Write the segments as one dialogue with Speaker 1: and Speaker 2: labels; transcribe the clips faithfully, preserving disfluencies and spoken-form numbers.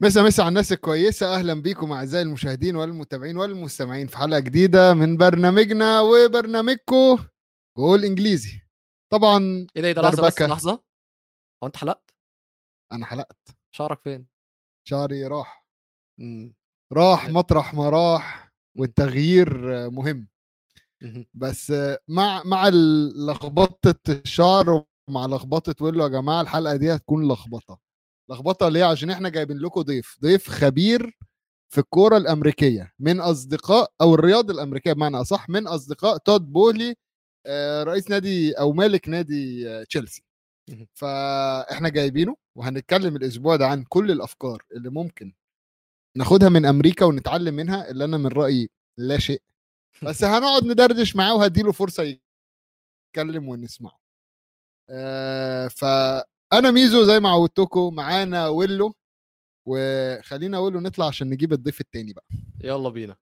Speaker 1: مسا مسا على الناس الكويسة. أهلا بيكم أعزائي المشاهدين والمتابعين والمستمعين في حلقة جديدة من برنامجنا وبرنامجكو جول إنجليزي. طبعا
Speaker 2: ايه ده ايه ده لحظه بس
Speaker 1: دربكة.
Speaker 2: لحظه. هو انت حلقت
Speaker 1: أنا حلقت.
Speaker 2: شعرك فين؟
Speaker 1: شعري راح
Speaker 2: امم
Speaker 1: راح مطرح ما راح،
Speaker 2: مم.
Speaker 1: والتغيير مهم.
Speaker 2: مم.
Speaker 1: بس مع مع لخبطة الشعر ومع لخبطة ويلو يا جماعة، الحلقة دي هتكون لخبطة لخبطة ليه؟ عشان احنا جايبين لكم ضيف ضيف خبير في الكورة الأمريكية، من أصدقاء أو الرياضة الأمريكية بمعنى أصح، من أصدقاء تود بولي، آه، رئيس نادي أو مالك نادي آه، تشيلسي.
Speaker 2: مم.
Speaker 1: فإحنا جايبينه وهنتكلم الأسبوع ده عن كل الأفكار اللي ممكن ناخدها من أمريكا ونتعلم منها، اللي أنا من رأيي لا شيء. بس هنقعد ندردش معاه وهديله فرصة يتكلم ونسمعه. آه، فأنا ميزو زي ما عودتكم، معانا ويلو، وخلينا ويلو نطلع عشان نجيب الضيف التاني بقى.
Speaker 2: يلا بينا.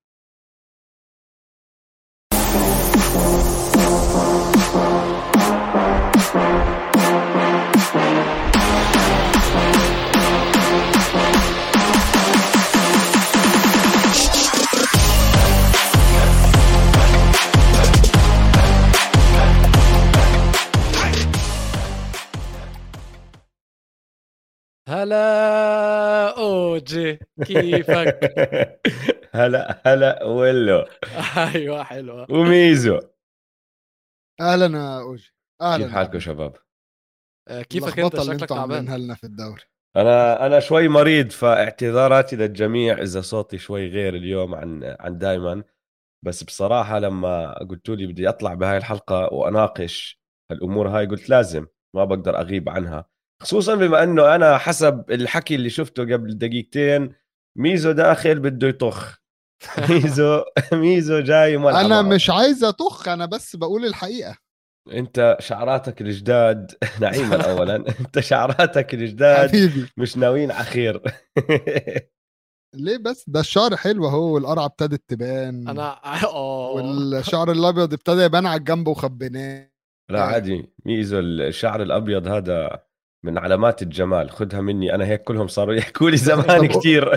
Speaker 2: هلا اوجي، كيفك؟
Speaker 3: هلا هلا ولو
Speaker 2: ايوه حلوه.
Speaker 3: وميزو.
Speaker 1: اهلا يا اوجي. اهلا
Speaker 3: كيف
Speaker 1: يا
Speaker 3: حالكم
Speaker 1: حبيبي.
Speaker 3: شباب؟
Speaker 2: آه، كيفك انت؟
Speaker 1: اللخبطه اللي
Speaker 2: شكلك
Speaker 1: انتوا
Speaker 2: تعبان.
Speaker 1: عاملينها لنا في الدوري.
Speaker 3: انا انا شوي مريض، فاعتذاراتي للجميع اذا صوتي شوي غير اليوم عن عن دائما. بس بصراحه لما قلتوا لي بدي اطلع بهاي الحلقه واناقش الامور هاي، قلت لازم، ما بقدر اغيب عنها، خصوصا بما انه انا حسب الحكي اللي شفته قبل دقيقتين ميزو داخل بده يطخ. ميزو ميزو جاي مولعه
Speaker 1: انا
Speaker 3: معه.
Speaker 1: مش عايز اطخ، انا بس بقول الحقيقه.
Speaker 3: انت شعراتك الجداد نعيما اولا انت شعراتك الجداد
Speaker 1: حبيبي،
Speaker 3: مش ناويين على خير.
Speaker 1: ليه بس؟ ده الشعر حلو اهو، والقرعه ابتدت تبان،
Speaker 2: انا اه
Speaker 1: والشعر الابيض ابتدى يبان على الجنب وخبيناه.
Speaker 3: لا عادي، ميزو الشعر الابيض هذا من علامات الجمال، خدها مني انا، هيك كلهم صاروا يحكوا لي زمان
Speaker 1: طب
Speaker 3: كتير.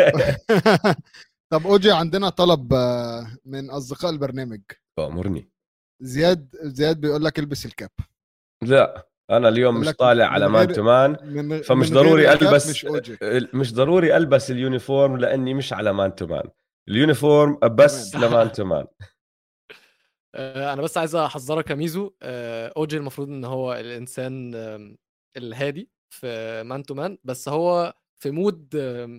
Speaker 1: طب اوجي، عندنا طلب آه، من اصدقاء البرنامج.
Speaker 3: امرني.
Speaker 1: زياد زياد بيقول لك البس الكاب.
Speaker 3: لا انا اليوم
Speaker 1: بيقول
Speaker 3: مش
Speaker 1: لك
Speaker 3: طالع
Speaker 1: من
Speaker 3: على مان
Speaker 1: غير
Speaker 3: تو مان،
Speaker 1: من
Speaker 3: فمش
Speaker 1: من غير
Speaker 3: ضروري
Speaker 1: الكاب
Speaker 3: البس،
Speaker 1: مش اوجي.
Speaker 3: مش ضروري البس اليونيفورم لاني مش على مان تو مان. اليونيفورم
Speaker 1: تمام.
Speaker 3: بس لمان تو مان.
Speaker 2: آه، انا بس عايز احذرك يا ميزو. آه، اوجي المفروض ان هو الانسان آم، الهادي في مان تو مان، بس هو في مود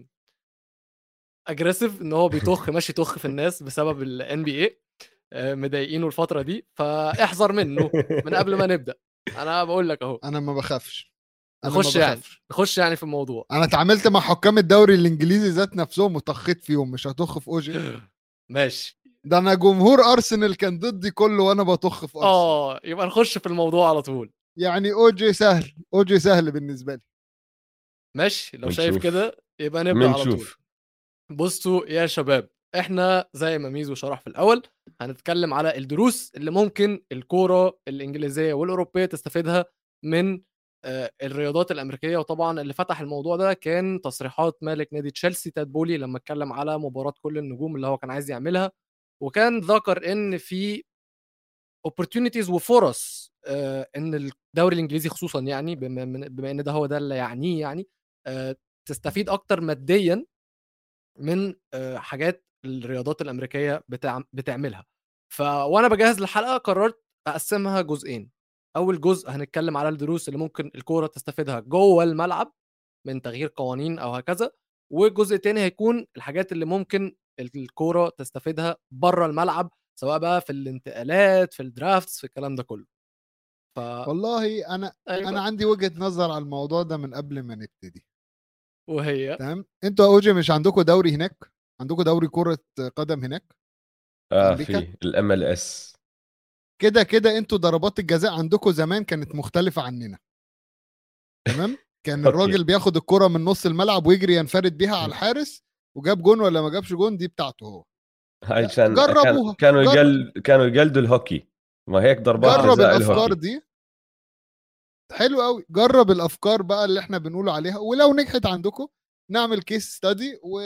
Speaker 2: اجريسيف ان هو بيطخ ماشي طخ في الناس بسبب الان بي اي. مضايقينه الفتره دي، فاحذر منه من قبل ما نبدا. انا بقول لك اهو.
Speaker 1: انا ما بخافش. انا ما
Speaker 2: نخش يعني
Speaker 1: بخافش.
Speaker 2: نخش يعني في الموضوع.
Speaker 1: انا اتعاملت مع حكام الدوري الانجليزي ذات نفسهم وطخيت فيهم، مش هطخ في اوجي.
Speaker 2: ماشي.
Speaker 1: ده انا جمهور ارسنال كان ضدي كله وانا بطخ في ارسنال.
Speaker 2: اه يبقى نخش في الموضوع على طول.
Speaker 1: يعني اوجي سهل، اوجي سهل بالنسبه لي.
Speaker 2: ماشي، لو شايف
Speaker 3: بنشوف
Speaker 2: كده يبقى نبدا على طول.
Speaker 3: بنشوف
Speaker 2: بصوا يا شباب، احنا زي ما ميزو شرح في الاول هنتكلم على الدروس اللي ممكن الكوره الانجليزيه والاوروبيه تستفيدها من آه، الرياضات الامريكيه. وطبعا اللي فتح الموضوع ده كان تصريحات مالك نادي تشيلسي تاد بولي لما اتكلم على مباراه كل النجوم اللي هو كان عايز يعملها، وكان ذكر ان في opportunities وفرص آه، ان الدوري الانجليزي خصوصا، يعني بما, بما ان ده هو ده اللي يعنيه، يعني آه، تستفيد اكتر ماديا من آه، حاجات الرياضات الامريكيه بتاع بتعملها. ف وانا بجهز الحلقه قررت اقسمها جزئين. اول جزء هنتكلم على الدروس اللي ممكن الكوره تستفيدها جوه الملعب من تغيير قوانين او هكذا، والجزء الثاني هيكون الحاجات اللي ممكن الكوره تستفيدها بره الملعب، سواء بقى في الانتقالات، في الدرافتس، في الكلام ده كله. ف
Speaker 1: والله انا انا
Speaker 2: ايوه.
Speaker 1: عندي وجهه نظر على الموضوع ده من قبل ما نبتدي.
Speaker 2: وهي
Speaker 1: تمام، انتوا يا اوجي مش عندكم دوري هناك؟ عندكم دوري كره قدم هناك في
Speaker 3: اه
Speaker 1: امريكا؟
Speaker 3: في الام ال اس.
Speaker 1: كده كده انتوا ضربات الجزاء عندكم زمان كانت مختلفه عننا. تمام، كان
Speaker 3: اوكي.
Speaker 1: الراجل بياخد الكرة من نص الملعب ويجري ينفرد بيها على الحارس، وجاب جون ولا ما جابش جون دي بتاعته هو.
Speaker 3: هاي عشان كان
Speaker 1: جربوها.
Speaker 3: كانوا
Speaker 1: جر...
Speaker 3: يقل كانوا يقلدوا الهوكي، ما هيك ضربات
Speaker 2: اه
Speaker 1: جرب
Speaker 3: جزاء
Speaker 1: الافكار
Speaker 3: الهوكي.
Speaker 1: دي. حلو قوي، جرب الافكار بقى اللي احنا بنقوله عليها، ولو نجحت عندكم نعمل كيس ستادي و...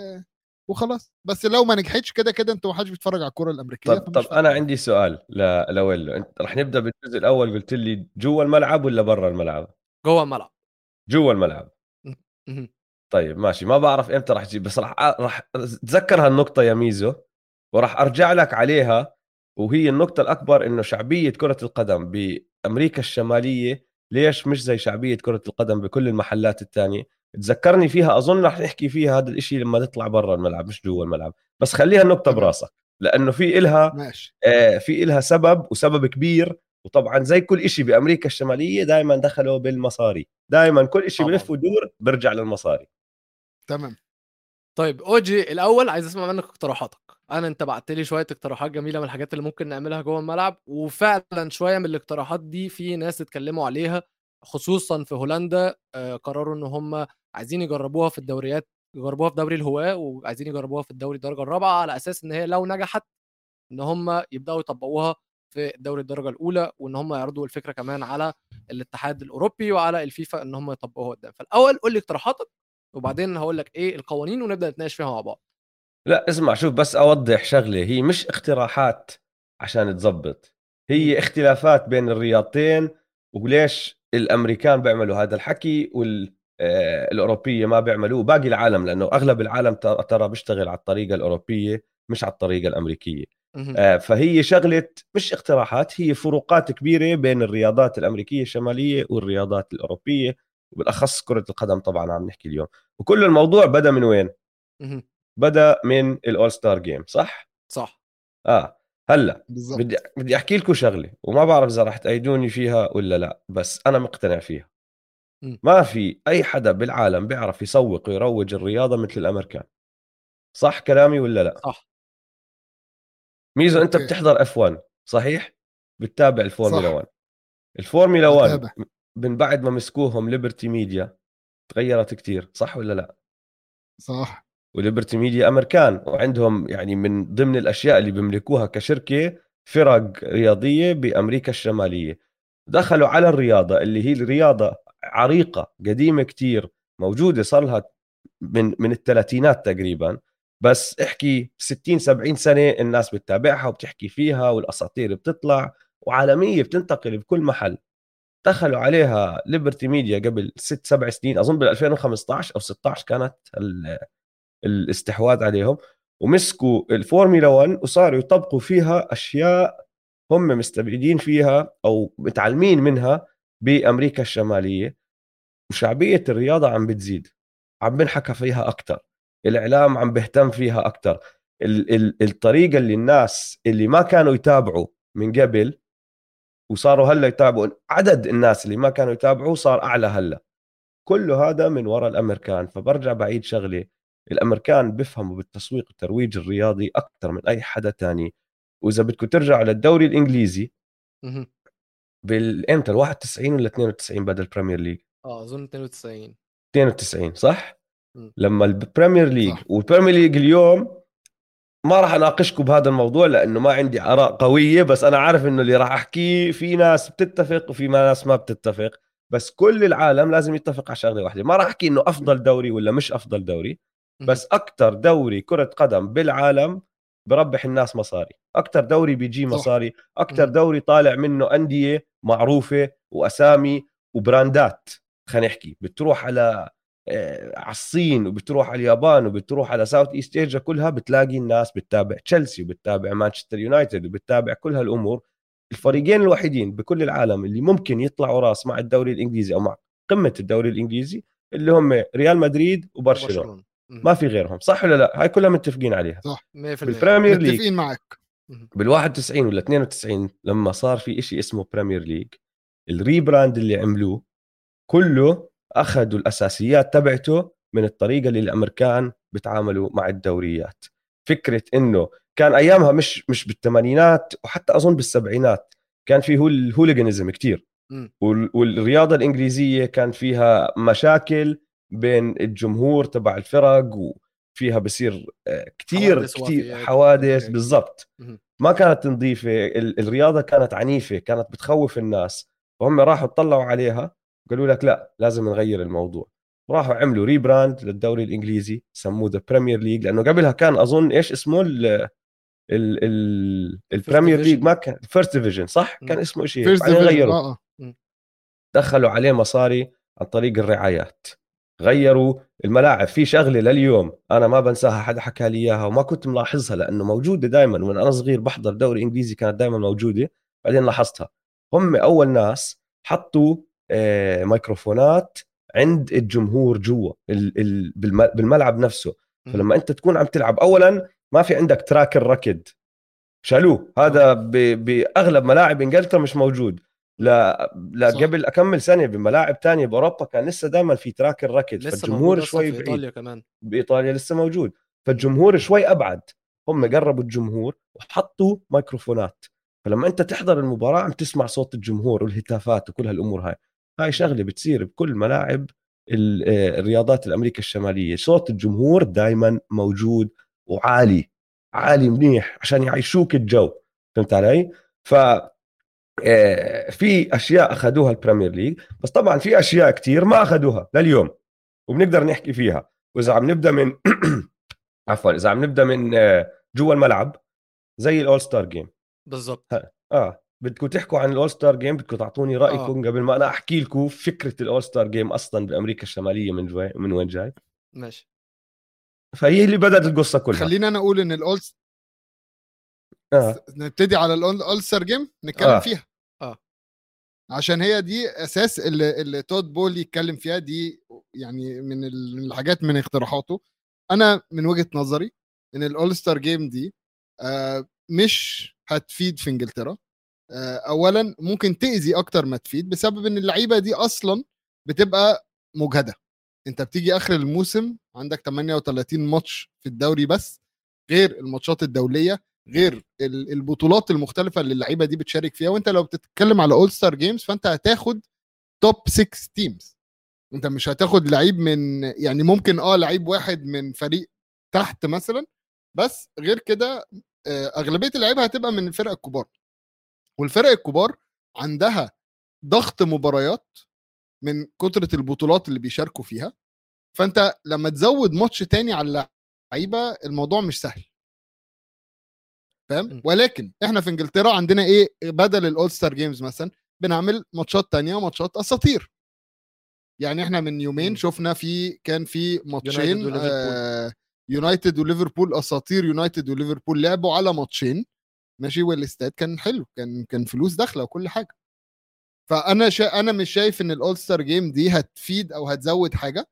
Speaker 1: وخلاص. بس لو ما نجحتش كده كده انتوا ما حدش بيتفرج على الكرة الامريكيه.
Speaker 3: طب طب انا عندي سؤال ل... لويلو، انت رح نبدا بالجزء الاول، قلت لي جوا الملعب ولا برا الملعب؟
Speaker 2: جوه الملعب.
Speaker 3: جوا الملعب.
Speaker 2: مهم.
Speaker 3: طيب ماشي، ما بعرف امتى رح تجيب، بس رح رح اتذكر هالنقطه يا ميزو، وراح ارجع لك عليها. وهي النقطه الاكبر، انه شعبيه كره القدم بامريكا الشماليه ليش مش زي شعبيه كره القدم بكل المحلات الثانيه. تذكرني فيها، اظن رح نحكي فيها هذا الاشي لما نطلع برا الملعب مش جوا الملعب. بس خليها النقطه
Speaker 1: تمام.
Speaker 3: براسك، لانه في إلها
Speaker 1: ماشي.
Speaker 3: آه في إلها سبب، وسبب كبير. وطبعا زي كل إشي بأمريكا الشمالية دائما دخلوا بالمصاري، دائما كل إشي
Speaker 2: طبعاً.
Speaker 3: بلف ودور برجع للمصاري.
Speaker 1: تمام.
Speaker 2: طيب اوجي، الاول عايز اسمع منك اقتراحاتك. انا انت بعت لي شويه اقتراحات جميله من الحاجات اللي ممكن نعملها جوه الملعب، وفعلا شويه من الاقتراحات دي في ناس اتكلموا عليها، خصوصا في هولندا. آه، قرروا ان هم عايزين يجربوها في الدوريات، يجربوها في دوري الهواه، وعايزين يجربوها في الدوري الدرجه الرابعه، على اساس ان هي لو نجحت ان هم يبداوا يطبقوها في الدوري الدرجه الاولى، وان هم يعرضوا الفكره كمان على الاتحاد الاوروبي وعلى الفيفا ان هم يطبقوها قدام. فالاول قول لي اقتراحاتك، وبعدين هقول لك ايه القوانين ونبدا نتناقش فيها مع بعض.
Speaker 3: لا اسمع، شوف بس أوضح شغلة، هي مش اقتراحات عشان تزبط،
Speaker 2: مم.
Speaker 3: هي اختلافات بين الرياضتين، وليش الأمريكان بيعملوا هذا الحكي والأوروبية ما بيعملوه باقي العالم، لأنه أغلب العالم ترى ترى بيشتغل على الطريقة الأوروبية مش على الطريقة الأمريكية.
Speaker 2: مهم.
Speaker 3: آه، فهي شغلة مش اقتراحات، هي فروقات كبيرة بين الرياضات الأمريكية الشمالية والرياضات الأوروبية، وبالأخص كرة القدم طبعا عم نحكي اليوم. وكل الموضوع بدأ من وين؟
Speaker 2: مهم.
Speaker 3: بدأ من الأول ستار جيم، صح؟
Speaker 2: صح.
Speaker 3: آه. هلا
Speaker 1: بالظبط.
Speaker 3: بدي بدي أحكي لكم شغلة، وما بعرف إذا رح تأيدوني فيها ولا لا، بس أنا مقتنع فيها.
Speaker 2: مم.
Speaker 3: ما في أي حدا بالعالم بيعرف يسوق ويروج الرياضة مثل الأمريكان. صح كلامي ولا لا؟
Speaker 2: صح.
Speaker 3: ميزو أنت
Speaker 1: اوكي.
Speaker 3: بتحضر اف واحد صحيح؟ بتتابع الفورمولا
Speaker 1: صح.
Speaker 3: واحد. الفورمولا واحد
Speaker 1: بتابع.
Speaker 3: من بعد ما مسكوهم ليبرتي ميديا تغيرت كتير، صح ولا لا؟
Speaker 1: صح.
Speaker 3: وليبرتي ميديا امريكان، وعندهم يعني من ضمن الاشياء اللي بيملكوها كشركه فرق رياضيه بامريكا الشماليه. دخلوا على الرياضه اللي هي الرياضه عريقه قديمه كتير، موجوده صار لها من من الثلاثينات تقريبا، بس احكي ستين سبعين سنه الناس بتتابعها وبتحكي فيها، والاساطير بتطلع وعالميه بتنتقل بكل محل. دخلوا عليها ليبرتي ميديا قبل ست سبع سنين، اظن بال ألفين وخمسطعش او ستطعش كانت الاستحواذ عليهم، ومسكوا الفورمولا واحد وصاروا يطبقوا فيها اشياء هم مستفيدين فيها او متعلمين منها بامريكا الشماليه. وشعبيه الرياضه عم بتزيد، عم بنحكى فيها اكثر، الاعلام عم بيهتم فيها اكثر. ال- ال- الطريقه اللي الناس اللي ما كانوا يتابعوا من قبل وصاروا هلا يتابعوا، عدد الناس اللي ما كانوا يتابعوا صار اعلى هلا. كله هذا من وراء الامريكان. فبرجع بعيد شغله، الامريكان بيفهموا بالتسويق والترويج الرياضي اكثر من اي حدا تاني. واذا بدكم ترجعوا للدوري الانجليزي،
Speaker 2: مهم.
Speaker 3: بالامتى ال واحد وتسعين ولا اثنين وتسعين بدا البريمير ليج؟
Speaker 2: اه اظن اتنين وتسعين.
Speaker 3: اثنين وتسعين صح.
Speaker 2: مم.
Speaker 3: لما البريمير ليج
Speaker 1: صح.
Speaker 3: والبريمير ليج اليوم، ما راح اناقشكم بهذا الموضوع لانه ما عندي اراء قويه، بس انا عارف انه اللي راح احكيه في ناس بتتفق وفي ناس ما بتتفق. بس كل العالم لازم يتفق على شغله واحده، ما راح احكي انه افضل دوري ولا مش افضل دوري،
Speaker 2: مهم.
Speaker 3: بس اكثر دوري كره قدم بالعالم بربح الناس مصاري، اكثر دوري بيجي
Speaker 1: صح.
Speaker 3: مصاري، اكثر
Speaker 2: مهم.
Speaker 3: دوري طالع منه انديه معروفه واسامي وبراندات. خلينا نحكي بتروح على آه، على الصين، وبتروح على اليابان، وبتروح على ساوث ايست ايجا، كلها بتلاقي الناس بتتابع تشيلسي وبتتابع مانشستر يونايتد وبتتابع كل هالامور. الفريقين الوحيدين بكل العالم اللي ممكن يطلعوا راس مع الدوري الانجليزي او مع قمه الدوري الانجليزي اللي هم ريال مدريد وبرشلونه،
Speaker 2: وبرشلونه. مهم.
Speaker 3: ما في غيرهم، صح ولا لا؟ هاي كلها متفقين عليها.
Speaker 1: صح.
Speaker 2: مية في المية.
Speaker 3: بالبريمير ليج
Speaker 1: متفقين معك.
Speaker 2: مهم.
Speaker 3: بال واحد وتسعين ولا اثنين وتسعين لما صار في إشي اسمه بريمير ليج، الريبراند اللي عملوه كله اخذوا الاساسيات تبعته من الطريقه اللي الامريكان بتعاملوا مع الدوريات. فكره انه كان ايامها مش مش بالثمانينات وحتى اظن بالسبعينات كان في هو الهوليغانيزم كتير،
Speaker 2: مم.
Speaker 3: وال- والرياضه الانجليزيه كان فيها مشاكل بين الجمهور تبع الفرق، وفيها بصير آه، كتير
Speaker 2: حوادث
Speaker 3: كتير
Speaker 2: ووفيات وكل
Speaker 3: حوادث
Speaker 2: حاجة كتير.
Speaker 3: بالضبط.
Speaker 2: مهم.
Speaker 3: ما كانت نظيفه، ال- الرياضه كانت عنيفه، كانت بتخوف الناس، فهم راحوا طلعوا عليها قالوا لك لا لازم نغير الموضوع. راحوا عملوا ريبراند للدوري الانجليزي سموه ذا بريمير ليج، لانه قبلها كان اظن ايش اسمه ال ال ال
Speaker 2: الفيرست
Speaker 3: البريمير ليج، ما
Speaker 2: ديفيجن.
Speaker 3: كان فيرست ديفيجن صح، كان
Speaker 2: مم.
Speaker 3: اسمه شيء هيك،
Speaker 1: فيرست
Speaker 3: بعدين
Speaker 1: ديفيجن
Speaker 3: غيروا،
Speaker 1: اه اه
Speaker 3: دخلوا عليه مصاري عن طريق الرعايات، غيروا الملاعب. في شغله لليوم انا ما بنساها، حدا حكى لي اياها وما كنت ملاحظها لانه موجوده دائما، ومن انا صغير بحضر دوري انجليزي كانت دائما موجوده، بعدين لاحظتها. هم اول ناس حطوا آه، ميكروفونات عند الجمهور جوا ال- ال- بالم- بالملعب نفسه.
Speaker 2: مم.
Speaker 3: فلما انت تكون عم تلعب، اولا ما في عندك تراك الركض، شالوه
Speaker 2: آه.
Speaker 3: هذا ب- باغلب ملاعب انجلترا مش موجود. لا لا،
Speaker 1: صح.
Speaker 3: قبل اكمل سنه بملاعب تانية باوروبا كان لسه دائما في تراك الركض،
Speaker 2: لسه موجود
Speaker 3: فالجمهور
Speaker 2: اصلا
Speaker 3: شوي
Speaker 2: في
Speaker 3: بعيد.
Speaker 2: ايطاليا كمان.
Speaker 3: بايطاليا لسه موجود، فالجمهور شوي ابعد. هم
Speaker 2: مم.
Speaker 3: قربوا الجمهور وحطوا ميكروفونات، فلما انت تحضر المباراه عم تسمع صوت الجمهور والهتافات وكل هالامور هاي. هاي شغله بتصير بكل ملاعب ال- آه، الرياضات الامريكا الشماليه، صوت الجمهور دائما موجود وعالي، عالي منيح عشان يعيشوك الجو. فهمت علي؟ ف آه، في اشياء اخذوها البريمير ليج، بس طبعا في اشياء كتير ما اخذوها لليوم وبنقدر نحكي فيها. واذا عم نبدا من عفوا اذا عم نبدا من آه، جوا الملعب، زي الاول ستار جيم.
Speaker 2: بالظبط.
Speaker 3: ها. اه بدكم تحكوا عن الاول ستار جيم، بدكم تعطوني
Speaker 2: اه
Speaker 3: رايكم قبل ما انا احكي لكم فكره الاول ستار جيم اصلا بامريكا الشماليه من جوي من وين جاي.
Speaker 2: ماشي.
Speaker 3: فهي اللي بدات القصه كلها.
Speaker 1: خلينا انا اقول ان الاول
Speaker 3: اه
Speaker 1: نبتدي على الاولستر جيم نتكلم
Speaker 3: اه
Speaker 1: فيها،
Speaker 2: اه
Speaker 1: عشان هي دي اساس اللي, اللي تود بولي يتكلم فيها دي. يعني من ال- من الحاجات من اقتراحاته. انا من وجهة نظري ان الاولستر جيم دي آه مش هتفيد في انجلترا. آه اولا ممكن تأذي اكتر ما تفيد، بسبب ان اللعيبه دي اصلا بتبقى مجهده. انت بتيجي اخر الموسم عندك ثمانية وثلاثين ماتش في الدوري بس، غير الماتشات الدوليه، غير ال- البطولات المختلفه اللي اللعيبه دي بتشارك فيها. وانت لو بتتكلم على اول ستار جيمز فانت هتاخد توب ستة تيمز. انت مش هتاخد لعيب من، يعني ممكن اه لعيب واحد من فريق تحت مثلا، بس غير كده آه، اغلبيه اللعيبه هتبقى من الفرق الكبار. والفرق الكبار عندها ضغط مباريات من كترة البطولات اللي بيشاركوا فيها. فانت لما تزود ماتش تاني على اللعيبه الموضوع مش سهل، فاهم؟
Speaker 2: م.
Speaker 1: ولكن احنا في انجلترا عندنا ايه بدل الاول ستار جيمز؟ مثلا بنعمل ماتشات تانية، ماتشات اساطير. يعني احنا من يومين
Speaker 2: م.
Speaker 1: شفنا في كان في
Speaker 2: يونايتد
Speaker 1: ماتشين
Speaker 2: وليفربول.
Speaker 1: آه يونايتد وليفربول، اساطير يونايتد وليفربول لعبوا على ماتشين ماشي، والاستاد كان حلو، كان كان فلوس داخله وكل حاجه. فانا شا... انا مش شايف ان الاول ستار جيم دي هتفيد او هتزود حاجه.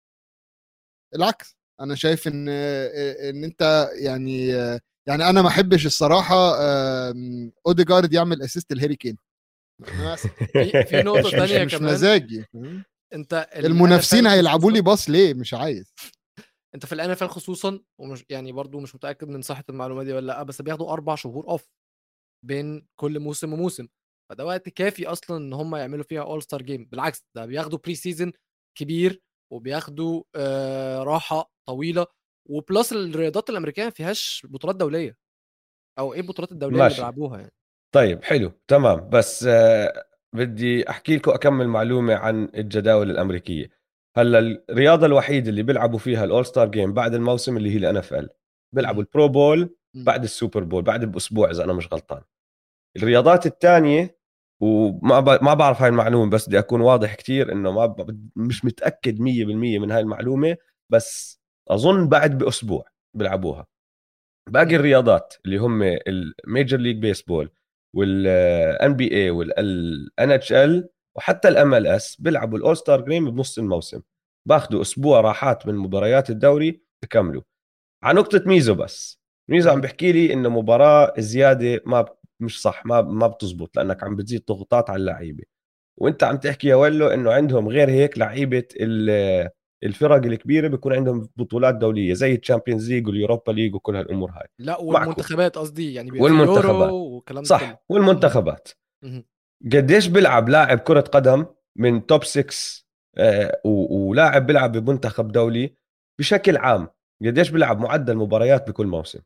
Speaker 1: العكس، انا شايف ان ان انت يعني يعني انا ما احبش الصراحه آم، اوديجارد يعمل اسيست لهاري كين. انا اسف،
Speaker 2: في في نقطة
Speaker 1: مش مش
Speaker 2: تانية
Speaker 1: مش
Speaker 2: كمان.
Speaker 1: مزاجي، فاهم؟
Speaker 2: انت ال
Speaker 1: المنافسين
Speaker 2: إن إف إل
Speaker 1: هيلعبوا لي
Speaker 2: خصوصا،
Speaker 1: باص ليه؟ مش عايز.
Speaker 2: انت في الان اف ال خصوصا، ومش يعني برضو مش متاكد من صحه المعلومه دي ولا لا، بس بياخدوا اربع شهور اوف بين كل موسم وموسم. فده وقت كافي اصلا ان هم يعملوا فيها اول ستار جيم. بالعكس، ده بياخدوا بري سيزون كبير، وبياخدوا آه راحه طويله. وبلس الرياضات الامريكيه ما فيهاش بطولات دوليه، او ايه البطولات الدوليه اللي
Speaker 3: ماشي
Speaker 2: بيلعبوها يعني.
Speaker 3: طيب حلو تمام، بس آه بدي احكي لكم اكمل معلومه عن الجداول الامريكيه. هلا الرياضه الوحيده اللي بيلعبوا فيها الاول ستار جيم بعد الموسم اللي هي الان اف ال، بيلعبوا
Speaker 2: مهم.
Speaker 3: البرو بول
Speaker 1: مم.
Speaker 3: بعد السوبر بول بعد باسبوع اذا انا مش غلطان. الرياضات الثانيه وما ب... ما بعرف هاي المعلومه، بس بدي اكون واضح كتير انه ما ب... مش متاكد مية بالمية من هاي المعلومه، بس اظن بعد باسبوع بيلعبوها. باقي
Speaker 2: مم.
Speaker 3: الرياضات اللي هم الميجر ليج بيسبول والان بي اي والان اتش ال وحتى الام ال اس بيلعبوا الاول ستار جيم بنص الموسم، باخذوا اسبوع راحات من مباريات الدوري بكملوا. على نقطه ميزو، بس ميزو عم
Speaker 2: مهم.
Speaker 3: بحكي لي انه مباراه زياده ما ب- مش صح، ما ما بتزبط لانك عم بتزيد ضغوطات على اللعيبه. وانت عم تحكي يا ولو انه عندهم غير هيك لعيبه ال- الفرق الكبيره بيكون عندهم بطولات دوليه زي الشامبيونز ليج واليوروبا ليج وكل هالامور هاي.
Speaker 2: لا،
Speaker 3: معكم
Speaker 2: والمنتخبات قصدي، يعني بيبقى في يورو
Speaker 3: والمنتخبات،
Speaker 2: والكلام ده كله.
Speaker 3: صح والمنتخبات.
Speaker 2: مهم.
Speaker 3: قديش بيلعب لاعب كرة قدم من توب ستة آه، و- ولاعب بيلعب بمنتخب دولي بشكل عام؟ قديش بيلعب معدل مباريات بكل موسم؟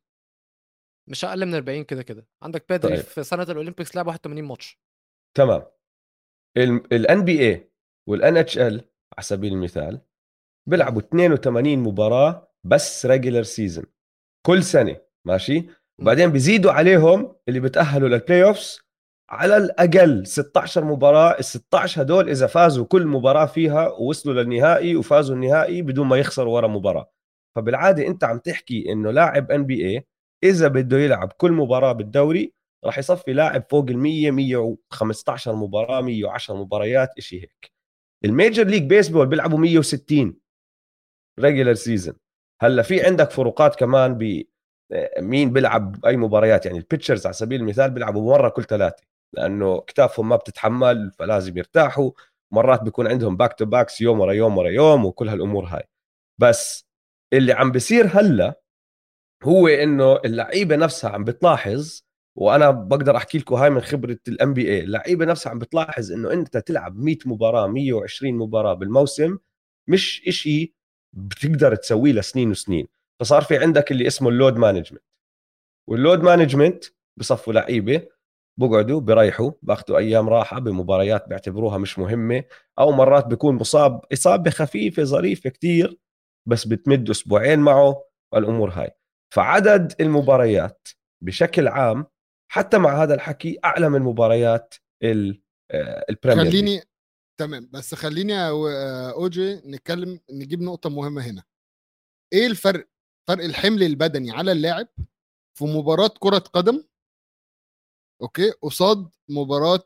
Speaker 2: مش اقل من أربعين كده كده. عندك بادري
Speaker 3: طيب
Speaker 2: في سنه الاولمبيكس لعب واحد وثمانين ماتش.
Speaker 3: تمام. الان بي اي والان اتش ال على سبيل المثال بيلعبوا اثنين وثمانين مباراة بس ريجولر سيزن كل سنة، ماشي. وبعدين بيزيدوا عليهم اللي بتأهلوا للبلاي اوفس على الأقل ستة عشر مباراة. ال ستة عشر هدول إذا فازوا كل مباراة فيها ووصلوا للنهائي وفازوا النهائي بدون ما يخسروا ورا مباراة. فبالعادة أنت عم تحكي إنه لاعب ان بي اي إذا بده يلعب كل مباراة بالدوري راح يصفي لاعب فوق ال مية مية وخمسة عشر مباراة مية وعشرة مباريات إشي هيك. الميجر ليج بيسبول بيلعبوا مية وستين ريجولر سيزن. هلا في عندك فروقات كمان ب مين بيلعب اي مباريات. يعني البيتشرز على سبيل المثال بيلعبوا مره كل ثلاثه لانه كتافهم ما بتتحمل فلازم يرتاحوا. مرات بيكون عندهم باك تو باكس يوم ورا يوم ورا يوم وكل هالامور هاي. بس اللي عم بيصير هلا هو انه اللعيبه نفسها عم بتلاحظ، وانا بقدر احكي لكم هاي من خبره الام بي اي، اللعيبه نفسها عم بتلاحظ انه انت تلعب مية مباراه مية وعشرين مباراه بالموسم مش إشي بتقدر تسويه لسنين وسنين. فصار في عندك اللي اسمه اللود مانجمنت، واللود مانجمنت بصفوا لعيبه بقعدوا بريحوا باخذوا ايام راحه بمباريات بيعتبروها مش مهمه، او مرات بيكون مصاب اصابه خفيفه ظريفه كتير بس بتمد اسبوعين معه والامور هاي. فعدد المباريات بشكل عام حتى مع هذا الحكي اعلى من مباريات ال- آه، البريمير ليج.
Speaker 1: خليني تمام، بس خليني يا اوجي نتكلم، نجيب نقطه مهمه هنا. ايه الفرق؟ فرق الحمل البدني على اللاعب في مباراه كره قدم، اوكي، قصاد مباراه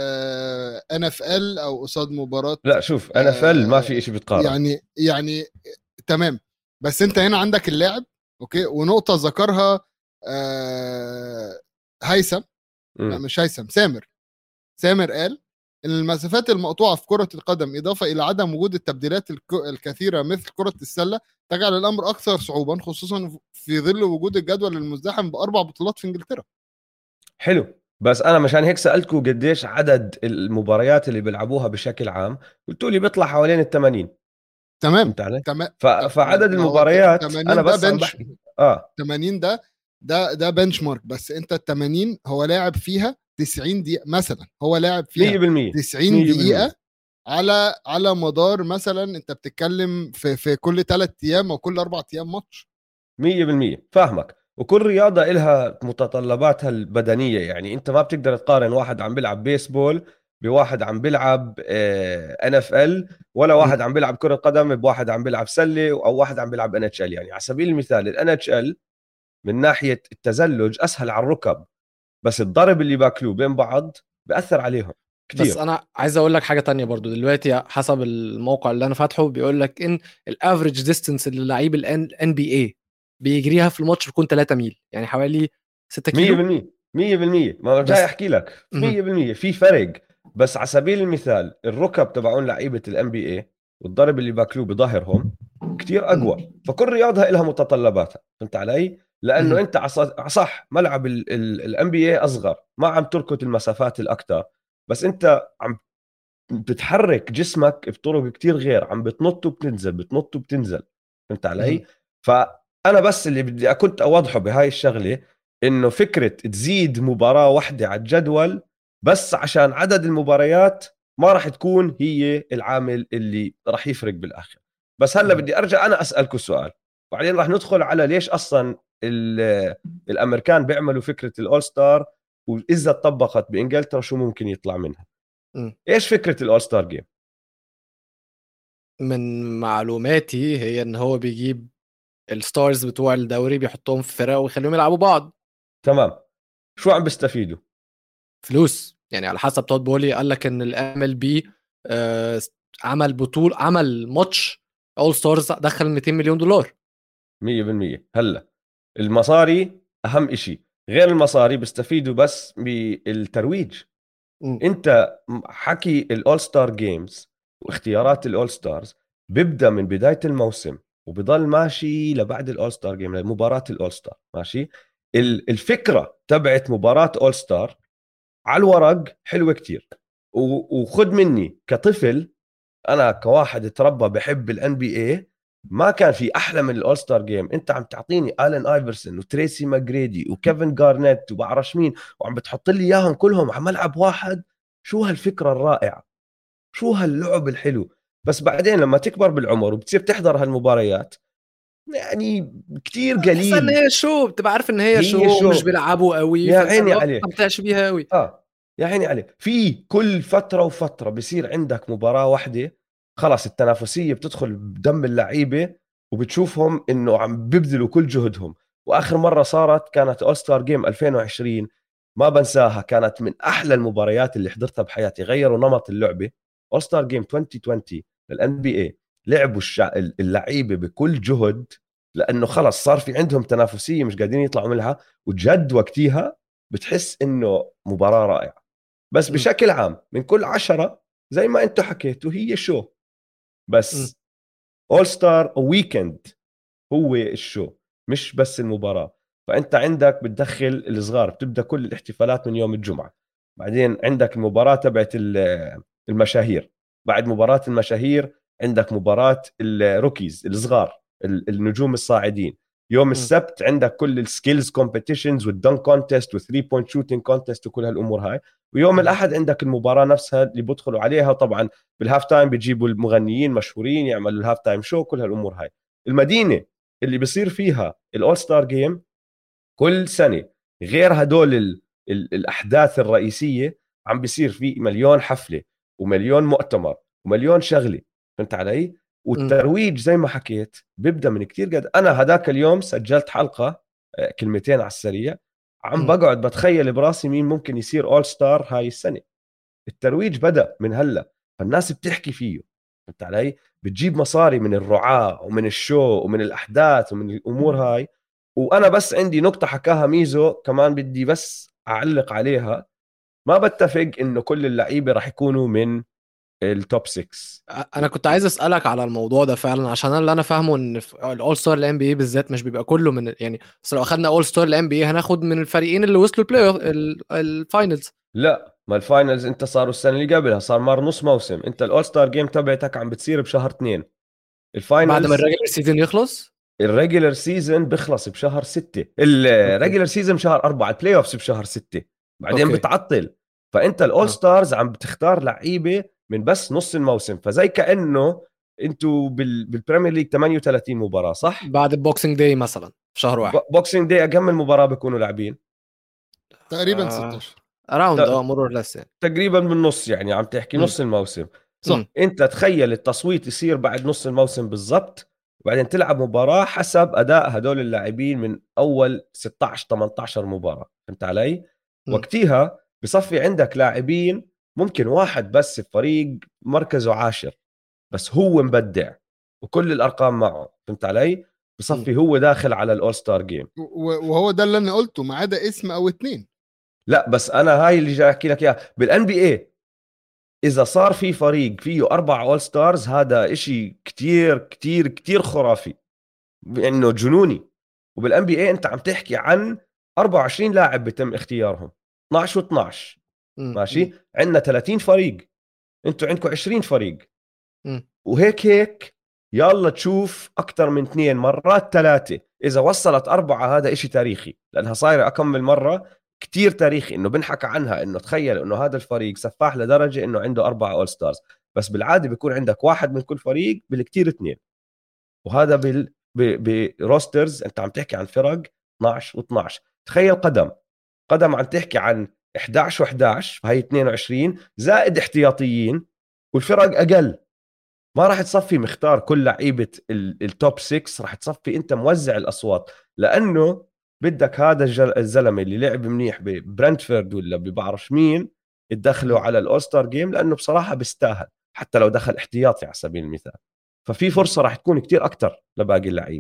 Speaker 1: ان اف ال او قصاد مباراه
Speaker 3: لا شوف انا فل ما في
Speaker 1: آه،
Speaker 3: إشي بتقارن.
Speaker 1: يعني يعني تمام. بس انت هنا عندك اللاعب، اوكي، ونقطه ذكرها آه، هيثم، لا
Speaker 3: م.
Speaker 1: مش هيثم، سامر. سامر قال ان المسافات المقطوعه في كره القدم اضافه الى عدم وجود التبديلات الك- الكثيره مثل كره السله تجعل الامر اكثر صعوبا، خصوصا في ظل وجود الجدول المزدحم باربع بطولات في انجلترا.
Speaker 3: حلو. بس انا مشان هيك سالتكم قديش عدد المباريات اللي بيلعبوها بشكل عام، قلتوا لي بيطلع حوالين ال ثمانين.
Speaker 1: تمام.
Speaker 3: فهمت علي؟
Speaker 1: تمام.
Speaker 3: ف... فعدد
Speaker 1: ما هو
Speaker 3: المباريات انا
Speaker 1: ثمانين ده
Speaker 3: بس عم
Speaker 1: بنش،
Speaker 3: بحكي اه
Speaker 1: ثمانين ده ده ده بنش مارك. بس انت ال ثمانين هو لاعب فيها تسعين دقيقه مثلا، هو لاعب فيها
Speaker 3: مية بالمية
Speaker 1: تسعين
Speaker 3: مية بالمية
Speaker 1: دقيقه على على مدار مثلا، انت بتتكلم في في كل ثلاث ايام او كل اربع ايام ماتش.
Speaker 3: مية بالمية فاهمك. وكل رياضة إلها متطلباتها البدنية. يعني أنت ما بتقدر تقارن واحد عم بيلعب بيسبول بواحد عم بيلعب ان اف ال، ولا
Speaker 1: م.
Speaker 3: واحد عم بيلعب كرة قدم بواحد عم بيلعب سلة، او واحد عم بيلعب ان اتش ال. يعني على سبيل المثال الان اتش ال من ناحية التزلج اسهل على الركب، بس الضرب اللي باكلوه بين بعض بأثر عليهم
Speaker 2: بس
Speaker 3: كتير.
Speaker 2: انا عايز اقول لك حاجه تانية برضو. دلوقتي حسب الموقع اللي انا فاتحه بيقول لك ان الافريج ديستنس اللي لعيب الان بي اي بيجريها في الماتش بيكون ثلاثة ميل، يعني حوالي ستة
Speaker 3: مية
Speaker 2: كيلو.
Speaker 3: بالمية مية بالمية ما أنا جاي
Speaker 2: بس
Speaker 3: احكي لك
Speaker 2: مهم.
Speaker 3: مية بالمية في فرق. بس على سبيل المثال الركب تبعون لعيبه الام بي اي والضرب اللي باكلوه بظهرهم كتير اقوى.
Speaker 2: مهم.
Speaker 3: فكل رياضه لها متطلباتها. فهمت علي؟ لانه
Speaker 2: مهم.
Speaker 3: انت عص- صح ملعب الام بي اي اصغر، ما عم تركض المسافات الاكثر، بس انت عم بتحرك جسمك بطرق كتير غير، عم بتنط وبتنزل بتنط وبتنزل. فهمت
Speaker 2: مهم.
Speaker 3: علي؟ فانا بس اللي بدي كنت اوضحه بهاي الشغله انه فكره تزيد مباراه واحده على الجدول بس عشان عدد المباريات ما راح تكون هي العامل اللي راح يفرق بالاخر. بس هلا
Speaker 2: مهم.
Speaker 3: بدي ارجع انا اسالكم سؤال، بعدين راح ندخل على ليش اصلا ال- الامريكان بيعملوا فكره الاول ستار، واذا طبقت بانجلترا شو ممكن يطلع منها.
Speaker 2: مهم.
Speaker 3: ايش فكره الاول ستار جيم؟
Speaker 2: من معلوماتي هي ان هو بيجيب الستارز بتوع الدوري بيحطهم في فرق ويخليهم يلعبوا بعض.
Speaker 3: تمام. شو عم بيستفيدوا؟
Speaker 2: فلوس، يعني على حسب تود بولي قال لك ان الام ال بي عمل بطول، عمل ماتش اول ستارز دخل مئتين مليون دولار.
Speaker 3: مية بالمية. هلا المصاري أهم إشي، غير المصاري بيستفيدوا بس بالترويج.
Speaker 2: مم.
Speaker 3: أنت حكي الأول ستار جيمز واختيارات الأول ستارز بيبدأ من بداية الموسم وبضل ماشي لبعد الأول ستار جيم لمباراة الأول ستار. ماشي. ال- الفكرة تبعت مباراة أول ستار على الورق حلوة كتير، و- وخد مني كطفل، انا كواحد تربى بحب الان بي اي، ما كان في احلى من الاول ستار جيم. انت عم تعطيني الين ايفرسون وتريسي ماجريدي وكيفن جارنيت وبعرفش مين، وعم بتحط لي اياهم كلهم على ملعب واحد. شو هالفكره الرائعه، شو هاللعب الحلو. بس بعدين لما تكبر بالعمر وبتصير تحضر هالمباريات يعني كتير
Speaker 2: تحس ان
Speaker 3: قليل.
Speaker 2: هي شو، بتبقى عارف ان هي,
Speaker 3: هي
Speaker 2: شو,
Speaker 3: شو.
Speaker 2: مش بيلعبوا قوي،
Speaker 3: يا
Speaker 2: فانت
Speaker 3: عيني
Speaker 2: ما
Speaker 3: عليك.
Speaker 2: بتستمتعش بيها قوي.
Speaker 3: اه يا عيني عليك. في كل فتره وفتره بصير عندك مباراه واحده خلاص التنافسيه بتدخل بدم اللعيبه وبتشوفهم انه عم بيبذلوا كل جهدهم. واخر مره صارت كانت اول ستار جيم ألفين وعشرين، ما بنساها، كانت من احلى المباريات اللي حضرتها بحياتي. غيروا نمط اللعبه. اول ستار جيم ألفين وعشرين للان بي اي، لعبوا الشع... اللعيبه بكل جهد لانه خلص صار في عندهم تنافسيه مش قادرين يطلعوا منها، وجد وقتها بتحس انه مباراه رائعه. بس
Speaker 2: م.
Speaker 3: بشكل عام من كل عشرة زي ما انتم حكيتوا هي شو.
Speaker 2: م.
Speaker 3: بس اول ستار ويكند هو الشو مش بس المباراه. فانت عندك بتدخل الصغار، بتبدا كل الاحتفالات من يوم الجمعه، بعدين عندك المباراه تبعت ال- المشاهير، بعد مباراه المشاهير عندك مباراه الروكيز الصغار ال- النجوم الصاعدين. يوم
Speaker 2: م.
Speaker 3: السبت عندك كل السكيلز كومبيتيشنز والدنك كونتست وثري بوينت شوتينج كونتست وكل هالامور هاي. ويوم
Speaker 1: م.
Speaker 3: الاحد عندك المباراه نفسها اللي بدخلوا عليها، طبعا بالهاف تايم بيجيبوا المغنيين مشهورين يعملوا الهاف تايم شو، كل هالامور هاي. المدينه اللي بيصير فيها الاول ستار جيم كل سنه غير هدول ال ال الاحداث الرئيسيه، عم بيصير في مليون حفله ومليون مؤتمر ومليون شغله. فهمت علي؟ والترويج زي ما حكيت بيبدا من كتير قد. انا هداك اليوم سجلت حلقه آه، كلمتين على السريع، عم
Speaker 2: م.
Speaker 3: بقعد بتخيل براسي مين ممكن يصير اول ستار هاي السنه. الترويج بدا من هلا، فالناس بتحكي فيه. فهمت علي؟ بتجيب مصاري من الرعاة ومن الشو ومن الاحداث ومن الامور هاي. وانا بس عندي نقطه حكاها ميزو كمان بدي بس اعلق عليها. ما بتفق انه كل اللعيبه راح يكونوا من التوب ستة.
Speaker 2: انا كنت عايز اسالك على الموضوع ده فعلا، عشان انا اللي انا فاهمه ان في الاول ستار الام بي اي بالذات مش بيبقى كله من يعني، بس لو اخدنا اول ستار الام بي اي هناخد من الفريقين اللي وصلوا البلاي الفاينلز.
Speaker 3: لا، ما الفاينلز انت صاروا السنه اللي قبلها صار مار نص موسم. انت الاول ستار جيم تبعتك عم بتصير بشهر اثنين.
Speaker 2: بعد ما
Speaker 3: الفاينلز
Speaker 2: الريجلر سيزون يخلص.
Speaker 3: الريجلر سيزون بيخلص بشهر ستة،
Speaker 2: اوكي
Speaker 3: الريجلر سيزون بشهر أربعة، البلاي اوفز بشهر ستة، بعدين
Speaker 2: اوكي
Speaker 3: بتعطل. فانت الاول
Speaker 2: اه
Speaker 3: ستارز عم بتختار لعيبه من بس نص الموسم. فزي كانه انتوا بال... بالبريمير ليج ثمانية وثلاثين مباراه صح؟
Speaker 2: بعد البوكسينج داي مثلا في شهر واحد.
Speaker 3: بوكسينج داي كم المباراه بيكونوا لاعبين؟
Speaker 1: تقريبا
Speaker 2: آه.
Speaker 1: ستاشر.
Speaker 2: اراوند اه مور اور ليس يعني.
Speaker 3: تقريبا بالنص، يعني عم تحكي
Speaker 2: م.
Speaker 3: نص الموسم.
Speaker 1: صح.
Speaker 3: انت تخيل التصويت يصير بعد نص الموسم بالضبط، وبعدين تلعب مباراة حسب أداء هدول اللاعبين من أول ستة عشر ثمانية عشر مباراة. فهمت علي؟
Speaker 2: م.
Speaker 3: وقتها بصفي عندك لاعبين ممكن واحد بس الفريق مركزه عاشر بس هو مبدع وكل الأرقام معه. فهمت علي؟ بصفي هو داخل على الأول ستار جيم.
Speaker 1: و- وهو ده اللي انا قلته، ما عدا اسم او اتنين.
Speaker 3: لا بس أنا هاي اللي جاي أحكي لك إياها. بالان بي اي إذا صار في فريق فيه أربع أول ستارز هذا إشي كتير كتير كتير خرافي، انه جنوني. وبالان بي اي انت عم تحكي عن أربعة وعشرين لاعب بتم اختيارهم، اثناشر و12.
Speaker 2: م.
Speaker 3: ماشي، عندنا ثلاثين فريق، انتوا عندكم عشرين فريق.
Speaker 2: م.
Speaker 3: وهيك هيك يلا تشوف اكثر من اثنين مرات ثلاثه، اذا وصلت اربعه هذا إشي تاريخي، لانها صايره اكمل مره كتير تاريخي انه بنحكى عنها. انه تخيل انه هذا الفريق سفاح لدرجه انه عنده اربعه اول ستارز. بس بالعاده بيكون عندك واحد من كل فريق، بالكتير اثنين. وهذا بال بروسترز انت عم تحكي عن فرق اثناشر و12. تخيل قدم قدم عم تحكي عن احد عشر و11، فهي اثنين وعشرين زائد احتياطيين، والفرق اقل. ما راح تصفي مختار كل لعيبه التوب ستة، راح تصفي انت موزع الاصوات، لانه بدك هذا الزلمه اللي لعب منيح ببرنتفورد ولا ببعرفش مين تدخله على الاوستر جيم، لانه بصراحه بيستاهل حتى لو دخل احتياطي على سبيل المثال. ففي فرصه راح تكون كتير اكتر لباقي اللعيبه.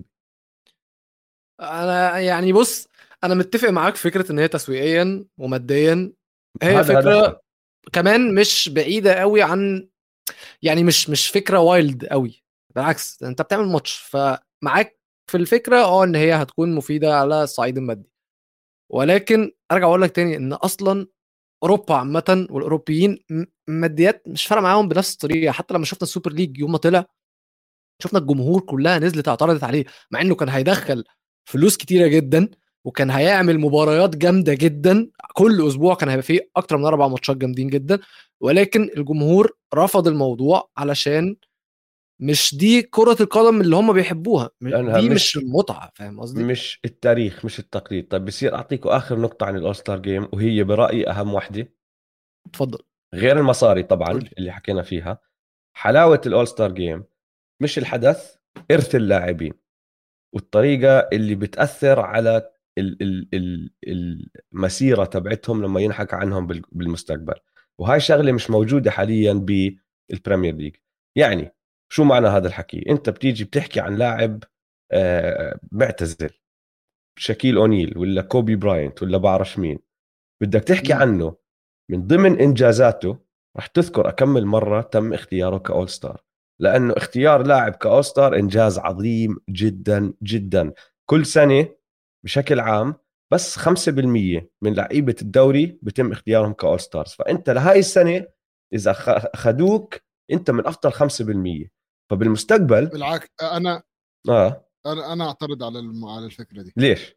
Speaker 2: انا يعني بص، انا متفق معاك في فكره ان هي تسويقيا وماديا هي
Speaker 3: هذا
Speaker 2: فكره
Speaker 3: هدفها.
Speaker 2: كمان مش بعيده قوي عن، يعني مش مش فكره وايلد قوي، بالعكس انت بتعمل ماتش فمعاك في الفكره اه ان هي هتكون مفيده على الصعيد المادي. ولكن ارجع اقول لك تاني ان اصلا اوروبا عامه والاوروبيين م- ماديات مش فارقه معاهم بنفس الطريقه. حتى لما شفنا السوبر ليج يوم ما طلع شفنا الجمهور كلها نزلت اعترضت عليه، مع انه كان هيدخل فلوس كتيره جدا وكان هيعمل مباريات جامده جدا. كل اسبوع كان هيبقى فيه اكتر من اربع ماتشات جامدين جدا، ولكن الجمهور رفض الموضوع علشان مش دي كرة القدم اللي هم بيحبوها،
Speaker 3: لأنها
Speaker 2: دي
Speaker 3: مش-
Speaker 2: مش المتعة، فاهم قصدي؟
Speaker 3: مش التاريخ، مش التقليد. طيب بصير أعطيكم آخر نقطة عن الأول ستار جيم، وهي برأيي أهم وحدة
Speaker 2: اتفضل.
Speaker 3: غير المصاري طبعا
Speaker 1: قولي.
Speaker 3: اللي حكينا فيها. حلاوة الأول ستار جيم مش الحدث، إرث اللاعبين والطريقة اللي بتأثر على ال- ال- ال- المسيرة تبعتهم لما ينحكى عنهم بال- بالمستقبل. وهاي شغلة مش موجودة حاليا بالبريمير ليج. يعني شو معنى هذا الحكي؟ انت بتيجي بتحكي عن لاعب آه، معتزل، شاكيل أونيل ولا كوبي براينت ولا بعرف مين، بدك تحكي
Speaker 1: مم.
Speaker 3: عنه من ضمن إنجازاته رح تذكر أكمل مرة تم اختياره كأول ستار، لأنه اختيار لاعب كأول ستار إنجاز عظيم جدا جدا. كل سنة بشكل عام بس خمسة بالمية من لعيبة الدوري بتم اختيارهم كأول ستارز، فأنت لهاي السنة إذا خ- خدوك أنت من أفضل خمسة بالمية. فبالمستقبل
Speaker 1: بالعكس، انا
Speaker 3: آه
Speaker 1: انا انا اعترض على الم... على الفكره دي.
Speaker 3: ليش؟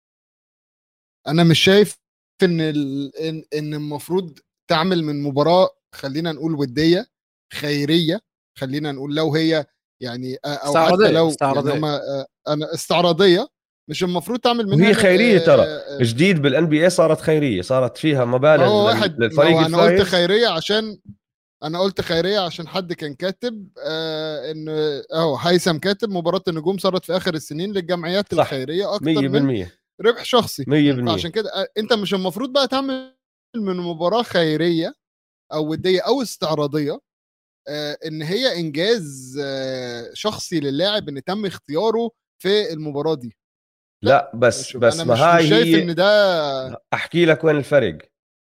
Speaker 1: انا مش شايف ان ال... ان ان المفروض تعمل من مباراه، خلينا نقول وديه خيريه، خلينا نقول لو هي يعني او حتى
Speaker 2: استعراضية
Speaker 1: لو يعني
Speaker 2: استعراضية.
Speaker 1: هما انا استعراضيه، مش المفروض تعمل منها
Speaker 3: وهي
Speaker 1: ن-
Speaker 3: خيرية ترى،
Speaker 1: آه، آه،
Speaker 3: جديد بالان بي اي صارت خيرية، صارت فيها
Speaker 1: ما
Speaker 3: مبالغ
Speaker 1: هو
Speaker 3: لل-
Speaker 1: واحد، ما
Speaker 3: للفريق
Speaker 1: هو انا قلت
Speaker 3: الفايز.
Speaker 1: خيريه عشان انا قلت خيريه عشان حد كان كاتب آه ان اهو هيثم كاتب مباراه النجوم صارت في اخر السنين للجمعيات
Speaker 3: صح
Speaker 1: الخيريه اكتر
Speaker 3: مية
Speaker 1: من
Speaker 3: بالمية
Speaker 1: ربح شخصي.
Speaker 3: مية بالمية
Speaker 1: فعشان كده آه، انت مش المفروض بقى تعمل من مباراه خيريه او وديه او استعراضيه آه ان هي انجاز آه شخصي للاعب ان تم اختياره في المباراه دي. لا،
Speaker 3: لا بس
Speaker 1: شوف انا
Speaker 3: بس ما
Speaker 1: مش
Speaker 3: هاي
Speaker 1: مش شايف
Speaker 3: هي،
Speaker 1: ان ده
Speaker 3: احكي لك وين الفرق.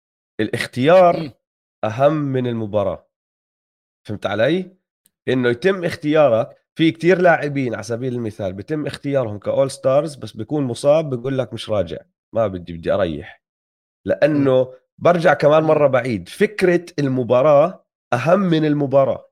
Speaker 1: مم.
Speaker 3: الاختيار اهم من المباراة. فهمت علي؟ انه يتم اختيارك في كتير لاعبين على سبيل المثال بيتم اختيارهم كاول ستارز بس بيكون مصاب، بيقول لك مش راجع، ما بدي بدي اريح. لانه برجع كمان
Speaker 1: مم.
Speaker 3: مرة بعيد، فكرة المباراة اهم من المباراة.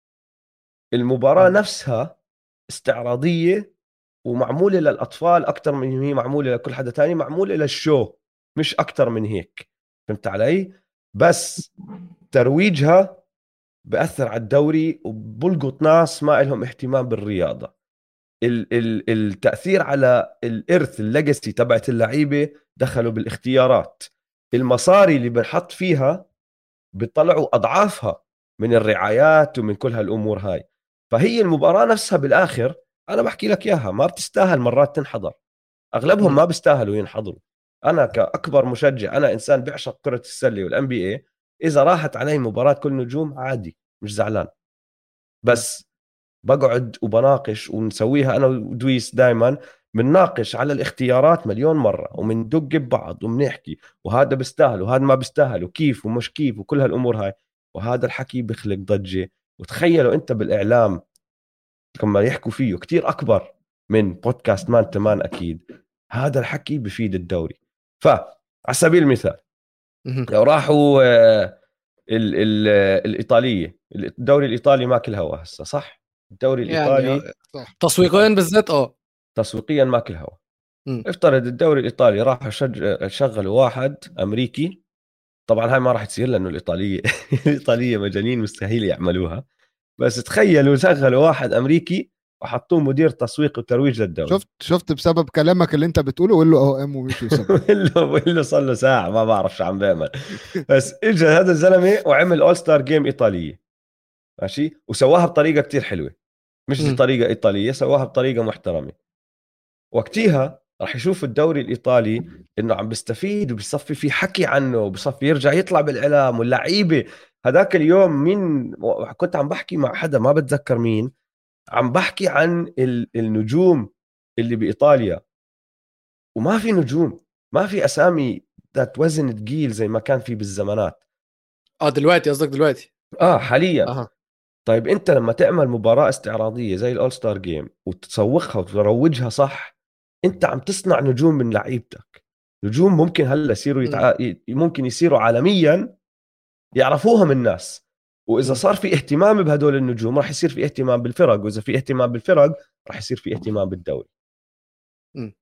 Speaker 3: المباراة
Speaker 2: مم.
Speaker 3: نفسها استعراضية ومعمولة للأطفال أكتر من هي معمولة لكل حدا تاني، معمولة للشو مش أكتر من هيك. فهمت علي؟ بس ترويجها بأثر على الدوري وبلقط ناس ما لهم اهتمام بالرياضة. ال- ال- التأثير على الإرث الليجاسي تبعت اللعيبة دخلوا بالاختيارات. المصاري اللي بنحط فيها بيطلعوا أضعافها من الرعايات ومن كل هالأمور هاي. فهي المباراة نفسها بالآخر أنا بحكي لك إياها ما بتستاهل مرات تنحضر، أغلبهم ما بيستاهلوا ينحضروا. أنا كأكبر مشجع، أنا إنسان بيعشق كرة السلة والان بي اي، إذا راحت علي مباراة كل نجوم عادي مش زعلان، بس بقعد وبناقش ونسويها أنا ودويس دايما، بنناقش على الاختيارات مليون مرة ومندق ببعض وبنحكي وهذا بيستاهل وهذا ما بيستاهل وكيف ومش كيف وكل هالأمور هاي. وهذا الحكي بخلق ضجة، وتخيلوا أنت بالإعلام لما يحكوا فيه كتير أكبر من بودكاست مان تمان، أكيد هذا الحكي بفيد الدوري. فعلى سبيل المثال
Speaker 2: مم.
Speaker 3: لو راحوا آه، ال ال الإيطالية، الدوري الإيطالي ماكل هوا هسه صح؟ الدوري
Speaker 2: يعني
Speaker 3: الإيطالي
Speaker 1: صح.
Speaker 2: تسويقيا بالذات اه
Speaker 3: تسويقيا ماكل هوا.
Speaker 2: مم.
Speaker 3: افترض الدوري الإيطالي راح شج... شغلوا واحد أمريكي، طبعا هاي ما راح تصير لأنه الإيطالية الإيطالية مجانين مستحيل يعملوها، بس تخيلوا شغلوا واحد أمريكي وحطوه مدير تسويق وترويج للدوري.
Speaker 1: شفت شفت بسبب كلامك اللي انت بتقوله قول له اهو قام ومشي وسابه.
Speaker 3: وله وله صار له ساعة ما بعرف شو عم بيعمل، بس اجى هذا الزلمة وعمل اول ستار جيم إيطالية ماشي، وسواها بطريقة كتير حلوة، مش
Speaker 2: مم.
Speaker 3: طريقة إيطالية، سواها بطريقة محترمة. وقتها راح يشوف الدوري الإيطالي إنه عم بيستفيد وبيصفي في حكي عنه وبصفي يرجع يطلع بالإعلام واللعيبة. هذاك اليوم مين كنت عم بحكي مع حدا ما بتذكر مين، عم بحكي عن ال- النجوم اللي بإيطاليا، وما في نجوم، ما في أسامي ذات وزن ثقيل زي ما كان في بالزمانات.
Speaker 2: اه دلوقتي قصدك دلوقتي؟
Speaker 3: آه حاليا.
Speaker 2: اها.
Speaker 3: طيب أنت لما تعمل مباراة استعراضية زي الأول ستار جيم وتسوقها وتروجها صح، أنت عم تصنع نجوم من لعيبتك، نجوم ممكن هلا يصيروا
Speaker 2: مم.
Speaker 3: يتع... ي- ممكن يصيروا عالميا يعرفوهم الناس. وإذا
Speaker 2: مم.
Speaker 3: صار في اهتمام بهدول النجوم راح يصير في اهتمام بالفرق، وإذا في اهتمام بالفرق راح يصير في اهتمام بالدوري.
Speaker 2: مم.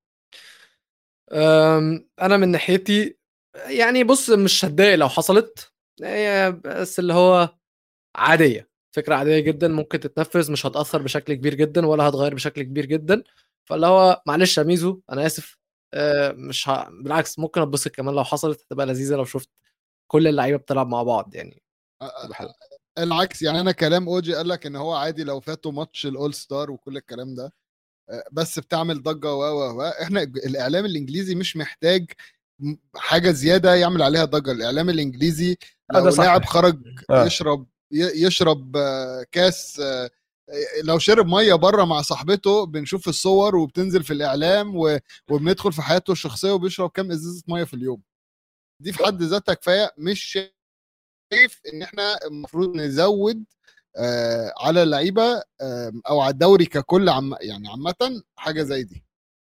Speaker 2: أم، انا من ناحيتي يعني بص مش هتضايق لو حصلت، هي بس اللي هو عاديه، فكره عاديه جدا ممكن تتنفذ، مش هتاثر بشكل كبير جدا ولا هتغير بشكل كبير جدا. فاللي هو معلش يا ميزو انا اسف، آه، مش ه... بالعكس ممكن اتبسط كمان لو حصلت، هتبقى لذيذه لو شفت كل اللعيبه بتلعب مع بعض يعني،
Speaker 1: أ- أ-
Speaker 2: تبقى حلو.
Speaker 1: العكس يعني، انا كلام اوجي قال لك ان هو عادي لو فاتوا ماتش الاول ستار وكل الكلام ده، آه، بس بتعمل ضجه و و و احنا الاعلام الانجليزي مش محتاج م- حاجه زياده يعمل عليها ضجه. الاعلام الانجليزي
Speaker 3: هذا
Speaker 1: لو
Speaker 3: صح.
Speaker 1: لاعب خرج
Speaker 3: آه.
Speaker 1: يشرب ي- يشرب آه، كاس، آه، لو شرب ميه بره مع صاحبته بنشوف الصور وبتنزل في الاعلام و- وبندخل في حياته الشخصيه وبيشرب كام ازازه ميه في اليوم. دي في حد ذاتها كفايه. مش شايف ان احنا المفروض نزود آه على اللعيبه آه او على الدوري ككل، عم يعني عامه حاجه زي دي.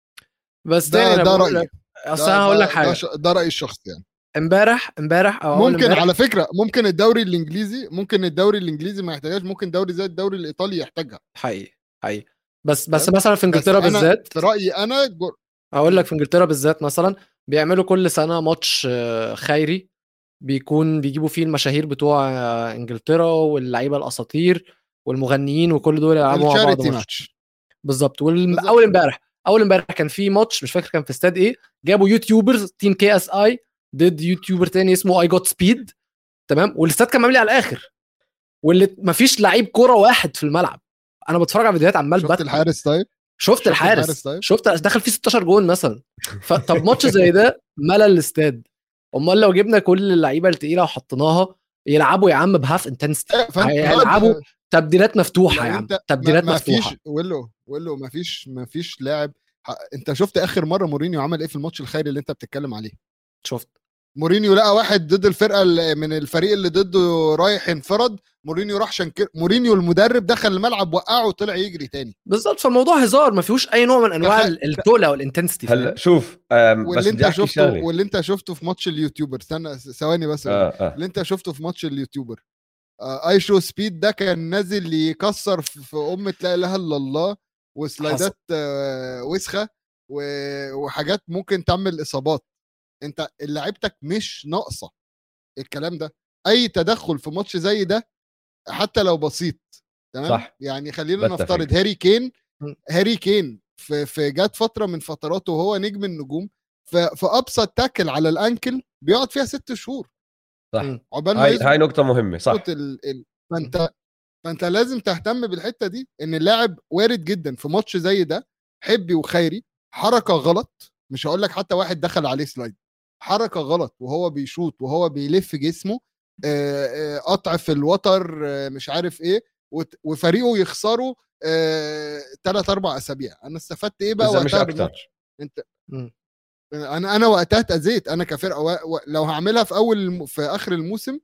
Speaker 2: بس تاني
Speaker 1: ده
Speaker 2: انا
Speaker 1: ده
Speaker 2: بقول
Speaker 1: رايي.
Speaker 2: لك، اصل
Speaker 1: ده
Speaker 2: انا هقول لك
Speaker 1: ده ده,
Speaker 2: حاجه.
Speaker 1: ش... ده رايي الشخصي يعني.
Speaker 2: امبارح امبارح او اول
Speaker 1: ممكن
Speaker 2: امبارح،
Speaker 1: على فكره، ممكن الدوري الانجليزي ممكن الدوري الانجليزي ما يحتاجهاش، ممكن دوري زي الدوري الايطالي يحتاجها.
Speaker 2: حقيقي حقيقي. بس بس
Speaker 1: فاهم؟
Speaker 2: مثلا في
Speaker 1: بس
Speaker 2: انجلترا
Speaker 1: انا
Speaker 2: بالذات،
Speaker 1: في رايي انا جر...
Speaker 2: اقول لك في انجلترا بالذات مثلا بيعملوا كل سنه ماتش آه، خيري، بيكون بيجيبوا فيه المشاهير بتوع آه، انجلترا واللعيبه الاساطير والمغنيين وكل دول يلعبوا مع بعض
Speaker 1: الشاريتي
Speaker 2: ماتش.
Speaker 1: ماتش.
Speaker 2: بالظبط. واول
Speaker 1: بالظبط.
Speaker 2: امبارح اول امبارح كان في ماتش مش فاكر كان في استاد ايه، جابوا يوتيوبرز تيم كي اس اي ضد يوتيوبر تاني اسمه اي جوت سبيد، تمام، والاستاد كان مملي على الاخر، واللي مفيش لعيب كوره واحد في الملعب. انا بتفرج على فيديوهات عمال
Speaker 1: شفت
Speaker 2: بضحك.
Speaker 1: الحارس طيب؟
Speaker 2: شفت
Speaker 1: شفت الحارس
Speaker 2: الحارس،
Speaker 1: طيب؟
Speaker 2: شفت دخل فيه ستاشر جون مثلا. فطب ماتش زي ده ملل الاستاد، امال لو جبنا كل اللعيبه التقيله وحطيناها يلعبوا يا عم بهاف انتنستي،
Speaker 1: أيوة، فانت
Speaker 2: هيلعبوا تبديلات مفتوحه يا
Speaker 1: لو
Speaker 2: عم،
Speaker 1: انت ما,
Speaker 2: تبديلات
Speaker 1: ما فيش
Speaker 2: مفتوحه.
Speaker 1: ولو ولو ما فيش ما فيش لاعب. ح- انت شفت اخر مره مورينيو عمل ايه في الماتش الخيري اللي انت بتتكلم عليه؟
Speaker 2: شفت
Speaker 1: مورينيو لقى واحد ضد الفرقه اللي من الفريق اللي ضده رايح ينفرد، مورينيو راح شنكر، مورينيو المدرب دخل الملعب وقعه وطلع يجري تاني.
Speaker 2: بالظبط. فالموضوع هزار، ما فيهوش اي نوع من انواع
Speaker 1: تخ...
Speaker 2: التقله والانتنستي،
Speaker 3: هلا
Speaker 2: فاهم؟
Speaker 3: شوف، آم، بس
Speaker 1: واللي
Speaker 3: بدي
Speaker 1: انت
Speaker 3: احكي
Speaker 1: شفته
Speaker 3: شغله.
Speaker 1: واللي انت شفته في ماتش اليوتيوبر، استنى ثواني بس اقول لك.
Speaker 3: اه اه
Speaker 1: اللي انت شفته في ماتش اليوتيوبر، آه اي شو سبيد ده كان نازل يكسر في في امه لا اله الا الله،
Speaker 2: حصل.
Speaker 1: وسلايدات آه وسخه و- وحاجات ممكن تعمل اصابات. انت لعيبتك مش ناقصه الكلام ده. اي تدخل في ماتش زي ده حتى لو بسيط، تمام
Speaker 3: صح،
Speaker 1: يعني. خلينا
Speaker 3: بتفق.
Speaker 1: نفترض هاري كين.
Speaker 2: م.
Speaker 1: هاري كين في في جات فتره من فتراته وهو نجم النجوم، ف- في ابسط تاكل على الانكل بيقعد فيها ست شهور
Speaker 3: صح،
Speaker 2: م.
Speaker 1: عقبال ما
Speaker 3: هاي
Speaker 1: يظبط
Speaker 3: هاي نقطة مهمة. صح.
Speaker 1: ال... ال...
Speaker 2: م.
Speaker 1: فانت فانت لازم تهتم بالحته دي، ان اللاعب وارد جدا في ماتش زي ده حبي وخيري حركه غلط، مش هقول لك حتى واحد دخل عليه سلايد، حركه غلط وهو بيشوط وهو بيلف جسمه، آه، آه، قطع في الوتر، آه، مش عارف ايه، وت- وفريقه يخسروا ثلاث اربع اسابيع. انا استفدت ايه بقى
Speaker 3: إذا مش
Speaker 1: وقتها
Speaker 3: أكتر.
Speaker 1: بالماتش؟ انت
Speaker 2: م.
Speaker 1: انا انا وقتها اتاذيت انا كفرقه و... و... لو هعملها في اول الم... في اخر الموسم،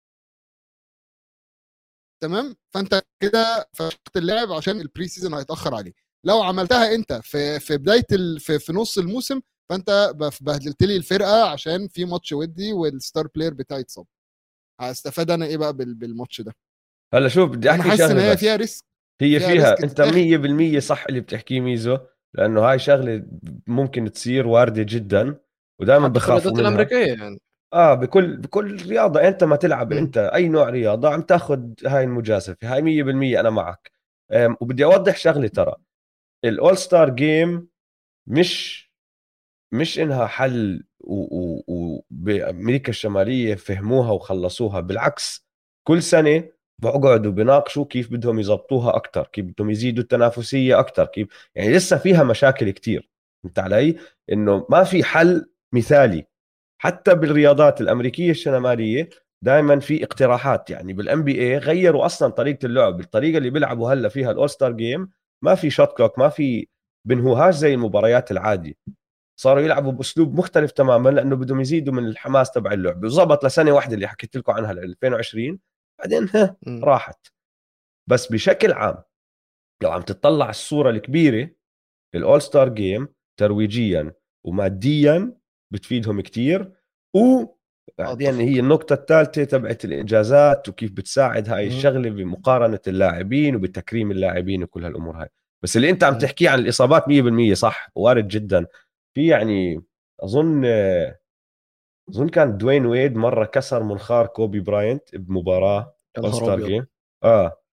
Speaker 1: تمام، فانت كده فشخت اللاعب عشان البري سيزون هيتاخر عليه. لو عملتها انت في في بدايه ال... في, في نص الموسم، فانت بف- بهدلت لي الفرقه عشان في ماتش ودي والستار بلاير بتاعي اتصاب. هستفاد انا ايه بقى بال... بالماتش ده؟
Speaker 3: هلا شوف، بدي
Speaker 1: انا
Speaker 3: احكي
Speaker 1: حاسس ان
Speaker 3: شغلة
Speaker 1: هي فيها
Speaker 3: بس.
Speaker 1: ريسك.
Speaker 3: هي
Speaker 1: فيها ريسك
Speaker 3: فيها انت
Speaker 1: تتاخد.
Speaker 3: مية بالمية صح اللي بتحكيه ميزو، لانه هاي شغلة ممكن تصير واردة جدا ودائما
Speaker 2: حتى في
Speaker 3: بخافوا
Speaker 2: الرياضات
Speaker 3: منها.
Speaker 2: الامريكيه يعني.
Speaker 3: اه، بكل بكل رياضة انت ما تلعب،
Speaker 2: م.
Speaker 3: انت اي نوع رياضة عم تاخذ هاي المجازفة، هاي مية بالمية انا معك. أم، وبدي اوضح شغلة، ترى الاول ستار جيم مش مش انها حل وبامريكا الشماليه فهموها وخلصوها. بالعكس، كل سنه بقعدوا بيناقشوا كيف بدهم يزبطوها اكثر، كيف بدهم يزيدوا التنافسيه اكثر، كيف يعني لسه فيها مشاكل كتير. فهمت علي؟ انه ما في حل مثالي. حتى بالرياضات الامريكيه الشماليه دائما في اقتراحات. يعني بالان بي اي غيروا اصلا طريقه اللعب، الطريقه اللي بيلعبوا هلا فيها الاول ستار جيم ما في شوت كلوك، ما في بنهوهاش زي المباريات العاديه. صاروا يلعبوا باسلوب مختلف تماما لانه بدهم يزيدوا من الحماس تبع اللعبه، وزبط لسنه واحده اللي حكيت لكم عنها ل ألفين وعشرين، بعدين ها
Speaker 2: م.
Speaker 3: راحت. بس بشكل عام لو عم تطلع الصوره الكبيره، الاول ستار جيم ترويجيا وماديا بتفيدهم كتير. وبعدين
Speaker 2: اتفق.
Speaker 3: هي النقطة الثالثة تبعت الإنجازات وكيف بتساعد هاي
Speaker 2: م.
Speaker 3: الشغلة بمقارنة اللاعبين وبتكريم اللاعبين وكل هالأمور هاي. بس اللي أنت عم
Speaker 2: م.
Speaker 3: تحكيه عن الإصابات مية بالمية صح، وارد جدا. في يعني أظن أظن كان دوين ويد مرة كسر منخار كوبي براينت بمباراة
Speaker 2: يا
Speaker 3: أول
Speaker 2: نهار
Speaker 3: ستار
Speaker 2: ابيض.
Speaker 3: جيم. آه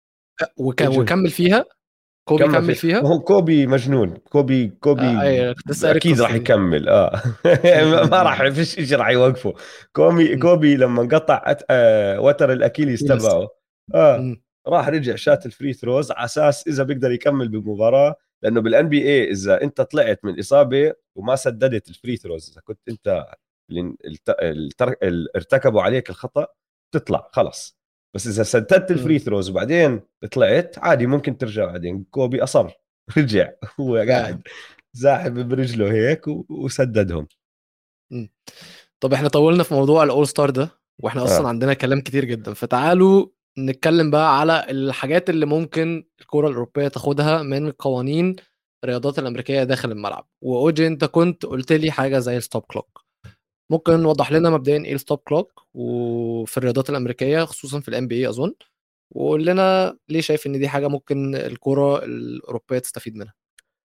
Speaker 2: وكان
Speaker 3: مجنون.
Speaker 2: وكمل فيها كوبي
Speaker 3: كمل
Speaker 2: كمل
Speaker 3: في-
Speaker 2: فيها
Speaker 3: هو كوبي مجنون. كوبي كوبي
Speaker 2: آه، أيوة، كنت لسه قاري
Speaker 3: اكيد
Speaker 2: القصة
Speaker 3: راح
Speaker 2: دي.
Speaker 3: يكمل. اه ما راح فيش شيء راح يوقفه. كوبي
Speaker 2: م.
Speaker 3: كوبي لما قطع أت- آه وتر الاكيليس
Speaker 2: أكيليس.
Speaker 3: تبعه اه
Speaker 2: م.
Speaker 3: راح رجع شات الفري ثروز على اساس اذا بيقدر يكمل بالمباراه، لانه بالان بي اي اذا انت طلعت من اصابه وما سددت الفري ثروز، اذا كنت انت اللي الت- التر- ال- ارتكبوا عليك الخطا تطلع خلص. بس اذا سددت الفري ثروز وبعدين طلعت عادي ممكن ترجع. بعدين كوبي اصر رجع هو
Speaker 2: آه.
Speaker 3: قاعد زاحب برجله هيك و- وسددهم.
Speaker 2: م. طب احنا طولنا في موضوع الاول ستار ده، واحنا اصلا
Speaker 3: آه.
Speaker 2: عندنا كلام كتير جدا، فتعالوا نتكلم بقى على الحاجات اللي ممكن الكرة الأوروبية تاخدها من قوانين الرياضات الأمريكية داخل الملعب. وأوجي أنت كنت قلت لي حاجة زي الستوب كلوك، ممكن نوضح لنا مبدئيا ايه الستوب كلوك وفي الرياضات الأمريكية خصوصا في الام بي اي أظن، وقول لنا ليه شايف ان دي حاجة ممكن الكرة الأوروبية تستفيد منها.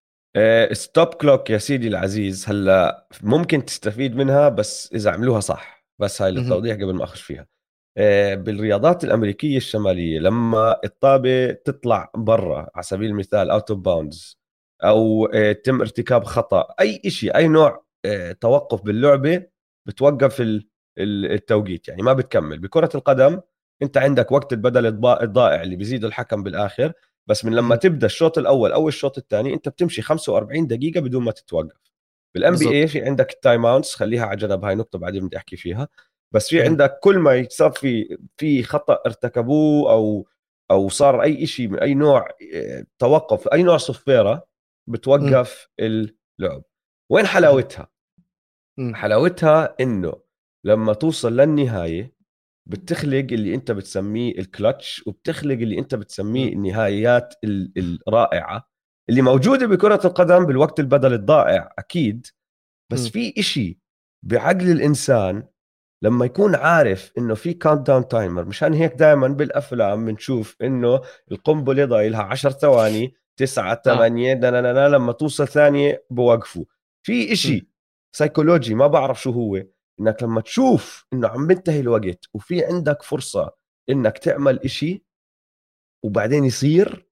Speaker 3: ستوب كلوك يا سيدي العزيز، هلا ممكن تستفيد منها بس اذا عملوها صح. بس هاي
Speaker 2: مهم.
Speaker 3: للتوضيح قبل ما اخش فيها. آه، بالرياضات الامريكيه الشماليه لما الطابه تطلع برا على سبيل المثال اوت اوف باوندز، او آه، تم ارتكاب خطا اي شيء اي نوع آه، توقف باللعبه، بتوقف ال- ال- التوقيت، يعني ما بتكمل. بكره القدم انت عندك وقت البدل الضا- الضائع اللي بيزيده الحكم بالاخر، بس من لما
Speaker 2: مهم.
Speaker 3: تبدا الشوط الاول او الشوط الثاني انت بتمشي خمسة وأربعين دقيقه بدون ما تتوقف. بالان بي
Speaker 2: بالظبط.
Speaker 3: اي في عندك التايم اوتس، خليها على جنب، هاي نقطه بعدين بدي احكي فيها. بس في
Speaker 2: مهم.
Speaker 3: عندك كل ما يصير في في خطا ارتكبوه او او صار اي شيء من اي نوع آه، توقف اي نوع صفيره، بتوقف اللعب. وين
Speaker 2: مهم.
Speaker 3: حلاوتها؟
Speaker 2: مهم.
Speaker 3: حلاوتها انه لما توصل للنهايه بتخلق اللي انت بتسميه الكلتش، وبتخلق اللي انت بتسميه
Speaker 2: مهم.
Speaker 3: النهايات ال- الرائعه اللي موجوده بكره القدم بالوقت البدل الضائع اكيد. بس
Speaker 2: مهم.
Speaker 3: في إشي بعقل الانسان لما يكون عارف انه في كاونت داون تايمر. مشان هيك دائما بالافلام بنشوف انه القنبله ضايلها عشر ثواني، تسعة
Speaker 2: اه.
Speaker 3: ثمانية دنا، لما توصل ثانيه بوقفوا. في
Speaker 2: مهم.
Speaker 3: إشي سيكولوجي ما بعرف شو هو، انك لما تشوف انه عم بنتهي الوقت وفي عندك فرصه انك تعمل إشي وبعدين يصير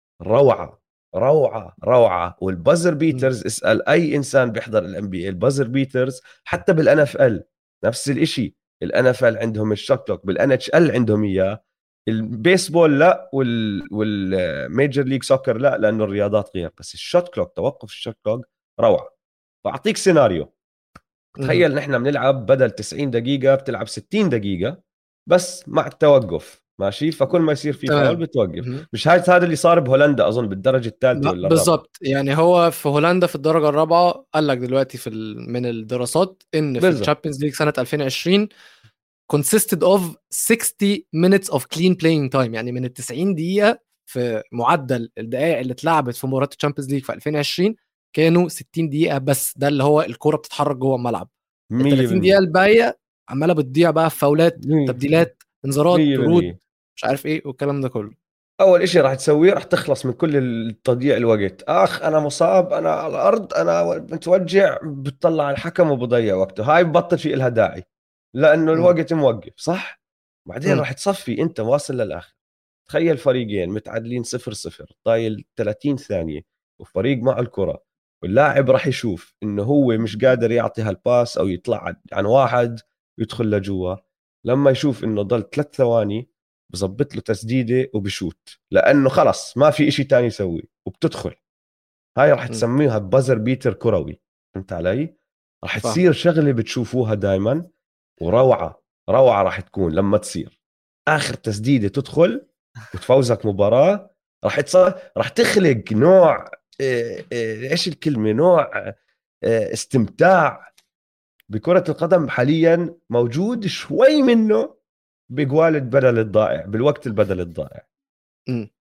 Speaker 3: روعه روعه روعه. والبازر
Speaker 2: مهم.
Speaker 3: بيترز، اسال اي انسان بيحضر الام بي البازر بيترز، حتى بالان اف ال نفس الاشي. الان اف ال عندهم الشوت كلوك، بالان اتش ال عندهم اياه. البيسبول لا، وال والميجر ليج سوكر لا، لانه الرياضات غير. بس الشوت كلوك، توقف الشوت كلوك روعه. فاعطيك سيناريو،
Speaker 2: مهم.
Speaker 3: تخيل نحن بنلعب بدل تسعين دقيقة بتلعب ستين دقيقة بس مع التوقف، ماشي؟ فكل ما يصير في فاول
Speaker 2: تمام.
Speaker 3: بتوقف.
Speaker 2: مهم.
Speaker 3: مش هاي هذا اللي صار بهولندا اظن بالدرجة الثالثة
Speaker 2: ب-
Speaker 3: ولا الرابعة؟
Speaker 2: بالظبط، يعني هو في هولندا في الدرجة الرابعة قال لك دلوقتي في ال... من الدراسات ان في
Speaker 3: بالضبط.
Speaker 2: الشامبيونز ليج سنة ألفين وعشرين consisted of sixty minutes of clean playing time، يعني من ال تسعين دقيقة في معدل الدقائق اللي اتلعبت في مباراة الشامبيونز ليج في ألفين وعشرين كانوا ستين دقيقة بس. ده اللي هو الكرة بتتحرك جوه الملعب. ال
Speaker 3: مية
Speaker 2: ثلاثين دقيقة
Speaker 3: بالمية
Speaker 2: الباقية عمالة بتضيع بقى في فاولات،
Speaker 3: مية
Speaker 2: تبديلات، انذارات،
Speaker 3: مية
Speaker 2: طرود،
Speaker 3: بالمية
Speaker 2: مش عارف ايه والكلام ده كله.
Speaker 3: اول اشي راح تسويه راح تخلص من كل التضييع الوقت. اخ انا مصاب، انا على الارض، انا متوجع، بتطلع على الحكم وبضيع وقته. هاي ببطل في إلها داعي لانه
Speaker 2: مم.
Speaker 3: الوقت موقف، صح؟ بعدين
Speaker 2: مم.
Speaker 3: راح تصفي انت واصل للاخر. تخيل فريقين متعادلين صفر صفر، طايل ثلاثين ثانية وفريق مع الكرة، واللاعب راح يشوف انه هو مش قادر يعطي هالباس او يطلع عن واحد ويدخل لجوا. لما يشوف انه ضل ثلاث ثواني بظبط له تسديدة وبشوت، لانه خلص ما في اشي تاني يسوي وبتدخل. هاي راح
Speaker 2: مم.
Speaker 3: تسميها بازر بيتر كروي. فهمت علي؟ راح
Speaker 2: فاهم.
Speaker 3: تصير شغلة بتشوفوها دايما، وروعة روعة راح تكون لما تصير اخر تسديدة تدخل وتفوزك مباراة. راح تصير راح تخلق نوع آه، آه، ايش الكلمة، نوع آه، استمتاع بكرة القدم حاليا موجود شوي منه بقوال البدل الضائع، بالوقت البدل الضائع.
Speaker 2: مم.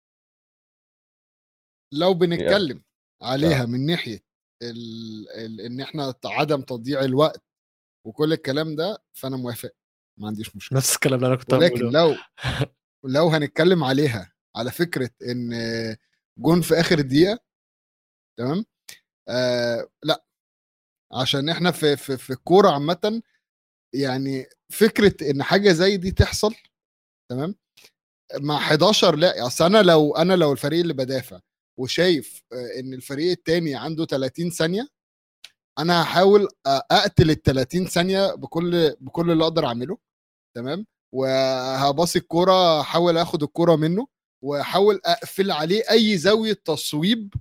Speaker 1: لو
Speaker 3: يا
Speaker 1: بنتكلم عليها
Speaker 3: آه.
Speaker 1: من ناحيه ال... ال... ان احنا عدم تضييع الوقت وكل الكلام ده، فانا موافق، ما عنديش مشكله.
Speaker 2: نفس الكلام اللي انا كنت
Speaker 1: ولكن
Speaker 2: هقوله.
Speaker 1: لو لو هنتكلم عليها على فكره ان جون في اخر دقيقه، تمام، آه لا، عشان احنا في في في الكوره عامه، يعني فكره ان حاجه زي دي تحصل، تمام، مع حداشر لا، اصل انا لو انا لو الفريق اللي بدافع وشايف آه، ان الفريق التاني عنده ثلاثين ثانيه، انا هحاول آه، اقتل ال ثلاثين ثانيه بكل بكل اللي اقدر اعمله. تمام. وهباصي الكوره، احاول اخد الكوره منه واحاول اقفل عليه اي زاويه تصويب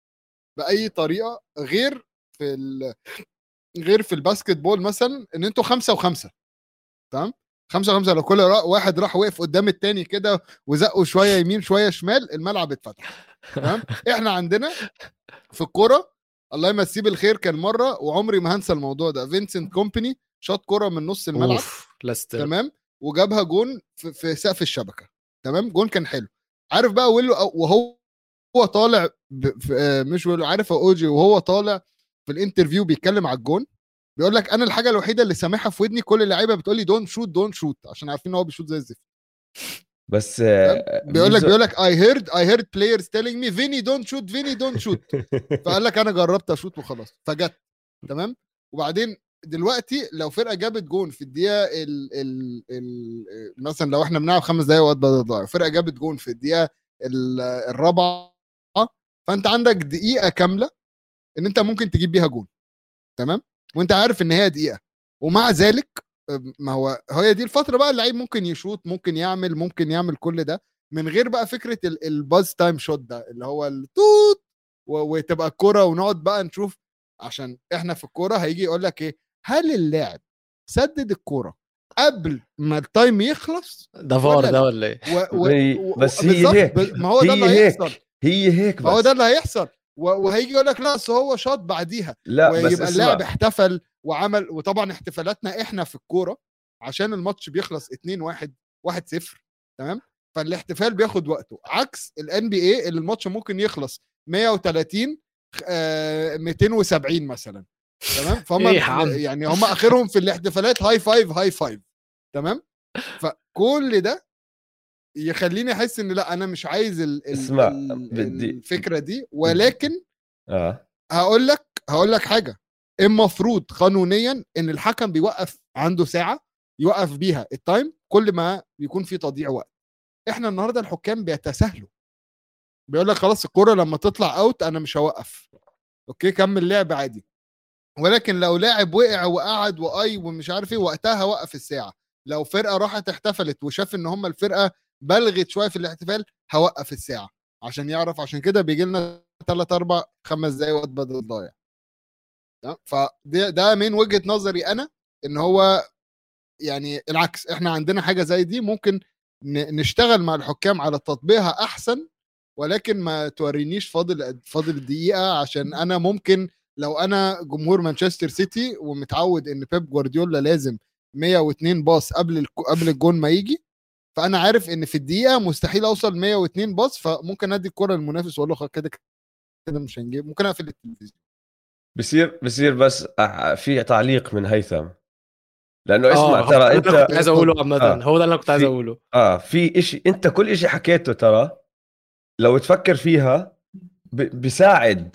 Speaker 1: باي طريقه، غير في ال... غير في الباسكت بول مثلا ان انتوا خمسة وخمسة. تمام. خمسة وخمسة، لو كل را- واحد راح وقف قدام التاني كده وزقوا شويه يمين شويه شمال، الملعب اتفتح. تمام. احنا عندنا في الكوره، الله يمسيه بالخير، كان مره وعمري ما هنسى الموضوع ده، فينسنت كومباني شاط كوره من نص الملعب.
Speaker 2: اوف لستر.
Speaker 1: تمام. وجابها جون في, في سقف الشبكه. تمام. جون كان حلو. عارف بقى ويلو وهو هو طالع ب... في... آه، مش ويلو، عارف اوجي وهو طالع في الانترفيو بيتكلم على الجون، بيقول لك انا الحاجه الوحيده اللي سامعها في ودني كل اللعيبه بتقول لي دون شوت دون شوت، عشان عارفين ان هو بيشوت زي الزفت.
Speaker 3: بس
Speaker 1: تمام.
Speaker 3: آه،
Speaker 1: بيقول لك
Speaker 3: ميزو
Speaker 1: بيقول لك اي هيرد اي هيرد بلايرز تيلينج مي فيني دون شوت فيني دون شوت. فقال لك انا جربت اشوت وخلاص فجت. تمام. وبعدين دلوقتي لو فرقه جابت جون في الدقيقه ال ال ال مثلا لو احنا بنلعب خمس دقايق وقت بدل ضايع، فرقه جابت جون في الدقيقه ال- الرابعه، فانت عندك دقيقه كامله ان انت ممكن تجيب بيها جون. تمام. وانت عارف ان هي دقيقه، ومع ذلك ما هو هي دي الفتره بقى اللعيب ممكن يشوط، ممكن يعمل ممكن يعمل كل ده من غير بقى فكره ال- الباز تايم شوت ده اللي هو التوت و- وتبقى الكوره ونقعد بقى نشوف. عشان احنا في الكوره هيجي يقول لك ايه، هل اللاعب سدد الكوره قبل ما التايم يخلص
Speaker 2: ده فار
Speaker 1: ولا
Speaker 2: ده
Speaker 1: لا؟
Speaker 2: ولا ايه؟
Speaker 1: و و
Speaker 3: هي-
Speaker 1: و
Speaker 3: بس هي
Speaker 1: بالظبط.
Speaker 3: هيك
Speaker 1: ب- ما هو ده اللي
Speaker 3: هي
Speaker 1: هيحصل.
Speaker 3: هيك هي هيك
Speaker 1: ما هو
Speaker 3: بس
Speaker 1: ده اللي هيحصل. و- وهيجي يقول لك لا أصل هو شاط بعديها،
Speaker 3: لا بس
Speaker 1: ويبقى اللاعب
Speaker 3: اسمع
Speaker 1: احتفل وعمل. وطبعا احتفالاتنا احنا في الكوره عشان الماتش بيخلص اتنين واحد واحد صفر. تمام. فالاحتفال بياخد وقته، عكس الان بي اي اللي الماتش ممكن يخلص مية وتلاتين آه ميتين وسبعين مثلا. تمام. فهم
Speaker 2: ايه يا عم؟
Speaker 1: يعني هم اخرهم في الاحتفالات هاي فايف هاي فايف. تمام. فكل ده يخليني احس ان لا، انا مش عايز ال ال
Speaker 3: اسمع
Speaker 1: ال
Speaker 3: بدي
Speaker 1: الفكره دي.
Speaker 3: بدي
Speaker 1: ولكن
Speaker 3: اه
Speaker 1: هقول لك هقول لك حاجه، المفروض قانونيا ان الحكم بيوقف عنده ساعه يوقف بيها التايم كل ما يكون في تضييع وقت. احنا النهارده الحكام بيتساهلوا، بيقول لك خلاص الكوره لما تطلع اوت انا مش هوقف، اوكي كمل لعب عادي. ولكن لو لاعب وقع وقعد واي ومش عارف ايه، وقتها وقف الساعه. لو فرقه راحت احتفلت وشاف ان هم الفرقه بلغت شويه في الاحتفال، هوقف الساعه عشان يعرف. عشان كده بيجي لنا ثلاثة أربعة خمس دقايق وقت بدل ضايع. تمام؟ فده ده من وجهه نظري انا، ان هو يعني العكس، احنا عندنا حاجه زي دي ممكن ن- نشتغل مع الحكام على تطبيقها احسن. ولكن ما تورينيش فاضل فاضل دقيقه، عشان انا ممكن لو انا جمهور مانشستر سيتي ومتعود ان بيب جوارديولا لازم مية واتنين باص قبل الك- قبل الجون ما يجي، فانا عارف ان في الدقيقه مستحيل اوصل مية واتنين باص، فممكن ادي الكره للمنافس واقول له خلاص كده كده مش هنجيب، ممكن اقفل التلفزيون.
Speaker 3: بصير بصير بس آه، في تعليق من هيثم، لانه اسمع
Speaker 2: اه هو ده
Speaker 3: ترى
Speaker 2: اللي انا كنت
Speaker 3: انت
Speaker 2: عايز اقوله
Speaker 1: اتفضل.
Speaker 2: عامه،
Speaker 3: اه
Speaker 2: هو ده اللي انا كنت عايز
Speaker 3: في
Speaker 2: اقوله.
Speaker 3: اه في اشي انت كل اشي حكيته ترى لو تفكر فيها ب- بيساعد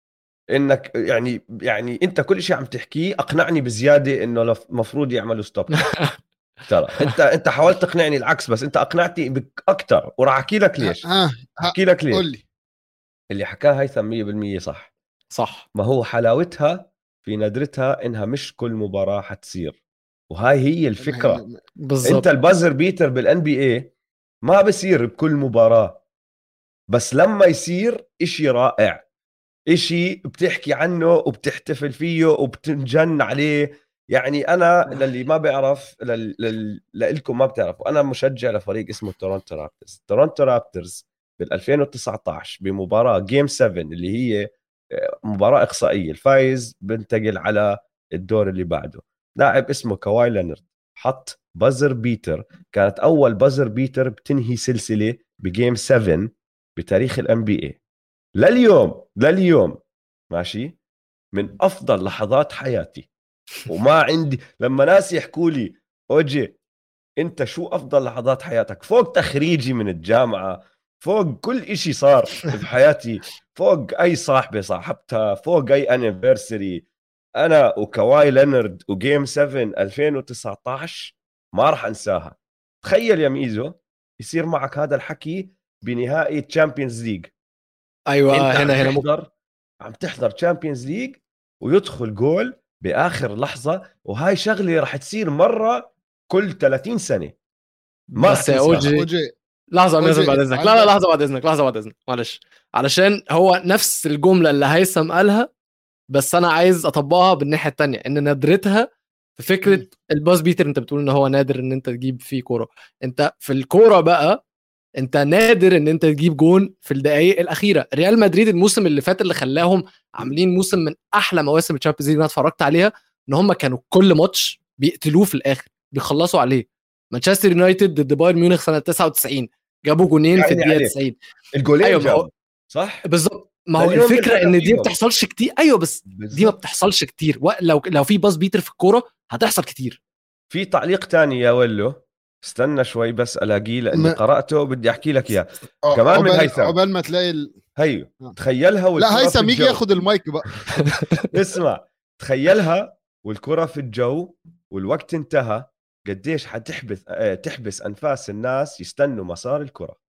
Speaker 3: انك يعني يعني انت كل شيء عم تحكيه اقنعني بزياده انه المفروض يعملوا ستوب. ترى انت انت حاولت تقنعني العكس، بس انت اقنعتني بك اكثر وراح احكي لك
Speaker 1: ها
Speaker 3: ليش.
Speaker 1: ها ها
Speaker 3: احكي لك ليش.
Speaker 1: قول لي.
Speaker 3: اللي حكاه هيثم مية بالمية صح.
Speaker 2: صح.
Speaker 3: ما هو حلاوتها في ندرتها انها مش كل مباراه حتصير، وهاي هي
Speaker 1: ما هي
Speaker 3: الفكره.
Speaker 1: م-
Speaker 3: انت
Speaker 2: بالظبط.
Speaker 3: البازر بيتر بالان بي اي ما بصير بكل مباراه، بس لما يصير اشي رائع، اشي بتحكي عنه وبتحتفل فيه وبتنجن عليه. يعني انا للي ما بيعرف لل... لل... لإلكم ما بتعرفوا، انا مشجع لفريق اسمه تورونتو رابترز. تورونتو رابترز بال ألفين وتسعطعش بمباراه جيم سبعة اللي هي مباراه اقصائيه، الفايز بنتقل على الدور اللي بعده. لاعب اسمه كواي لينارد حط بازر بيتر، كانت اول بازر بيتر بتنهي سلسله بجيم سبعة بتاريخ الان بي اي لليوم لليوم. ماشي، من افضل لحظات حياتي. وما عندي لما ناس يحكوا لي اوجي انت شو افضل لحظات حياتك، فوق تخريجي من الجامعه، فوق كل اشي صار بحياتي، فوق اي صاحبه صاحبتها، فوق اي انيفرساري، انا وكواي لينارد وجيم سبعة ألفين وتسعطعش ما راح انساها. تخيل يا ميزو يصير معك هذا الحكي بنهائي تشامبيونز ليج.
Speaker 2: ايوه
Speaker 3: انت
Speaker 2: هنا
Speaker 3: عم
Speaker 2: هنا ممكن.
Speaker 3: تحضر عم تحضر تشامبيونز ليج ويدخل جول باخر لحظه، وهاي شغله راح تصير مره كل ثلاثين سنه ما
Speaker 2: بس يا
Speaker 3: حتنساها.
Speaker 2: اوجي
Speaker 1: اوجي
Speaker 2: لحظه
Speaker 1: أوجي،
Speaker 2: نازل بعد اذنك، لا لا
Speaker 1: عندك-
Speaker 2: لحظه بعد اذنك، لحظه بعد اذنك معلش، علشان هو نفس الجمله اللي هيثم قالها، بس انا عايز اطبقها بالناحيه التانية، ان نادرتها في فكره
Speaker 1: مم.
Speaker 2: الباس بيتر. انت بتقول ان هو نادر ان انت تجيب فيه كوره، انت في الكوره بقى انت نادر ان انت تجيب جون في الدقائق الاخيره. ريال مدريد الموسم اللي فات اللي خلاهم عاملين موسم من احلى مواسم الشامبيونز ليج اللي انا اتفرجت عليها، ان هم كانوا كل ماتش بيقتلوه في الاخر، بيخلصوا عليه. مانشستر يونايتد ضد بايرن ميونخ سنه تسعة وتسعين جابوا جونين في
Speaker 3: يعني
Speaker 2: الدقيقه
Speaker 3: عليك.
Speaker 2: تسعين.
Speaker 3: الجولين
Speaker 2: ايوه ما هو
Speaker 3: جابوا صح
Speaker 2: بالظبط، ما هو
Speaker 3: مليون
Speaker 2: الفكره
Speaker 3: بالحكى
Speaker 2: ان دي ما
Speaker 3: فيهم.
Speaker 2: بتحصلش كتير. ايوه بس دي ما
Speaker 3: بالضبط.
Speaker 2: بتحصلش كتير، لو لو في باس بيتر في الكوره هتحصل كتير.
Speaker 3: في تعليق تاني يا ولو، استنى شوي بس الاقيه لاني
Speaker 1: م-
Speaker 3: قراته بدي احكي لك اياه
Speaker 1: آه،
Speaker 3: كمان من
Speaker 1: عقبال
Speaker 3: هيثم.
Speaker 1: عقبال ما تلاقي ال...
Speaker 3: هيو
Speaker 1: آه.
Speaker 3: تخيلها والكره
Speaker 1: لا
Speaker 3: في
Speaker 1: هيثم يجي
Speaker 3: الجو.
Speaker 1: ياخد المايك بقى.
Speaker 3: اسمع، تخيلها والكره في الجو والوقت انتهى، قديش حتحبس اه تحبس انفاس الناس يستنوا مسار الكره.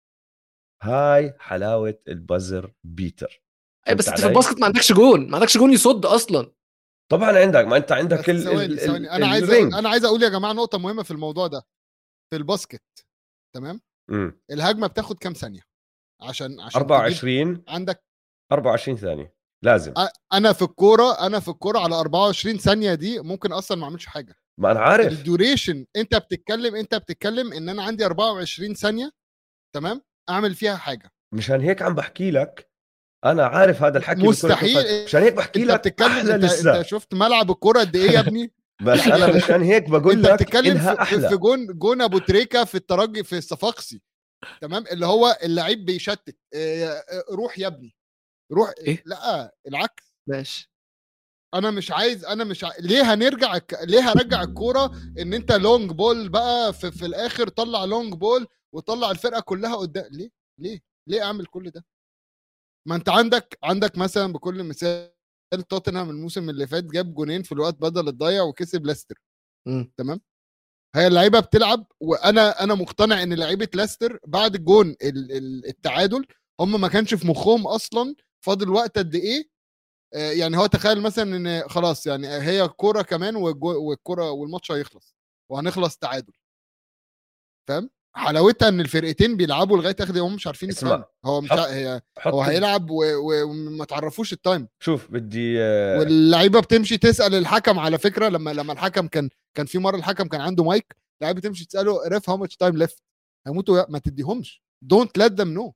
Speaker 3: هاي حلاوه البازر بيتر.
Speaker 2: اي بس
Speaker 3: فهمت
Speaker 2: انت في
Speaker 3: علي؟
Speaker 2: الباسكت ما عندكش جون، ما عندكش جون يصد اصلا.
Speaker 3: طبعا عندك، ما انت عندك
Speaker 1: بس
Speaker 3: ال
Speaker 1: ثواني
Speaker 3: ال
Speaker 1: ثواني
Speaker 3: ال
Speaker 1: انا عايز
Speaker 3: الرينج.
Speaker 1: انا عايز اقول يا جماعه نقطه مهمه في الموضوع ده. في الباسكت تمام،
Speaker 3: امم
Speaker 1: الهجمه بتاخد كام ثانيه عشان عشان
Speaker 3: أربعة
Speaker 1: تجيب
Speaker 3: وعشرين
Speaker 1: عندك؟
Speaker 3: أربعة وعشرين ثانيه لازم.
Speaker 1: أ- انا في الكوره انا في الكوره على أربعة وعشرين ثانيه دي ممكن اصلا ما اعملش حاجه.
Speaker 3: ما انا عارف.
Speaker 1: الديوريشن انت بتتكلم انت بتتكلم ان انا عندي أربعة وعشرين ثانيه تمام اعمل فيها حاجه.
Speaker 3: مشان هيك عم بحكي لك، انا عارف هذا الحكي
Speaker 1: مستحيل.
Speaker 3: بكل مشان هيك بحكي
Speaker 1: انت
Speaker 3: لك
Speaker 1: بتتكلم
Speaker 3: احلى
Speaker 1: انت
Speaker 3: لسه.
Speaker 1: انت شفت ملعب الكوره قد ايه يا ابني؟
Speaker 3: بس
Speaker 1: يعني
Speaker 3: انا مشان هيك بقول
Speaker 1: انت
Speaker 3: لك
Speaker 1: بتتكلم
Speaker 3: انها
Speaker 1: في,
Speaker 3: احلى.
Speaker 1: في جون جون ابو تريكه في الترجي في الصفاقسي تمام، اللي هو اللعيب بيشتت اه، اه، روح يا ابني روح.
Speaker 2: إيه؟
Speaker 1: لا العكس.
Speaker 2: ماشي.
Speaker 1: انا مش عايز انا مش ع... ليه هنرجع الك... ليه هرجع الكوره ان انت لونج بول بقى في, في الاخر طلع لونج بول وطلع الفرقه كلها قدام؟ ليه ليه ليه اعمل كل ده؟ ما انت عندك عندك مثلا بكل مثال توتنهام الموسم اللي فات جاب جونين في الوقت بدل الضيع وكسب ليستر
Speaker 2: مم.
Speaker 1: تمام. هي اللعيبه بتلعب، وانا انا مقتنع ان لعيبه ليستر بعد الجون ال- ال- التعادل هم ما كانش في مخهم اصلا فاضل وقت قد ايه. آه، يعني هو تخيل مثلا ان خلاص يعني هي كوره كمان والجو- والكوره والماتش هيخلص وهنخلص تعادل. فاهم حلاوتها ان الفرقتين بيلعبوا لغايه اخر هم مش عارفين
Speaker 3: اسمع،
Speaker 1: يفهموا هو مش
Speaker 3: حط-
Speaker 1: ع- هي
Speaker 3: حط
Speaker 1: هو هيلعب و- و- وما تعرفوش التايم.
Speaker 3: شوف بدي آه،
Speaker 1: واللعيبه بتمشي تسال الحكم على فكره لما لما الحكم كان كان في مره الحكم كان عنده مايك، اللعيبه تمشي تساله ريف هاو ماتش تايم ليفت، هيموتوا يا- ما تديهمش دونت ليت ذم نو،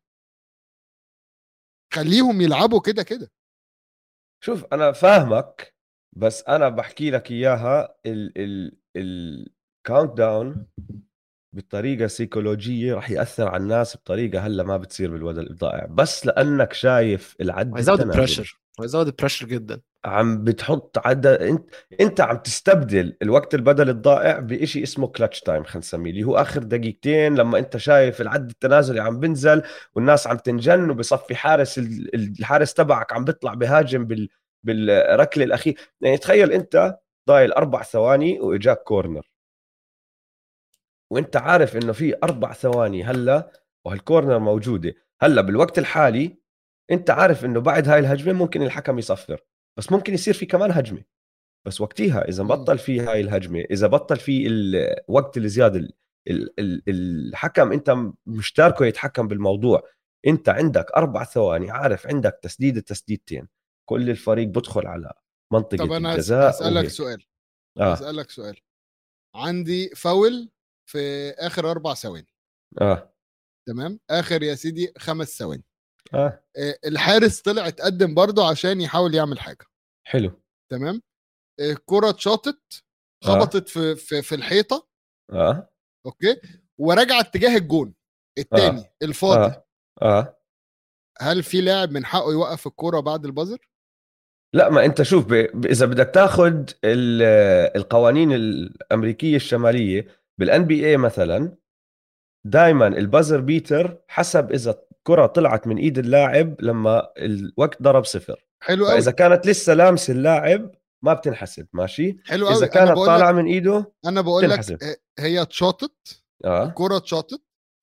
Speaker 1: خليهم يلعبوا كده كده.
Speaker 3: شوف انا فاهمك، بس انا بحكي لك اياها ال ال الكاونت داون بطريقه سيكولوجيه راح ياثر على الناس بطريقه هلا ما بتصير بالوضع الضائع، بس لانك شايف العد
Speaker 2: هيزود
Speaker 3: التنازلي
Speaker 2: البريشر، هيزود البريشر جدا.
Speaker 3: عم بتحط عدد، انت انت عم تستبدل الوقت البدل الضائع بشيء اسمه كلتش تايم خلينا نسميه، اللي هو اخر دقيقتين لما انت شايف العد التنازلي عم بنزل والناس عم تنجن وبصفي حارس ال- الحارس تبعك عم بيطلع بهاجم بال بالركله الاخير. يعني تخيل انت ضايل اربع ثواني واجاك كورنر، وانت عارف انه في اربع ثواني هلا وهالكورنر موجوده هلا بالوقت الحالي، انت عارف انه بعد هاي الهجمه ممكن الحكم يصفر، بس ممكن يصير في كمان هجمه. بس وقتها اذا
Speaker 1: مم.
Speaker 3: بطل في هاي الهجمه، اذا بطل في الوقت الزياده ال- ال- ال- الحكم انت مش تاركه يتحكم بالموضوع، انت عندك اربع ثواني، عارف عندك تسديده تسديدتين، كل الفريق بدخل على منطقه
Speaker 1: طب انا هس-
Speaker 3: الجزاء
Speaker 1: هسالك
Speaker 3: وهيك.
Speaker 1: سؤال
Speaker 3: اه
Speaker 1: هسالك سؤال عندي فاول في اخر اربع ثواني
Speaker 3: اه
Speaker 1: تمام، اخر يا سيدي خمس ثواني،
Speaker 3: اه
Speaker 1: آه، الحارس طلع اتقدم برضه عشان يحاول يعمل حاجه
Speaker 3: حلو.
Speaker 1: تمام، آه، الكره اتشاطت
Speaker 3: آه.
Speaker 1: خبطت في في في الحيطه
Speaker 3: اه
Speaker 1: اوكي ورجع اتجاه الجون التاني
Speaker 3: آه.
Speaker 1: الفاضي.
Speaker 3: اه اه
Speaker 1: هل في لاعب من حقه يوقف الكرة بعد البازر؟
Speaker 3: لا، ما انت شوف ب... ب- اذا بدك تاخذ ال- القوانين الامريكيه الشماليه بالان بي اي مثلا، دائما البازر بيتر حسب اذا الكره طلعت من ايد اللاعب لما الوقت ضرب صفر،
Speaker 1: حلو
Speaker 3: فاذا
Speaker 1: قوي
Speaker 3: كانت لسه لامس اللاعب ما بتنحسب ماشي،
Speaker 1: حلو
Speaker 3: اذا
Speaker 1: قوي. انا
Speaker 3: كانت
Speaker 1: بقول
Speaker 3: طالعه
Speaker 1: لك
Speaker 3: من ايده
Speaker 1: انا بقول لك
Speaker 3: بتنحسب.
Speaker 1: آه، هي اتشاطت
Speaker 3: اه
Speaker 1: الكرة اتشاطت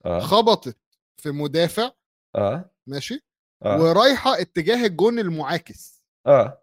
Speaker 3: اه
Speaker 1: خبطت في مدافع
Speaker 3: اه
Speaker 1: ماشي
Speaker 3: اه
Speaker 1: ورايحه اتجاه الجون المعاكس
Speaker 3: اه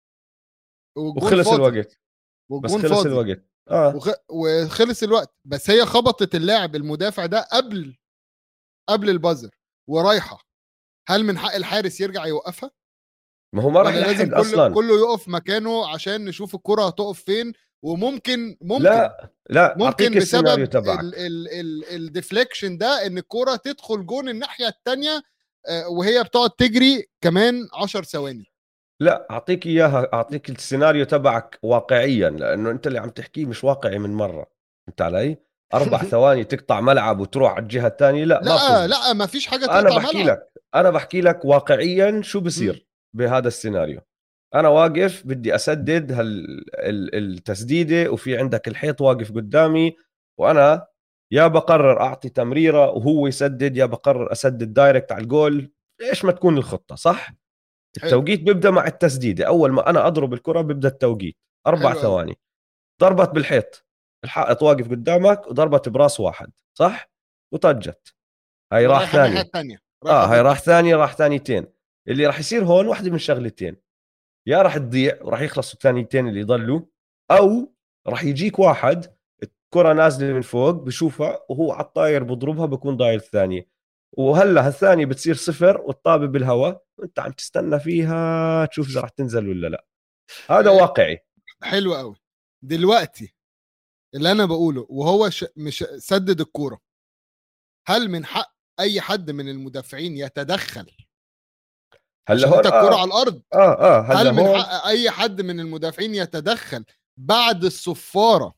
Speaker 1: والجون
Speaker 3: وخلص
Speaker 1: فاضي
Speaker 3: الوقت. بس
Speaker 1: والجون
Speaker 3: خلص
Speaker 1: فاضي
Speaker 3: الوقت اه
Speaker 1: وخ... وخلص الوقت، بس هي خبطت اللاعب المدافع ده قبل قبل البازر ورايحه، هل من حق الحارس يرجع يوقفها
Speaker 3: ما هو ما راح
Speaker 1: ولا لازم
Speaker 3: يلحق
Speaker 1: كله
Speaker 3: اصلا.
Speaker 1: كله يقف مكانه عشان نشوف الكرة هتقف فين؟ وممكن ممكن
Speaker 3: لا لا اعطيك
Speaker 1: ممكن
Speaker 3: السيناريو
Speaker 1: بسبب ال
Speaker 3: تبعك.
Speaker 1: ال ال الديفليكشن ده ان الكرة تدخل جون الناحية التانية آه، وهي بتقعد تجري كمان عشر ثواني.
Speaker 3: لا اعطيك اياها، اعطيك السيناريو تبعك واقعيا، لانه انت اللي عم تحكيه مش واقعي من مره. انت علي اربع ثواني تقطع ملعب وتروح على الجهه الثانيه، لا ما
Speaker 1: لا
Speaker 3: بتزبط.
Speaker 1: لا ما فيش حاجة
Speaker 3: انا
Speaker 1: تقطع
Speaker 3: بحكي
Speaker 1: ملعب.
Speaker 3: لك انا بحكي لك واقعيا شو
Speaker 1: مم.
Speaker 3: بصير بهذا السيناريو. انا واقف بدي اسدد هال ال- التسديده، وفي عندك الحيط واقف قدامي، وانا يا بقرر اعطي تمريره وهو يسدد، يا بقرر اسدد دايركت على الجول. ايش ما تكون الخطه صح.
Speaker 1: حلو
Speaker 3: التوقيت بيبدا مع التسديده، اول ما انا اضرب الكره بيبدا التوقيت. اربع
Speaker 1: حلو قوي.
Speaker 3: ثواني ضربت بالحيط، الحائط واقف قدامك وضربت براس واحد صح، وطجت. هاي راح
Speaker 1: ورايحة الناحية
Speaker 3: ثانيه.
Speaker 1: التانية رايحة
Speaker 3: اه هاي
Speaker 1: ضدك.
Speaker 3: راح ثانيه، راح ثانيتين. اللي راح يصير هون واحده من شغلتين، يا راح تضيع وراح يخلصوا الثانيتين اللي ضلوا، او راح يجيك واحد الكره نازله من فوق بشوفها وهو على الطاير بضربها بكون ضايل الثانيه، وهلا هالثانيه بتصير صفر والطابه بالهواء وانت عم تستنى فيها تشوف اذا راح تنزل ولا لا. هذا
Speaker 1: آه،
Speaker 3: واقعي.
Speaker 1: حلو قوي. دلوقتي اللي انا بقوله وهو ش... مش سدد الكورة، هل من حق اي حد من المدافعين يتدخل
Speaker 3: هلا
Speaker 1: عشان
Speaker 3: هون
Speaker 1: انت الكرة
Speaker 3: اه
Speaker 1: على الارض؟
Speaker 3: اه اه هلا
Speaker 1: هل من
Speaker 3: هون
Speaker 1: حق اي حد من المدافعين يتدخل بعد الصفارة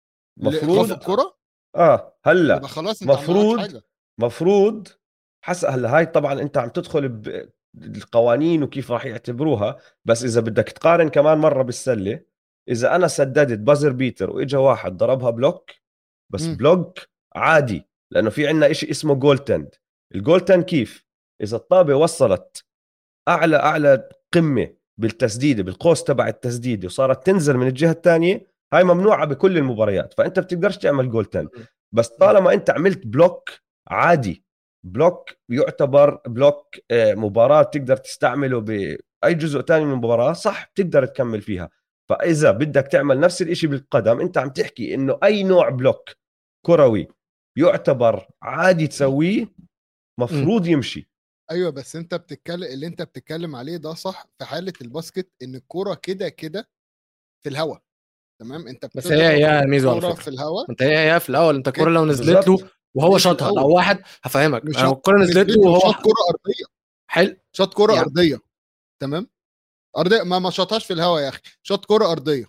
Speaker 1: لايقاف
Speaker 3: مفروض
Speaker 1: الكرة؟
Speaker 3: اه
Speaker 1: يبقى
Speaker 3: هلا
Speaker 1: خلاص انت ما عملتش
Speaker 3: مفروض
Speaker 1: حاجة.
Speaker 3: مفروض حسب. هلا هاي طبعا انت عم تدخل بالقوانين وكيف راح يعتبروها، بس اذا بدك تقارن كمان مره بالسله، اذا انا سددت بازر بيتر واجا واحد ضربها بلوك، بس
Speaker 1: مم.
Speaker 3: بلوك عادي، لانه في عندنا إشي اسمه جول تند. الجول تند كيف؟ اذا الطابه وصلت اعلى اعلى قمه بالتسديده بالقوس تبع التسديده وصارت تنزل من الجهه الثانيه، هاي ممنوعه بكل المباريات، فانت بتقدرش تعمل جول تند. بس طالما انت عملت بلوك عادي، بلوك يعتبر بلوك آه، مباراة تقدر تستعمله بأي جزء تاني من المباراة صح، بتقدر تكمل فيها. فإذا بدك تعمل نفس الإشي بالقدم، أنت عم تحكي إنه أي نوع بلوك كروي يعتبر عادي تسويه
Speaker 2: مم.
Speaker 3: مفروض يمشي.
Speaker 1: ايوه بس انت بتتكلم اللي انت بتتكلم عليه ده صح في حالة الباسكت ان الكرة كده كده في الهواء. تمام انت
Speaker 2: بس هي
Speaker 1: بتضرب
Speaker 2: هي ميزو على
Speaker 1: كرة
Speaker 2: فكره.
Speaker 1: في الهواء.
Speaker 2: انت هي هي في الاول، انت الكوره
Speaker 1: اوكي
Speaker 2: لو نزلت له
Speaker 3: بالضبط.
Speaker 2: وهو
Speaker 1: ليه في
Speaker 2: شاطها، لو
Speaker 1: الاول؟
Speaker 2: واحد هفهمك،
Speaker 1: مش
Speaker 2: لو الكوره نزلت له
Speaker 1: نزلت له
Speaker 2: وهو
Speaker 1: شاط كرة ارضية.
Speaker 2: حلو
Speaker 1: شاط كرة
Speaker 2: يعني.
Speaker 1: ارضية. تمام. ارضية ما ما شاطهاش في الهواء يا اخي، شاط كرة ارضية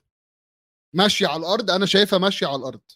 Speaker 1: ماشية على الارض، انا شايفها ماشية على الارض.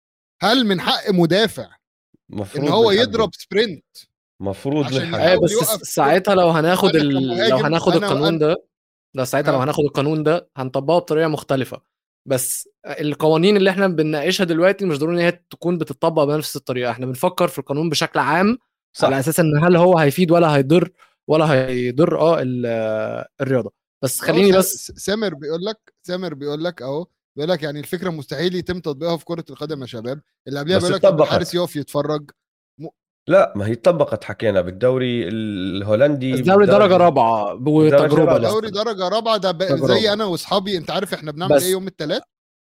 Speaker 1: هل من حق مدافع ان
Speaker 3: مفروض
Speaker 1: هو
Speaker 3: بنحدد
Speaker 1: يضرب سبرنت
Speaker 3: مفروض
Speaker 1: عشان
Speaker 2: ايه
Speaker 3: بنحدد
Speaker 1: يحاول
Speaker 2: بس
Speaker 1: يوقف
Speaker 2: س-
Speaker 1: كرة؟
Speaker 2: ساعتها لو هناخد
Speaker 1: انا
Speaker 2: ال... لو
Speaker 1: كمهاجم
Speaker 2: هناخد
Speaker 1: انا
Speaker 2: القانون
Speaker 1: انا
Speaker 2: ده، ده ساعتها لو
Speaker 1: ها
Speaker 2: هناخد القانون ده هنطبقه بطريقه مختلفه. بس القوانين اللي احنا بنناقشها دلوقتي مش ضروري ان هي تكون بتطبق بنفس الطريقه. احنا بنفكر في القانون بشكل عام على
Speaker 3: صح.
Speaker 2: اساس ان هل هو هيفيد ولا هيضر، ولا هيضر اه ال- الرياضه. بس
Speaker 1: اهو
Speaker 2: خليني
Speaker 1: سا-
Speaker 2: بس.
Speaker 1: سامر بيقول لك سامر بيقول لك اهو بيقول لك يعني الفكره مستحيل يتم تطبيقها في كره القدم يا شباب. اللي قبلها
Speaker 3: بس
Speaker 1: بيقول لك طب الحارس
Speaker 3: اتطبقت.
Speaker 1: يقف يتفرج. م...
Speaker 3: لا ما هي اتطبقت، حكينا بالدوري الهولندي
Speaker 2: الدوري درجه
Speaker 3: بالدرجة
Speaker 2: رابعه
Speaker 3: بدرجة
Speaker 2: وتجربه
Speaker 3: رابعة.
Speaker 2: لسه.
Speaker 1: دوري درجه رابعه ده ب... زي
Speaker 2: تجربه
Speaker 1: انا واصحابي. انت عارف احنا بنعمل ايه
Speaker 2: بس.
Speaker 1: يوم الثلاث؟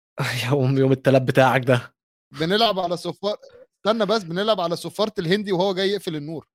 Speaker 2: يوم يوم التلات بتاعك ده.
Speaker 1: بنلعب على صفار. استنى بس، بنلعب على صفاره الهندي وهو جاي يقفل النور.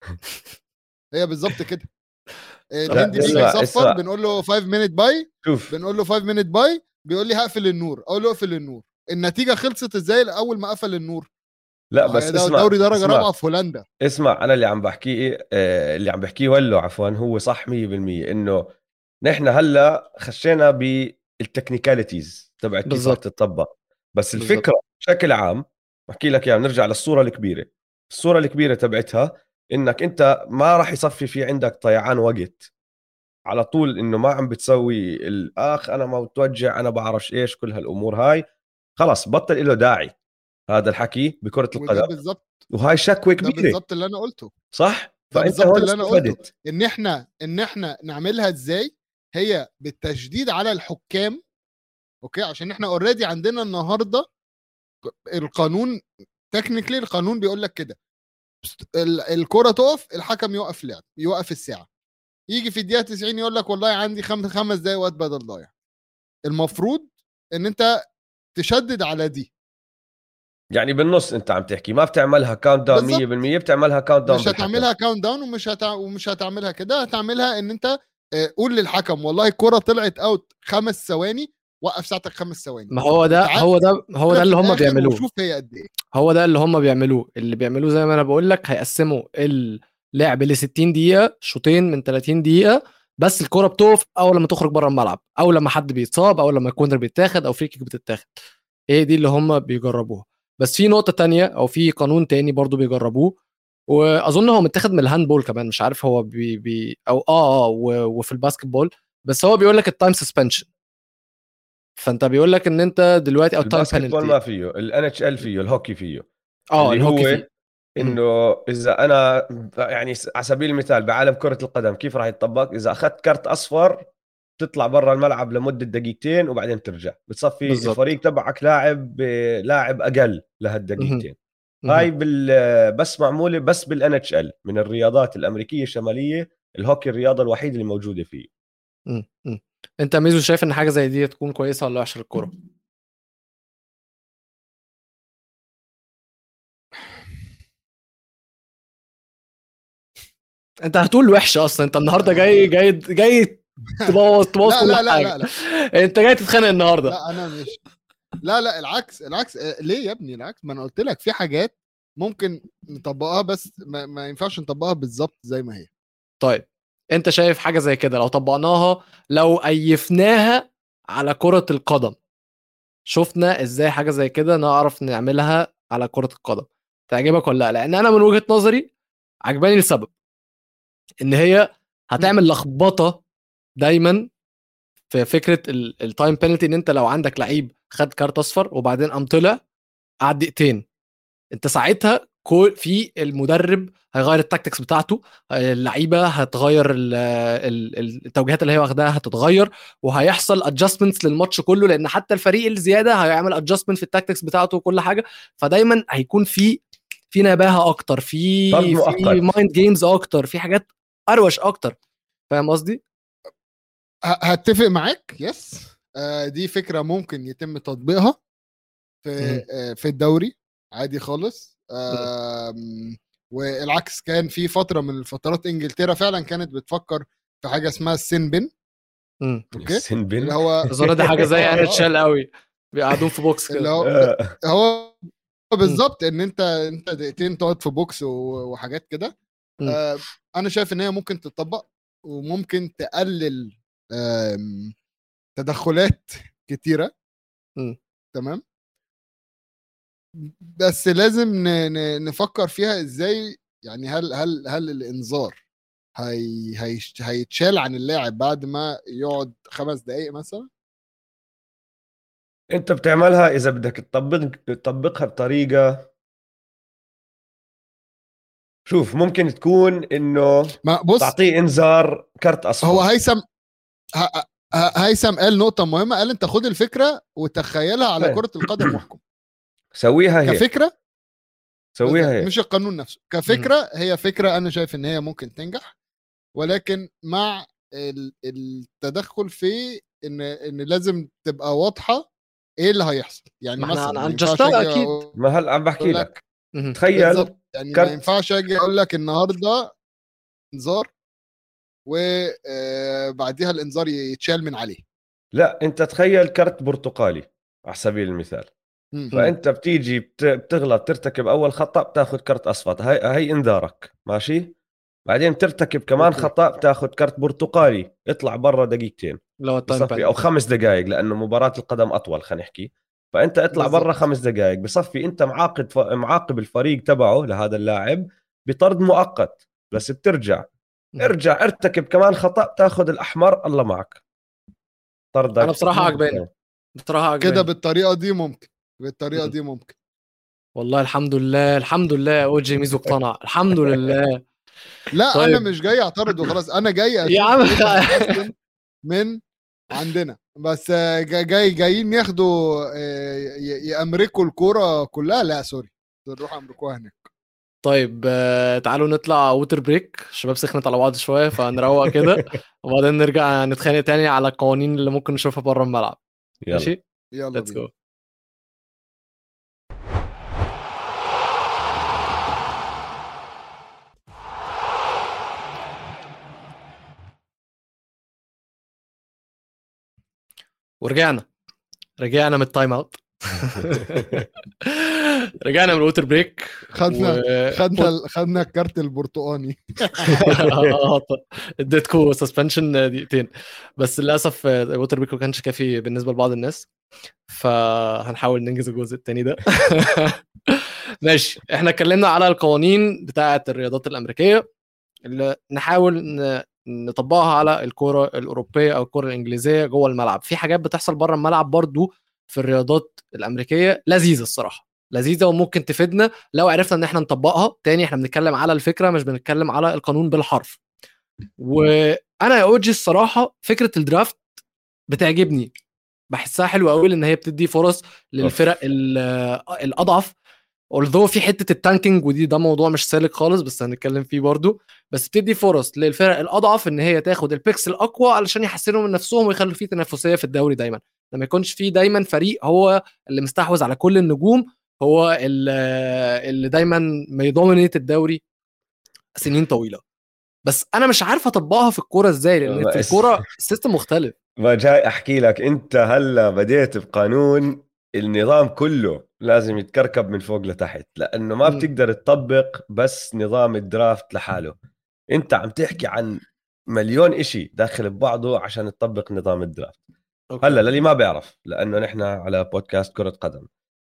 Speaker 1: هي بالظبط كده.
Speaker 2: طب
Speaker 1: الهندي
Speaker 3: لا
Speaker 1: بيجي
Speaker 3: اسمع
Speaker 2: والله.
Speaker 1: يصفر
Speaker 3: اسمع
Speaker 1: بنقول له خمسة مينيت باي.
Speaker 3: شوف.
Speaker 1: بنقول له خمسة مينيت باي بيقول لي هقفل النور، اقول له اقفل النور. النتيجه خلصت ازاي اول ما قفل النور؟
Speaker 3: لا
Speaker 1: ما هي
Speaker 3: بس
Speaker 1: ده
Speaker 3: اسمع
Speaker 1: دوري درجه
Speaker 3: اسمع
Speaker 1: رابعه في هولندا.
Speaker 3: اسمع انا اللي عم بحكيه آه، اللي عم بحكيه ولو عفوا هو صح مية بالمية، انه نحن هلا خشينا بالتكنيكاليتيز تبع كيف راح
Speaker 2: بالظبط
Speaker 3: تطبق. بس
Speaker 2: بالظبط.
Speaker 3: الفكره بشكل عام بحكي لك يعني نرجع للصوره الكبيره. الصوره الكبيره تبعتها انك انت ما راح يصفي في عندك ضيعان وقت على طول، انه ما عم بتسوي الاخ انا ما بتوجع انا بعرفش ايش كل هالامور هاي، خلص بطل له داعي هذا الحكي بكره
Speaker 1: وده
Speaker 3: القدم.
Speaker 1: بالظبط
Speaker 3: وهاي شكوى
Speaker 1: ده
Speaker 3: كبيره
Speaker 1: بالظبط اللي انا قلته.
Speaker 3: صح،
Speaker 1: ده
Speaker 3: فانت
Speaker 1: بالظبط
Speaker 3: هون
Speaker 1: اللي انا قلته
Speaker 3: استفدت.
Speaker 1: ان احنا ان احنا نعملها ازاي. هي بالتشديد على الحكام. اوكي عشان احنا اوريدي عندنا النهارده القانون. تكنيكلي القانون بيقول لك كده ال- الكرة تقف، الحكم يوقف لعب، يوقف الساعة، يجي في الدقيقة تسعين يقول لك والله عندي خمس خمس دقايق وقت بدل ضايع. المفروض ان انت تشدد على دي.
Speaker 3: يعني بالنص انت عم تحكي ما بتعملها كاونت داون
Speaker 1: بالظبط.
Speaker 3: مية بالمية، بتعملها كاونت داون
Speaker 1: مش
Speaker 3: بالحكم.
Speaker 1: هتعملها كاونت داون ومش هتع... ومش هتعملها كده، هتعملها ان انت آه، قول للحكم والله الكرة طلعت اوت خمس ثواني، وقف ساعتك خمس ثواني.
Speaker 2: ما هو ده
Speaker 1: وتعالى
Speaker 2: هو ده هو ده
Speaker 1: في
Speaker 2: اللي هم
Speaker 1: الآخر
Speaker 2: بيعملوه.
Speaker 1: وشوف هي قد ايه.
Speaker 2: هو ده اللي هم بيعملوه اللي بيعملوه زي ما انا بقول لك، هيقسموا اللعب ل ستين دقيقه، شوطين من ثلاثين دقيقه، بس الكرة بتقف اول لما تخرج بره الملعب، او لما حد بيتصاب، او لما الكورنر بيتاخد، او فري كيك بتتاخد. ايه دي اللي هم بيجربوها. بس في نقطه تانية او في قانون تاني برضو بيجربوه، واظن هو متاخد من الهاندبول كمان، مش عارف هو بي بي او اه اه و- وفي الباسكت بول، بس هو بيقول لك التايم سسبنشن. فانت بيقول لك ان انت دلوقتي او تايم
Speaker 3: الباسكت بول
Speaker 2: بينالتي.
Speaker 3: ما فيه، الان اتش ال فيه، الهوكي فيه.
Speaker 2: اه
Speaker 3: اللي
Speaker 2: الهوكي
Speaker 3: هو
Speaker 2: فيه. مهم.
Speaker 3: انه اذا انا يعني على سبيل المثال بعالم كرة القدم كيف راح يتطبق؟ اذا اخذت كارت اصفر تطلع برا الملعب لمدة دقيقتين وبعدين ترجع، بتصفي
Speaker 2: بالظبط.
Speaker 3: الفريق تبعك لاعب لاعب اقل
Speaker 2: مهم.
Speaker 3: لهالدقيقتين.
Speaker 2: مهم.
Speaker 3: هاي بال بس معموله بس بالان اتش ال من الرياضات الامريكيه الشماليه. الهوكي الرياضه الوحيده اللي موجوده فيه.
Speaker 2: مم. مم. انت ميزو شايف ان حاجه زي دي تكون كويسه ولا وحشه للكوره؟ انت هتقول وحشه اصلا، انت النهارده جاي جاي جاي تبوظ تبوظ
Speaker 1: لا
Speaker 2: كل
Speaker 1: لا لا
Speaker 2: حاجه.
Speaker 1: لا لا
Speaker 2: انت جاي تتخانق النهارده.
Speaker 1: لا انا مش لا لا العكس العكس آه، ليه يا ابني العكس؟ ما انا قلت لك في حاجات ممكن نطبقها، بس ما, ما ينفعش نطبقها بالظبط زي ما هي.
Speaker 2: طيب انت شايف حاجه زي كده لو طبقناها، لو ايفناها على كره القدم، شفنا ازاي حاجه زي كده نعرف نعملها على كره القدم، تعجبك ولا لا؟ لان انا من وجهه نظري عجباني لسبب، ان هي
Speaker 1: مم.
Speaker 2: هتعمل لخبطه دايما في فكره التايم بينالتي، ان انت لو عندك لعيب خد كارت اصفر وبعدين قام طلع قعد دقيقتين، انت ساعتها كل في المدرب هيغير التاكتكس بتاعته، اللعيبه هتغير ال- ال- التوجيهات اللي هي واخداها هتتغير، وهيحصل ادجستمنتس للماتش كله، لان حتى الفريق الزياده هيعمل ادجستمنت في التاكتكس بتاعته وكل حاجه. فدايما هيكون في في نباهه اكتر،
Speaker 3: طرد
Speaker 2: في في
Speaker 3: مؤقت.
Speaker 2: مايند جيمز اكتر، في حاجات اروش اكتر. فاهم قصدي؟
Speaker 1: ه- هتفق معاك يس. آه، دي فكره ممكن يتم تطبيقها في
Speaker 2: مهم.
Speaker 1: آه، في الدوري عادي خالص.
Speaker 2: مهم.
Speaker 1: آم، والعكس كان في فتره من الفترات انجلترا فعلا كانت بتفكر في حاجه اسمها السين بن.
Speaker 2: مم.
Speaker 1: اوكي.
Speaker 3: السنبن.
Speaker 1: اللي هو
Speaker 2: اظن دي حاجه زي
Speaker 1: اه
Speaker 2: ان
Speaker 1: اه
Speaker 2: اتش قوي، بيقعدون في بوكس
Speaker 1: اللي
Speaker 2: كده.
Speaker 1: هو
Speaker 3: آه.
Speaker 1: هو
Speaker 2: مم.
Speaker 1: بالظبط ان انت انت دقيقتين تقعد في بوكس و- وحاجات كده.
Speaker 2: مم.
Speaker 1: آه، انا شايف ان هي ممكن تطبق وممكن تقلل آم، تدخلات كتيره.
Speaker 2: مم.
Speaker 1: تمام. بس لازم ن- ن- نفكر فيها ازاي. يعني هل هل هل الانذار هي هي هيتشال عن اللاعب بعد ما يقعد خمس دقايق مثلا؟
Speaker 3: انت بتعملها اذا بدك تطبق تطبقها بطريقه. شوف ممكن تكون انه
Speaker 1: ما بص،
Speaker 3: تعطيه انذار كرت
Speaker 1: هو
Speaker 3: اصفر.
Speaker 1: هيثم ه- ه- هيثم قال نقطة مهمة، قال انت خد الفكرة وتخيلها على
Speaker 3: فاهم.
Speaker 1: كرة القدم واحكم.
Speaker 3: سويها هيك.
Speaker 1: كفكرة
Speaker 3: سويها
Speaker 1: بالظبط،
Speaker 3: هيك.
Speaker 1: مش القانون نفسه.
Speaker 2: مم.
Speaker 1: كفكرة هي فكرة انا شايف ان هي ممكن تنجح، ولكن مع ال- التدخل في ان ان لازم تبقى واضحة ايه اللي هيحصل. يعني
Speaker 2: ما احنا
Speaker 1: مثلا ما ينفعش
Speaker 2: هنجستها
Speaker 1: اجي
Speaker 2: اكيد.
Speaker 1: اقول
Speaker 3: ما هل عم بحكي
Speaker 1: لك
Speaker 3: لك.
Speaker 2: مهم.
Speaker 3: تخيل
Speaker 1: بالظبط، يعني ما
Speaker 3: كرت.
Speaker 1: ينفعش اجي اقول لك النهارده انذار وبعديها الانذار يتشال من عليه.
Speaker 3: لا انت تخيل كرت برتقالي على سبيل المثال.
Speaker 1: مم.
Speaker 2: مم.
Speaker 3: فانت بتيجي بت- بتغلط ترتكب اول خطأ بتاخذ كرت اصفر، هي هي انذارك ماشي. بعدين ترتكب كمان
Speaker 1: اوكي
Speaker 3: خطأ بتاخذ كرت برتقالي، اطلع برا دقيقتين
Speaker 2: لو التايم
Speaker 3: بصفي، او
Speaker 2: بينالتي.
Speaker 3: خمس دقائق لانه مباراة القدم اطول خلينا نحكي. فانت اطلع برا
Speaker 1: بالظبط.
Speaker 3: خمس دقائق بصفي، انت معاقد ف... معاقب الفريق تبعه لهذا اللاعب بطرد مؤقت. بس بترجع ارجع ارتكب كمان خطأ تاخذ الاحمر، الله معك،
Speaker 2: انا
Speaker 3: طردك
Speaker 2: بصراحه
Speaker 1: ممكن
Speaker 2: عجباني، بصراحه
Speaker 1: كده
Speaker 2: عجباني.
Speaker 1: بالطريقه دي ممكن بالطريقه
Speaker 2: مم.
Speaker 1: دي ممكن
Speaker 2: والله الحمد لله الحمد لله اوجي ميزو اقتنع، الحمد لله.
Speaker 1: لا انا
Speaker 2: طيب
Speaker 1: مش جاي اعترض وخلاص، انا جاي
Speaker 2: يا
Speaker 1: اشوف
Speaker 2: عم.
Speaker 1: ايه اللي هيتحسن من عندنا. بس آه، جاي جاي- جايين ياخدوا آه، ي- يامركوا الكوره كلها. لا سوري، نروح امركوها هناك.
Speaker 2: طيب آه، تعالوا نطلع ووتر بريك، الشباب سخنت على بعض شويه فنروق كده وبعدين نرجع نتخانق تاني على القوانين اللي ممكن نشوفها بره الملعب.
Speaker 3: يلا
Speaker 2: ماشي
Speaker 1: يلا
Speaker 2: ليتس
Speaker 1: بينا.
Speaker 2: جو. ورجعنا رجعنا من التايم اوت رجعنا من الووتر بريك
Speaker 1: خدنا
Speaker 2: و...
Speaker 1: خدنا ال- خدنا الكارت البرتقاني.
Speaker 2: آه، اديتكو سسبنشن دقيقتين بس للاسف الووتر بريك ما كانش كافي بالنسبه لبعض الناس، فهنحاول ننجز الجزء التاني ده. ماشي، احنا اتكلمنا على القوانين بتاعه الرياضات الامريكيه اللي نحاول ن- نطبقها على الكرة الأوروبية أو الكرة الإنجليزية جوه الملعب. في حاجات بتحصل بره الملعب برضو في الرياضات الأمريكية لذيذة الصراحة، لذيذة وممكن تفيدنا لو عرفنا إن احنا نطبقها. تاني احنا بنتكلم على الفكرة مش بنتكلم على القانون بالحرف. وأنا يا أوجي الصراحة فكرة الدرافت بتعجبني، بحسها حلوة قوي لأن هي بتدي فرص للفرق ال- الأضعف. although في حته التانكينج ودي ده موضوع مش سالك خالص بس هنتكلم فيه برضو، بس بتدي فرص للفرق الاضعف ان هي تاخد البيكس الاقوى علشان يحسنوا من نفسهم ويخلوا فيه تنافسيه في الدوري دايما، لما يكونش فيه دايما فريق هو اللي مستحوذ على كل النجوم، هو اللي اللي دايما ميدومينيت الدوري سنين طويله. بس انا مش عارف اطبقها في الكوره ازاي لان في الكوره السيستم مختلف.
Speaker 3: ما جاي احكي لك، انت هلا بديت بقانون النظام كله لازم يتكركب من فوق لتحت، لانه ما
Speaker 2: م.
Speaker 3: بتقدر تطبق بس نظام الدرافت لحاله. انت عم تحكي عن مليون اشي داخل ببعضه عشان تطبق نظام الدرافت.
Speaker 2: أوكي.
Speaker 3: هلا للي ما بيعرف، لانه نحن على بودكاست كرة قدم،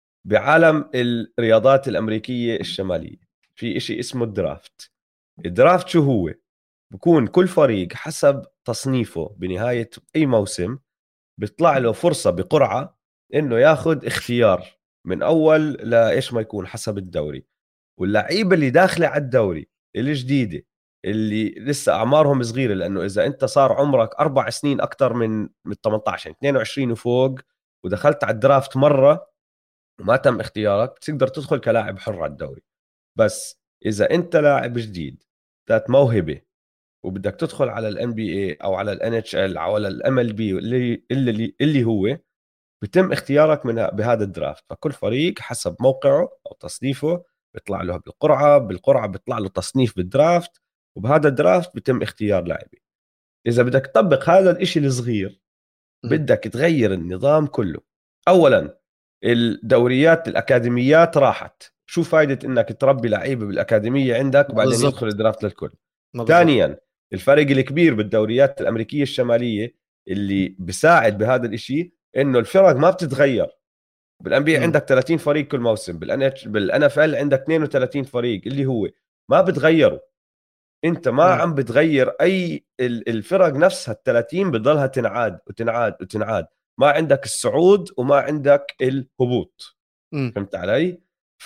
Speaker 3: بعالم الرياضات الامريكية الشمالية في اشي اسمه الدرافت. الدرافت شو هو؟ بكون كل فريق حسب تصنيفه بنهاية أي موسم بيطلع له فرصة بقرعة إنه ياخد اختيار من أول لإيش ما يكون حسب الدوري. واللعيبة اللي داخلة على الدوري الجديدة اللي لسه أعمارهم صغيرة، لأنه إذا أنت صار عمرك أربع سنين أكتر من من ثمانية عشر يعني اثنين وعشرين وفوق ودخلت على الدرافت مرة وما تم اختيارك، بتقدر تدخل كلاعب حر على الدوري. بس إذا أنت لاعب جديد ذات موهبة وبدك تدخل على الان بي اي او على الان اتش ال او على الام ال بي اللي اللي اللي هو بيتم اختيارك من بهذا الدرافت. فكل فريق حسب موقعه او تصنيفه بيطلع له بالقرعه، بالقرعه بيطلع له تصنيف بالدرافت، وبهذا الدرافت بيتم اختيار لاعبين. اذا بدك تطبق هذا الاشي الصغير بدك تغير النظام كله. اولا الدوريات الاكاديميات راحت، شو فايده انك تربي لعيبه بالاكاديميه عندك وبعدين
Speaker 2: بالزبط.
Speaker 3: يدخل الدرافت للكل؟
Speaker 2: ما بالظبط.
Speaker 3: ثانيا الفرق الكبير بالدوريات الامريكيه الشماليه اللي بيساعد بهذا الاشي انه الفرق ما بتتغير. بالان بي
Speaker 2: م.
Speaker 3: عندك ثلاثين فريق كل موسم، بالان بالان اف ال عندك اثنين وثلاثين فريق اللي هو ما بتغيروا. انت ما
Speaker 2: م.
Speaker 3: عم بتغير اي ال- الفرق نفسها ال ثلاثين بتضلها تنعاد وتنعاد وتنعاد، ما عندك الصعود وما عندك الهبوط.
Speaker 2: م.
Speaker 3: فهمت علي؟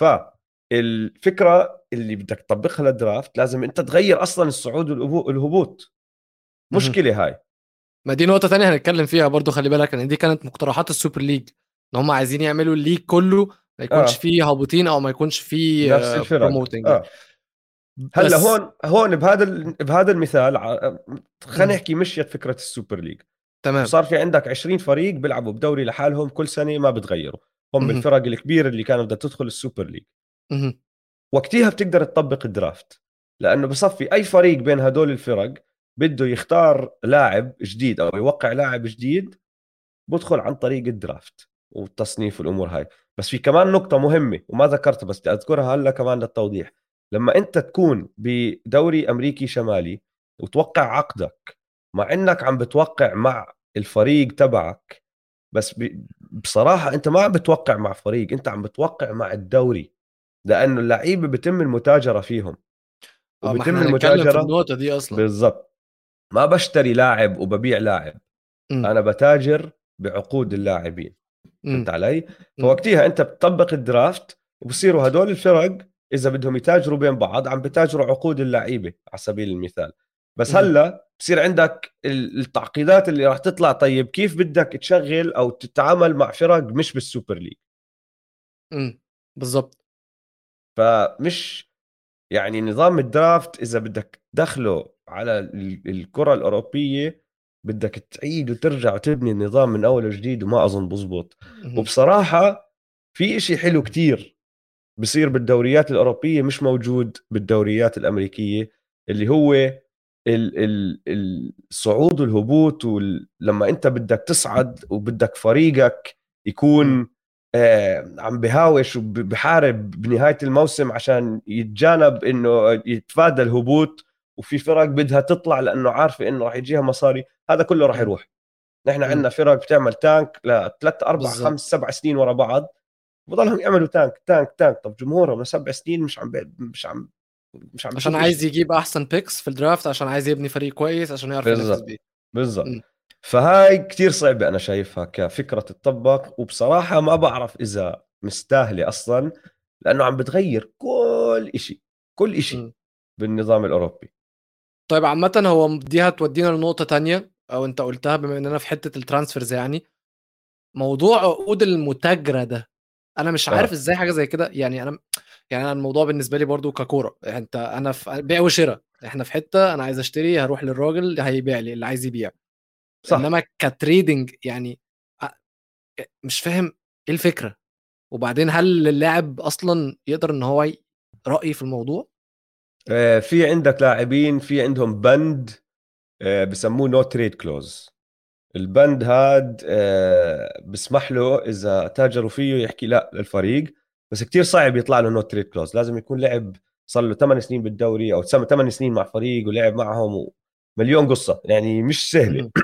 Speaker 3: فالفكره اللي بدك تطبقها للدرافت لازم انت تغير اصلا الصعود والهبو- والهبوط.
Speaker 2: مهم.
Speaker 3: مشكله هاي.
Speaker 2: ما دي نقطة تانية هنتكلم فيها برضو، خلي بالك ان دي كانت مقترحات السوبر ليج ان هم عايزين يعملوا الليج كله ما يكونش
Speaker 3: اه
Speaker 2: فيه هابطين او ما يكونش فيه
Speaker 3: نفس الفرق.
Speaker 2: بروموتنج يعني.
Speaker 3: اه هلا
Speaker 2: بس
Speaker 3: هون هون بهذا ال- بهذا المثال ع- خلينا
Speaker 2: مم.
Speaker 3: نحكي مشيت فكره السوبر ليج
Speaker 2: تمام.
Speaker 3: وصار في عندك عشرين فريق بيلعبوا بدوري لحالهم كل سنه ما بتغيروا، هم
Speaker 2: مهم.
Speaker 3: الفرق الكبيره اللي كانت بدها تدخل السوبر ليج.
Speaker 2: مهم.
Speaker 3: وقتها بتقدر تطبق الدرافت، لانه بصفي اي فريق بين هدول الفرق بده يختار لاعب جديد او يوقع لاعب جديد بدخل عن طريق الدرافت والتصنيف والامور هاي. بس في كمان نقطه مهمه وما ذكرتها بس بدي اذكرها هلا كمان للتوضيح. لما انت تكون بدوري امريكي شمالي وتوقع عقدك مع انك عم بتوقع مع الفريق تبعك، بس ب... بصراحه انت ما عم بتوقع مع فريق، انت عم بتوقع مع الدوري، لانه اللعيبه بتم المتاجره فيهم
Speaker 2: اه ما
Speaker 3: وبتم
Speaker 2: احنا هنتكلم في
Speaker 3: المتاجره.
Speaker 2: النقطة دي اصلا.
Speaker 3: بالضبط، ما بشتري لاعب وببيع لاعب،
Speaker 2: مم.
Speaker 3: انا بتاجر بعقود اللاعبين.
Speaker 2: مم.
Speaker 3: فهمت علي؟
Speaker 2: مم.
Speaker 3: فوقتها انت بتطبق الدرافت وبصيروا هدول الفرق اذا بدهم يتاجروا بين بعض عم بتاجروا عقود اللعيبه على سبيل المثال. بس
Speaker 2: مم.
Speaker 3: هلا بصير عندك ال- التعقيدات اللي راح تطلع. طيب كيف بدك تشغل او تتعامل مع فرق مش بالسوبر ليج؟
Speaker 2: مم. بالظبط.
Speaker 3: فمش يعني نظام الدرافت اذا بدك تدخله على ال- الكره الاوروبيه بدك تعيد وترجع وتبني النظام من اول وجديد، وما اظن بزبط.
Speaker 2: مهم.
Speaker 3: وبصراحه في إشي حلو كتير بصير بالدوريات الأوروبية مش موجود بالدوريات الأمريكية، اللي هو ال ال الصعود والهبوط. ولما أنت بدك تصعد وبدك فريقك
Speaker 2: مم.
Speaker 3: يكون آه عم بهاوش وبحارب بنهاية الموسم عشان يتجانب إنه يتفادى الهبوط، وفي فرق بدها تطلع لأنه عارفة إنه راح يجيها مصاري، هذا كله راح
Speaker 2: مم.
Speaker 3: يروح. نحن
Speaker 2: مم.
Speaker 3: عندنا فرق بتعمل تانك لثلاث أربع خمس
Speaker 2: بالظبط،
Speaker 3: سبع سنين ورا بعض، بضلهم يعملوا تانك تانك تانك. طب جمهورهم لسبع سنين مش عم بي... مش عم مش عم
Speaker 2: عشان
Speaker 3: بشوف
Speaker 2: عايز
Speaker 3: إشي.
Speaker 2: يجيب احسن بيكس في الدرافت، عشان عايز يبني فريق كويس عشان يعرف ينافس بيه.
Speaker 3: بالضبط بالضبط.
Speaker 2: مم.
Speaker 3: فهاي كتير صعبة أنا شايفها كفكرة تطبق، وبصراحة ما بعرف إذا مستاهلة أصلا، لأنه عم بتغير كل إشي كل إشي
Speaker 2: مم.
Speaker 3: بالنظام الأوروبي.
Speaker 2: طيب عامة هو دي هتودينا لنقطة تانية، او انت قلتها بما اننا في حتة الترانسفيرز، يعني موضوع عقود المتاجرة ده، انا مش عارف
Speaker 3: آه
Speaker 2: ازاي حاجة زي كده. يعني انا يعني انا الموضوع بالنسبة لي برضو ككورة، يعني انت انا في بيع وشراء، احنا في حتة انا عايز اشتري هروح للراجل هيبيع لي اللي عايز يبيع.
Speaker 3: صح.
Speaker 2: انما كتريدنج يعني أ- مش فاهم ايه الفكرة. وبعدين هل اللاعب اصلا يقدر ان هو ي- رأي في الموضوع؟
Speaker 3: آه في عندك لاعبين في عندهم بند آه بسموه نو تريد كلوز. البند هاد آه، بسمح له اذا تاجروا فيه يحكي لا للفريق، بس كتير صعب يطلع له نو تريد كلوز. لازم يكون لعب صار له ثمان سنين بالدوري او ثمان سنين مع فريق ولعب معهم مليون قصة، يعني مش سهلة.
Speaker 2: مهم.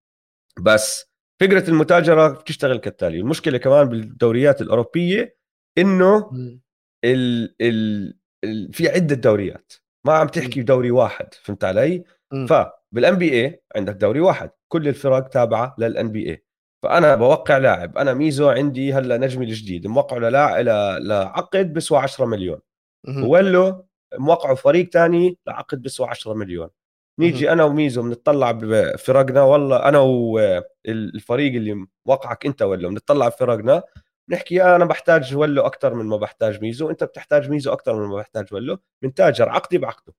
Speaker 3: بس فكرة المتاجرة بتشتغل كالتالي. المشكلة كمان بالدوريات الأوروبية إنه
Speaker 2: مم.
Speaker 3: ال ال ال في عدة دوريات، ما عم
Speaker 2: مم.
Speaker 3: تحكي دوري واحد، فهمت علي؟
Speaker 2: مم.
Speaker 3: فبالان بي اي عندك دوري واحد، كل الفرق تابعة للان بي اي. فانا بوقع لاعب، انا ميزو عندي هلا نجمي الجديد موقعه للاعب لعقد بسوى عشرة مليون،
Speaker 2: مهم.
Speaker 3: وولو موقعه فريق تاني لعقد بسوى عشرة مليون.
Speaker 2: مهم.
Speaker 3: نيجي انا وميزو بنطلع بفرقنا، والله انا والفريق اللي موقعك انت ولو بنطلع بفرقنا نحكي يا انا بحتاج ولو اكثر من ما بحتاج ميزو، انت بتحتاج ميزو اكثر من ما بحتاج ولو، بنتاجر عقدي بعقده.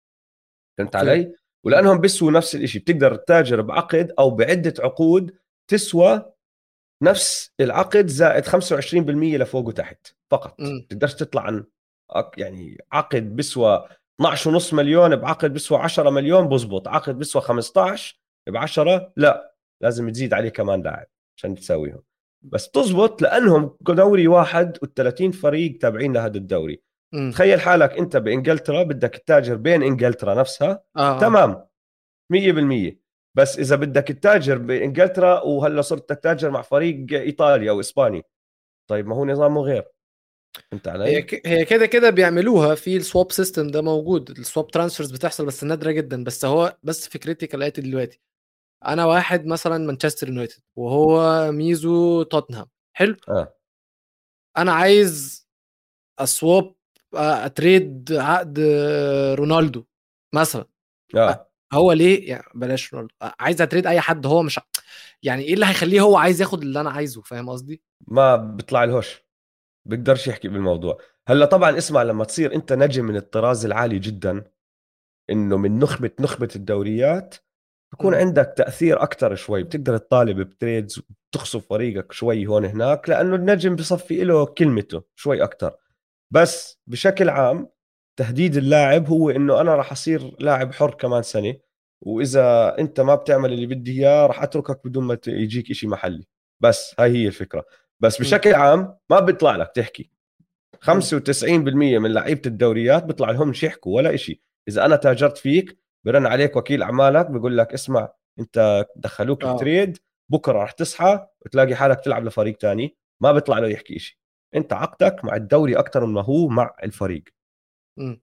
Speaker 3: فهمت
Speaker 2: اوكي.
Speaker 3: علي؟
Speaker 2: مم.
Speaker 3: ولانهم بيسووا نفس الشيء بتقدر تتاجر بعقد او بعده عقود تسوى نفس العقد زائد خمسة وعشرين بالمية لفوق وتحت فقط.
Speaker 2: مم.
Speaker 3: تقدرش تطلع عن أك- يعني عقد بيسوى اثناشر ونص مليون بعقد بيسوى عشرة مليون بزبط، عقد بيسوى خمسة عشر ب عشرة لا، لازم تزيد عليه كمان لاعب عشان تساويهم. بس تزبط لانهم دوري واحد وال30 فريق تابعين لهذا الدوري.
Speaker 2: مم.
Speaker 3: تخيل حالك انت بانجلترا بدك تتاجر بين انجلترا نفسها،
Speaker 2: اه اه
Speaker 3: تمام مية بالمية. بس اذا بدك تتاجر بانجلترا وهلا صرت تتاجر مع فريق ايطالي او اسباني، طيب ما هو نظامه غير. فهمت
Speaker 2: هي
Speaker 3: علي؟
Speaker 2: ك... هي كده كده بيعملوها في السواب سيستم ده موجود، السواب ترانسفيرز بتحصل بس نادرة جدا. بس هو بس فكرتي كالآتي دلوقتي، انا واحد مثلا مانشستر يونايتد وهو ميزو توتنهام، حلو.
Speaker 3: اه
Speaker 2: انا عايز اسواب، آه، اتريد عقد آه، رونالدو مثلا. أ-
Speaker 3: اه
Speaker 2: هو ليه يعني بلاش رونالدو، أ- عايز اتريد اي حد هو مش ع- يعني ايه اللي هيخليه هو عايز ياخد اللي انا عايزه؟ فاهم قصدي؟
Speaker 3: ما بيطلع لهوش، بيقدرش يحكي بالموضوع. هلا طبعا اسمع، لما تصير انت نجم من الطراز العالي جدا، انه من نخبه نخبه الدوريات، بكون
Speaker 2: مم.
Speaker 3: عندك تاثير اكثر شوي، بتقدر تطالب بتريدز وتخصف فريقك شوي هون هناك، لانه النجم بصفي له كلمته شوي اكثر. بس بشكل عام تهديد اللاعب هو انه انا راح اصير لاعب حر كمان سنه، واذا انت ما بتعمل اللي بدي اياه راح اتركك بدون ما ت- يجيك إشي محلي. بس هاي هي الفكره. بس
Speaker 2: مم.
Speaker 3: بشكل عام ما بيطلع لك تحكي.
Speaker 2: مم.
Speaker 3: خمسة وتسعين بالمية من لعيبه الدوريات بيطلع لهم يحكوا ولا إشي. اذا انا تاجرت فيك برن عليك وكيل اعمالك بيقول لك اسمع انت دخلوك
Speaker 2: اه.
Speaker 3: بتريد، بكره راح تصحى وتلاقي حالك تلعب لفريق تاني، ما بيطلع له يحكي إشي. انت عقدك مع الدوري اكثر مما هو مع الفريق.
Speaker 2: مم.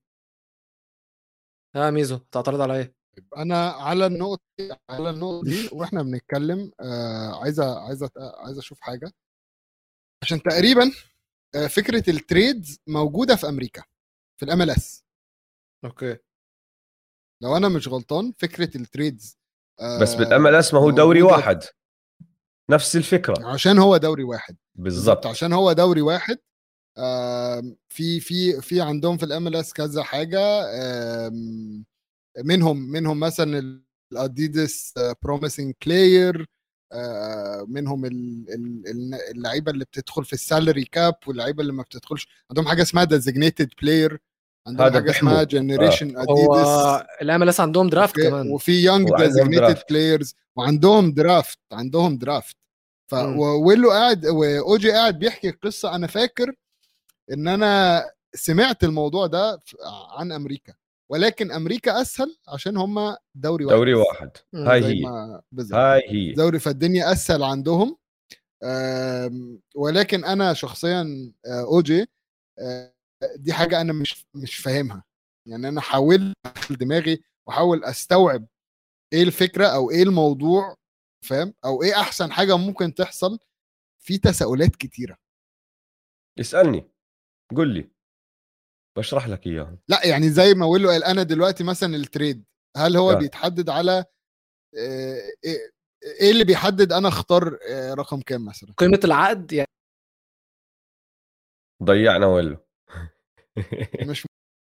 Speaker 2: ها ميزو تعترض على ايه؟
Speaker 1: انا على النقطه على النقطه دي واحنا بنتكلم، آه عايزه عايزه عايزه اشوف حاجه. عشان تقريبا آه فكره التريدز موجوده في امريكا في الام ال اس،
Speaker 2: اوكي.
Speaker 1: لو انا مش غلطان فكره التريدز
Speaker 3: بس بالام ال
Speaker 1: آه
Speaker 3: اس ما هو دوري
Speaker 1: موجوده في...
Speaker 3: واحد، نفس الفكره
Speaker 1: عشان هو دوري واحد. بالظبط
Speaker 3: بالضبط.
Speaker 1: عشان هو دوري واحد. آم، في في في عندهم في الام ال اس كذا حاجه، آم، منهم منهم مثلا الاديداس بروميسنج بلاير، منهم ال- ال- ال- اللعيبه اللي بتدخل في السالري كاب، واللعيبه اللي ما بتدخلش عندهم حاجه اسمها ديزيجنيتد بلاير، عندهم
Speaker 3: هذا
Speaker 1: حاجه اسمها
Speaker 3: بحموا. اه
Speaker 1: جنريشن
Speaker 2: هو
Speaker 1: اديداس.
Speaker 2: الام ال اس عندهم درافت
Speaker 1: اوكي،
Speaker 2: كمان.
Speaker 1: وفي يونج
Speaker 3: وعندهم
Speaker 1: ديزيجنيتد
Speaker 3: درافت.
Speaker 1: بلايرز، وعندهم درافت عندهم درافت ف
Speaker 2: مم.
Speaker 1: ويلو قاعد واوجي قاعد بيحكي قصه. انا فاكر ان انا سمعت الموضوع ده ف- عن امريكا، ولكن امريكا اسهل عشان هم دوري واحد
Speaker 3: دوري
Speaker 1: بس،
Speaker 3: واحد.
Speaker 2: مم.
Speaker 3: هاي
Speaker 1: زي
Speaker 3: هي
Speaker 1: ما بالظبط
Speaker 3: هاي هي
Speaker 1: دوري، فالدنيا اسهل عندهم. آم، ولكن انا شخصيا آه، اوجي، آه، دي حاجه انا مش مش فاهمها. يعني انا حاولت في دماغي واحاول استوعب ايه الفكره او ايه الموضوع، فاهم، او ايه احسن حاجه ممكن تحصل. في تساؤلات كتيره.
Speaker 3: اسالني، قل لي، بشرح لك اياهم.
Speaker 1: لا يعني زي ما ويلو قال، انا دلوقتي مثلا التريد، هل هو
Speaker 3: آه.
Speaker 1: بيتحدد على آه، ايه إيه اللي بيحدد انا اختار آه، رقم كام مثلا؟
Speaker 2: قيمه العقد يعني.
Speaker 3: ضيعنا ولا
Speaker 1: مش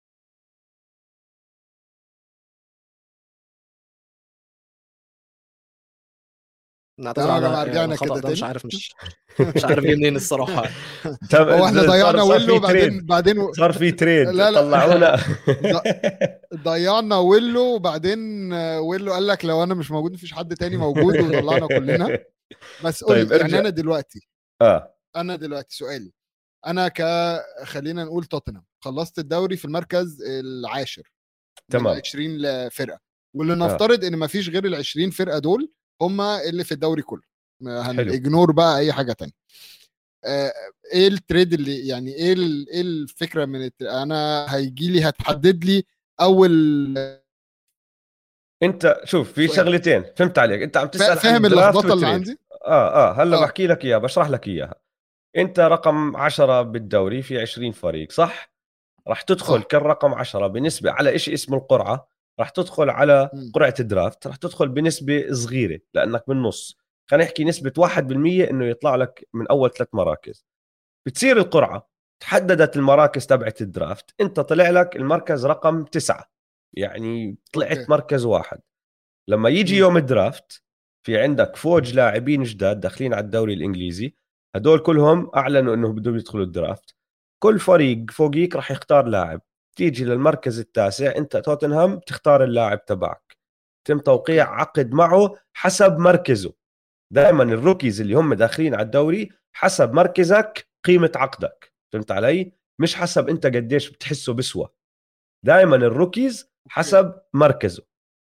Speaker 2: نعتذر
Speaker 1: تمام يا
Speaker 2: على
Speaker 1: جماعه،
Speaker 2: آه،
Speaker 1: رجعنا
Speaker 2: الخطا
Speaker 1: كده
Speaker 2: ده، مش
Speaker 1: تاني.
Speaker 2: عارف مش مش عارف جه منين الصراحه.
Speaker 1: هو احنا
Speaker 3: صار
Speaker 1: ضيعنا
Speaker 3: صار
Speaker 1: ويلو
Speaker 3: في
Speaker 1: بعدين
Speaker 3: تريد،
Speaker 1: بعدين
Speaker 3: صار في تريد
Speaker 1: لا لا
Speaker 3: طلعونا.
Speaker 1: ض- ضيعنا ويلو، وبعدين آه، ويلو قال لك لو انا مش موجود مفيش حد تاني موجود، وطلعنا كلنا. بس قول
Speaker 3: طيب
Speaker 1: لي يعني
Speaker 3: ارجع.
Speaker 1: انا دلوقتي
Speaker 3: اه
Speaker 1: انا دلوقتي سؤالي، انا ك خلينا نقول توتنهام خلصت الدوري في المركز العاشر من
Speaker 3: تمام.
Speaker 1: عشرين فرقه، واللي
Speaker 3: اه
Speaker 1: نفترض ان مفيش غير ال عشرين فرقه دول هم اللي في الدوري كله،
Speaker 3: حلو.
Speaker 1: هنجنور بقى اي حاجه تانية. آه، ايه التريد اللي يعني ايه ال- ايه الفكره من التريد؟ انا هيجي لي هتحدد لي اول
Speaker 3: انت شوف في
Speaker 1: سؤال.
Speaker 3: شغلتين، فهمت عليك، انت عم
Speaker 1: فا-
Speaker 3: تسال عن
Speaker 1: فاهم
Speaker 3: الدرافت
Speaker 1: اللخبطه اللي
Speaker 3: والتريد.
Speaker 1: عندي؟
Speaker 3: اه اه هلا
Speaker 1: اه.
Speaker 3: بحكي لك اياها، بشرح لك اياها. انت رقم عشرة بالدوري في عشرين فريق، صح؟ راح تدخل
Speaker 1: صح.
Speaker 3: كالرقم عشرة بنسبة على إشي اسمه القرعة. راح تدخل على
Speaker 1: مم.
Speaker 3: قرعة الدرافت، راح تدخل بنسبة صغيرة لأنك بالنص. خلينا نحكي نسبة واحد بالمية إنه يطلع لك من أول ثلاث مراكز. بتصير القرعة، تحددت المراكز تبعت الدرافت، أنت طلع لك المركز رقم تسعة، يعني
Speaker 1: اوكي.
Speaker 3: طلعت مركز واحد. لما يجي
Speaker 1: مم.
Speaker 3: يوم الدرافت، في عندك فوج لاعبين جداد داخلين على الدوري الإنجليزي، هدول كلهم أعلنوا إنه بدهم يدخلوا الدرافت. كل فريق فوقيك راح يختار لاعب. تيجي للمركز التاسع، انت توتنهام تختار اللاعب تبعك، تم توقيع
Speaker 1: اوكي.
Speaker 3: عقد معه حسب مركزه. دائما الروكيز اللي هم داخلين على الدوري حسب مركزك قيمة عقدك، فهمت علي؟ مش حسب انت قديش بتحسه بسوى. دائما الروكيز
Speaker 1: اوكي.
Speaker 3: حسب مركزه.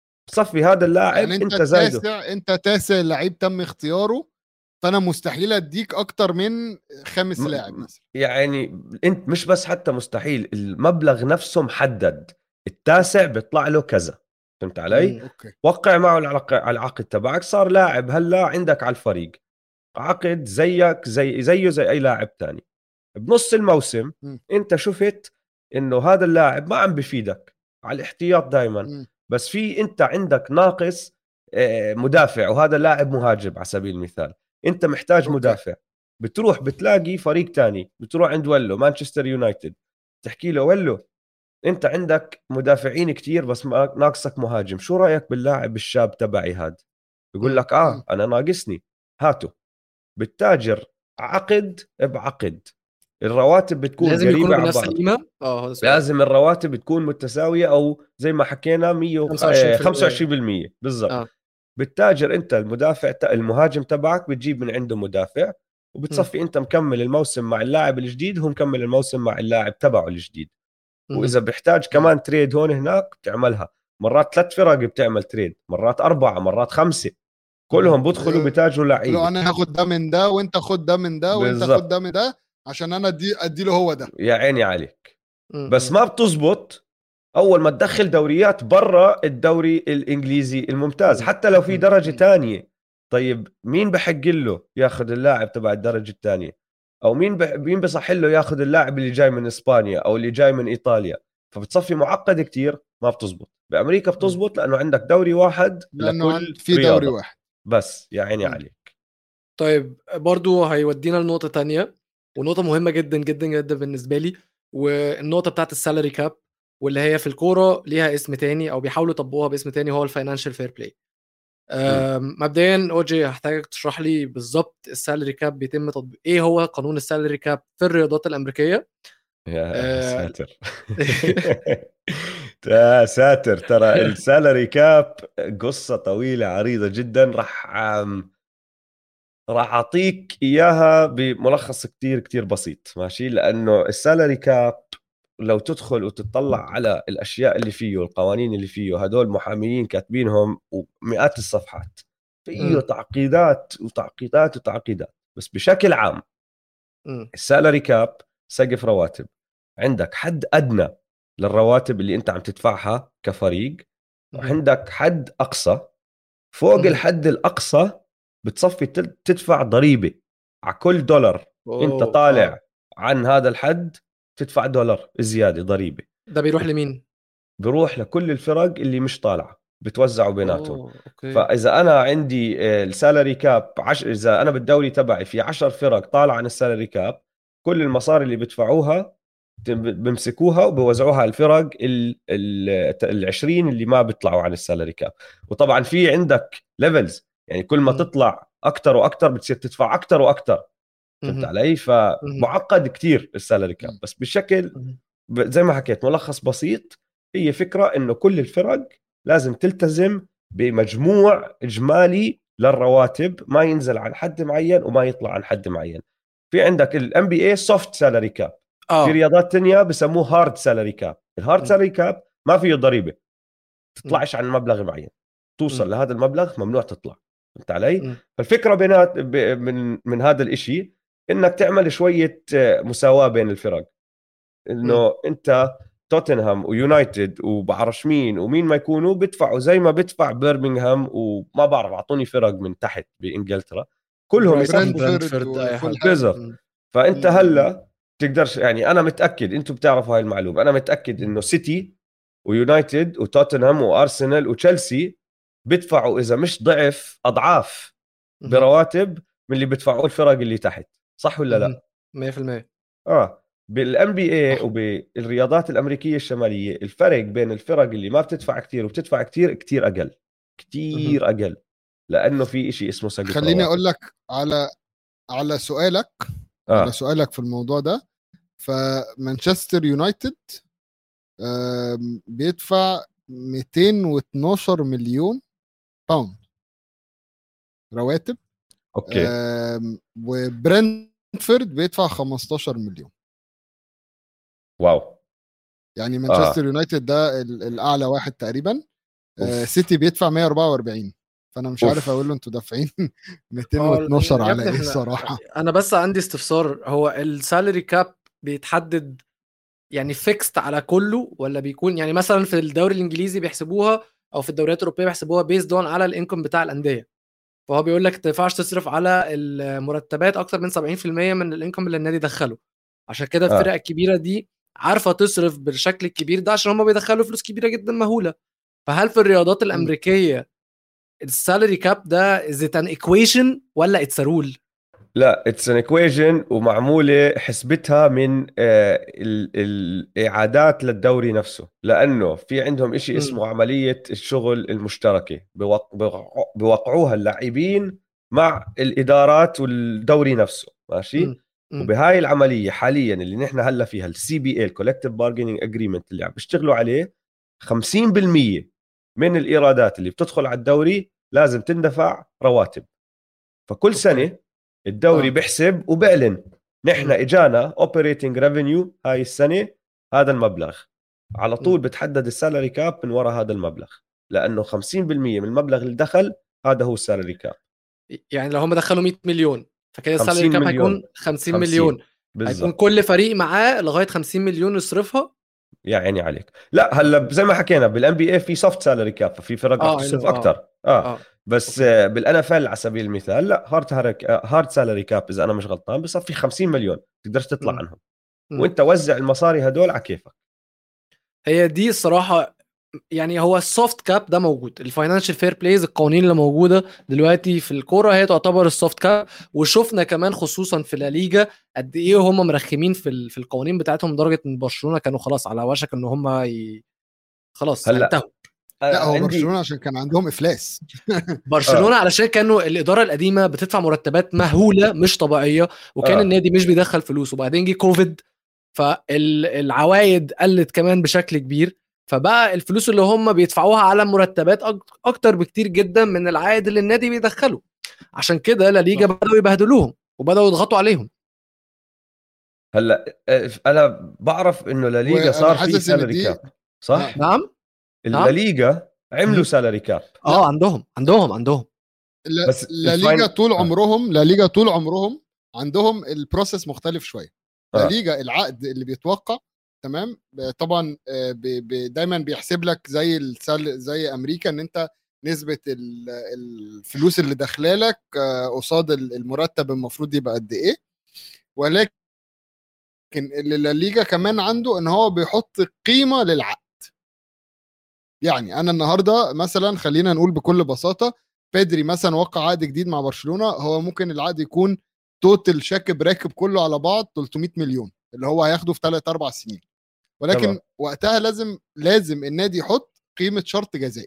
Speaker 3: صفي هذا اللاعب
Speaker 1: يعني انت
Speaker 3: انت زايده.
Speaker 1: التاسع انت تاسع لعيب تم اختياره، فانا مستحيل اديك اكتر من خامس لاعب
Speaker 3: م-
Speaker 1: مثلا.
Speaker 3: يعني انت مش بس حتى مستحيل، المبلغ نفسه محدد. التاسع بيطلع له كذا، فهمت علي؟
Speaker 2: مم.
Speaker 1: اوكي.
Speaker 3: وقع معه العق- على العقد تبعك، صار لاعب هلا عندك على الفريق، عقد زيك زي زيه زي اي لاعب تاني. بنص الموسم
Speaker 1: مم.
Speaker 3: انت شفت انه هذا اللاعب ما عم بفيدك، على الاحتياط دائما،
Speaker 1: مم.
Speaker 3: بس في انت عندك ناقص آه، مدافع، وهذا لاعب مهاجم على سبيل المثال، انت محتاج
Speaker 1: اوكي.
Speaker 3: مدافع. بتروح بتلاقي فريق تاني، بتروح عند ولو مانشستر يونايتد، تحكي له ولو انت عندك مدافعين كتير بس ما- ناقصك مهاجم، شو رايك باللاعب الشاب تبعي هاد؟ بيقول
Speaker 2: مم.
Speaker 3: لك
Speaker 1: مم.
Speaker 3: اه انا ناقصني، هاته. بالتاجر عقد بعقد، الرواتب بتكون
Speaker 2: لازم يكونوا
Speaker 3: قريبة على
Speaker 2: بنفس
Speaker 3: بعض.
Speaker 2: القيمه. اه هذا سؤال.
Speaker 3: لازم الرواتب تكون متساوية، أو زي ما حكينا مية
Speaker 2: خمسة وعشرين في المية.
Speaker 3: خمسة وعشرين بالمية بالضبط.
Speaker 2: اه.
Speaker 3: بالتاجر أنت المدافع ت- المهاجم تبعك بتجيب من عنده مدافع،
Speaker 2: مم.
Speaker 3: وبتصفي أنت مكمل الموسم مع اللاعب الجديد، هو مكمل الموسم مع اللاعب تبعه الجديد.
Speaker 2: مم.
Speaker 3: وإذا بيحتاج
Speaker 1: مم.
Speaker 3: كمان تريد هون هناك بتعملها. مرات ثلاث فرق بتعمل تريد، مرات أربعة، مرات خمسة،
Speaker 1: مم.
Speaker 3: كلهم بدخلوا بتاجروا
Speaker 1: لو
Speaker 3: لعيبة.
Speaker 1: انا هاخد ده من ده، وانت خد ده من ده، وانت خد
Speaker 3: بالضبط.
Speaker 1: ده من ده، عشان انا ادي ادي له هو ده.
Speaker 3: يا عيني عليك. بس
Speaker 2: مم.
Speaker 3: ما بتزبط اول ما تدخل دوريات برا الدوري الانجليزي الممتاز،
Speaker 2: مم.
Speaker 3: حتى لو في
Speaker 1: مم.
Speaker 3: درجة
Speaker 1: مم.
Speaker 3: تانية. طيب مين بحق له ياخذ اللاعب تبع الدرجة الثانية؟ او مين بح... مين بصح له ياخذ اللاعب اللي جاي من اسبانيا او اللي جاي من ايطاليا؟ فبتصفي معقد كتير، ما بتزبط. بامريكا
Speaker 1: مم.
Speaker 3: بتزبط لانه عندك دوري واحد
Speaker 1: لانه عند
Speaker 3: لكل
Speaker 1: في دوري
Speaker 3: رياضة.
Speaker 1: واحد.
Speaker 3: بس يا عيني
Speaker 1: مم.
Speaker 3: عليك.
Speaker 2: طيب برضو هيودينا لنقطه تانية. ونقطه مهمه جدا جدا جدا بالنسبه لي، والنقطه بتاعت السالري كاب، واللي هي في الكوره ليها اسم تاني او بيحاولوا يطبقوها باسم تاني، هو الفاينانشال فير بلاي. مبدئيا اوجي هحتاجك تشرح لي بالظبط السالري كاب بيتم تطبيق ايه، هو قانون السالري كاب في الرياضات الامريكيه.
Speaker 3: يا
Speaker 2: آه،
Speaker 3: ساتر يا ساتر، ترى السالري كاب قصة طويلة عريضة جدا. راح راح أعطيك إياها بملخص كتير كتير بسيط، ماشي؟ لأنه السالري كاب لو تدخل وتطلع على الأشياء اللي فيه والقوانين اللي فيه، هدول محاميين كاتبينهم ومئات الصفحات، فيه
Speaker 2: م.
Speaker 3: تعقيدات وتعقيدات وتعقيدات. بس بشكل عام
Speaker 2: م.
Speaker 3: السالري كاب سقف رواتب، عندك حد أدنى للرواتب اللي أنت عم تدفعها كفريق، وعندك حد أقصى. فوق
Speaker 2: مهم.
Speaker 3: الحد الأقصى بتصفي تل- تدفع ضريبة على كل دولار أنت
Speaker 2: أوه.
Speaker 3: طالع
Speaker 2: آه.
Speaker 3: عن هذا الحد، تدفع دولار زيادة ضريبة.
Speaker 2: ده بيروح لمين؟
Speaker 3: بروح لكل الفرق اللي مش طالعة، بتوزعوا بيناتهم.
Speaker 2: أوه. اوكي.
Speaker 3: فإذا أنا عندي آه، السالري كاب عش... إذا أنا بالدوري تبعي في عشر فرق طالعة عن السالري كاب، كل المصاري اللي بدفعوها بمسكوها وبوزعوها على الفرق ال ال العشرين اللي ما بيطلعوا عن السالري كاب. وطبعا في عندك ليفلز، يعني كل ما
Speaker 2: مم.
Speaker 3: تطلع اكثر واكثر بتصير تدفع اكثر واكثر. فهمت
Speaker 2: مهم.
Speaker 3: علي؟
Speaker 2: مهم.
Speaker 3: فمعقد كتير السالري كاب، بس بشكل
Speaker 2: مهم.
Speaker 3: ب- زي ما حكيت ملخص بسيط، هي فكرة انه كل الفرق لازم تلتزم بمجموع اجمالي للرواتب، ما ينزل عن حد معين وما يطلع عن حد معين. في عندك الام بي اي سوفت سالري كاب، في
Speaker 2: اه.
Speaker 3: رياضات تانية بسموه هارد سالري كاب. الهارد
Speaker 2: مم.
Speaker 3: سالري كاب ما فيه ضريبة،
Speaker 2: مم.
Speaker 3: تطلعش عن مبلغ معين، توصل
Speaker 2: مم.
Speaker 3: لهذا المبلغ ممنوع تطلع. فهمت علي؟
Speaker 2: مم.
Speaker 3: فالفكرة بينات ب- من من هذا الاشي انك تعمل شوية آه، مساواة بين الفرق،
Speaker 2: مم.
Speaker 3: انه انت توتنهام ويونايتد وبعرفش مين ومين ما يكونوا بيدفعوا زي ما بيدفع بيرمنغهام، وما بعرف اعطوني فرق من تحت بانجلترا كلهم
Speaker 2: برايتون،
Speaker 3: يصفوا
Speaker 1: برنتفورد
Speaker 2: برنتفورد، اي حد.
Speaker 1: وفولهام.
Speaker 3: بالضبط.
Speaker 2: مم.
Speaker 3: فانت
Speaker 1: كل
Speaker 3: هلا تقدرش، يعني انا متاكد انتم بتعرفوا هاي المعلومه، انا متاكد انه سيتي ويونايتد وتوتنهام وارسنال وتشيلسي بيدفعوا اذا مش ضعف اضعاف
Speaker 2: مهم.
Speaker 3: برواتب من اللي بيدفعوه الفرق اللي تحت، صح ولا
Speaker 2: مهم.
Speaker 3: لا؟
Speaker 2: مية في المية.
Speaker 3: اه. بالان بي اي
Speaker 1: صح.
Speaker 3: وبالرياضات الامريكيه الشماليه الفرق بين الفرق اللي ما بتدفع كتير وبتدفع كتير كتير اقل،
Speaker 2: مهم.
Speaker 3: كتير اقل، لانه في إشي اسمه سقف
Speaker 1: خليني
Speaker 3: رواتب.
Speaker 1: اقول لك على على سؤالك على
Speaker 3: اه
Speaker 1: سؤالك في الموضوع ده. فمانشستر يونايتد آم، بيدفع مئتين واثناشر مليون باوند رواتب.
Speaker 3: اوكي.
Speaker 1: آم، وبرنتفورد بيدفع خمستاشر مليون.
Speaker 3: واو.
Speaker 1: يعني مانشستر
Speaker 3: اه
Speaker 1: يونايتد ده ال- الاعلى واحد تقريبا. آه،
Speaker 3: اوف
Speaker 1: سيتي بيدفع مئة وأربعة وأربعين. فانا مش عارف اقول
Speaker 3: اوف.
Speaker 1: له انتوا دافعين
Speaker 2: اه
Speaker 1: مئتين واثناشر
Speaker 2: يا
Speaker 1: على
Speaker 2: ابني
Speaker 1: ايه
Speaker 2: احنا،
Speaker 1: الصراحه.
Speaker 2: انا بس عندي استفسار، هو السالري كاب بيتحدد يعني فيكست على كله، ولا بيكون يعني مثلا في الدوري الانجليزي بيحسبوها، او في الدوريات الاوروبيه بيحسبوها بيزد اون على الانكم بتاع الانديه؟ فهو بيقول لك ما ينفعش تصرف على المرتبات اكتر من سبعين في المية من الانكم اللي النادي دخله. عشان كده الفرق
Speaker 3: اه
Speaker 2: الكبيره دي عارفه تصرف بالشكل الكبير ده، عشان هم بيدخلوا فلوس كبيره جدا مهوله. فهل في الرياضات
Speaker 1: مم.
Speaker 2: الامريكيه السالري كاب ده از ات ان ايكويشن ولا اتس رول؟
Speaker 3: لا، اتس ان ايكويشن، ومعموله حسبتها من آه ال- الاعادات للدوري نفسه، لانه في عندهم إشي اسمه عمليه الشغل المشتركه، بوق- بوقعوا- بوقعوها اللاعبين مع الادارات والدوري نفسه، ماشي؟ وبهاي العمليه حاليا اللي نحن هلا فيها السي بي اي الكولكتيف بارجيننج اجريمنت اللي عم بيشتغلوا عليه، خمسين بالمية من الايرادات اللي بتدخل على الدوري لازم تندفع رواتب. فكل
Speaker 2: اوكي.
Speaker 3: سنه الدوري
Speaker 2: اه.
Speaker 3: بيحسب وبيعلن نحن
Speaker 2: مم.
Speaker 3: اجانا اوبريتنج ريفينيو هاي السنه هذا المبلغ، على
Speaker 2: مم.
Speaker 3: طول بتحدد السالري كاب من وراء هذا المبلغ، لانه خمسين بالمية من المبلغ اللي دخل هذا هو السالري كاب.
Speaker 2: يعني لو هم دخلوا مية مليون، فكده السالري
Speaker 3: خمسين
Speaker 2: كاب
Speaker 3: مليون.
Speaker 2: هيكون خمسين
Speaker 3: خمسين
Speaker 2: مليون. هيكون
Speaker 3: بالضبط.
Speaker 2: كل فريق معاه لغايه خمسين مليون يصرفها.
Speaker 3: يا عيني عليك. لا هلا زي ما حكينا بالان بي اي في سوفت سالري كاب، ففي فرق رح
Speaker 2: اه
Speaker 3: تصرف
Speaker 2: انه اه.
Speaker 3: اكثر اه.
Speaker 2: اه.
Speaker 3: بس
Speaker 2: اوكي.
Speaker 3: بالان اف ال على سبيل المثال لا، هارد هارد سالري كاب اذا انا مش غلطان بصفي خمسين مليون، تقدرش تطلع
Speaker 2: مم.
Speaker 3: عنهم،
Speaker 2: مم.
Speaker 3: وانت وزع المصاري هدول على كيفك.
Speaker 2: هي دي الصراحه يعني هو السوفت كاب ده موجود، الفاينانشال فير بلايز، القوانين اللي موجوده دلوقتي في الكوره هي تعتبر السوفت كاب. وشفنا كمان خصوصا في لا ليجا قد ايه هم مرخمين في ال- في القوانين بتاعتهم، لدرجه ان برشلونه كانوا خلاص على وشك ان هم ي... خلاص
Speaker 3: هلا
Speaker 2: هينتهوا.
Speaker 3: آه
Speaker 1: لا هو برشلونه
Speaker 3: عندي
Speaker 1: عشان كان عندهم افلاس.
Speaker 2: برشلونه
Speaker 3: اه
Speaker 2: علشان كانوا الاداره القديمه بتدفع مرتبات مهوله مش طبيعيه، وكان
Speaker 3: اه
Speaker 2: النادي مش بيدخل فلوس، وبعدين جه كوفيد فالعوايد قلت كمان بشكل كبير، فبقى الفلوس اللي هم بيدفعوها على مرتبات أك- اكتر بكتير جدا من العائد اللي النادي بيدخله. عشان كده لا ليجا
Speaker 1: صح.
Speaker 2: بدأوا يبهدلوهم وبدأوا يضغطوا عليهم.
Speaker 3: هلا آه، انا بعرف انه لا ليغا
Speaker 1: وانا
Speaker 3: صار في
Speaker 1: حاسس ان
Speaker 3: سالري
Speaker 1: دي
Speaker 3: كاب،
Speaker 1: اه
Speaker 3: صح؟
Speaker 2: نعم.
Speaker 3: اللا
Speaker 2: نعم.
Speaker 3: ليغا عملوا
Speaker 2: مم.
Speaker 3: سالري كاب
Speaker 1: لا
Speaker 2: اه عندهم عندهم عندهم
Speaker 1: لا
Speaker 3: بس
Speaker 1: لا ليجا
Speaker 3: الفاين
Speaker 1: طول
Speaker 3: اه
Speaker 1: عمرهم لا ليجا طول عمرهم عندهم البروسيس مختلف شويه. لا
Speaker 3: اه
Speaker 1: ليجا العقد اللي بيتوقع تمام ب- طبعا آه، ب- ب- دايما بيحسب لك زي السل زي امريكا ان انت نسبه ال- الفلوس اللي داخلالك آه، قصاد ال- المرتب المفروض يبقى قد ايه. ولكن اللي لا ليجا كمان عنده ان هو بيحط قيمه للعقد. يعني انا النهارده مثلا خلينا نقول بكل بساطه بيدري مثلا وقع عقد جديد مع برشلونه، هو ممكن العقد يكون توتال شاكب راكب كله على بعض ثلاثمية مليون اللي هو هياخده في ثلاث اربع سنين.
Speaker 3: تمام.
Speaker 1: ولكن وقتها لازم لازم النادي يحط قيمه شرط جزائي.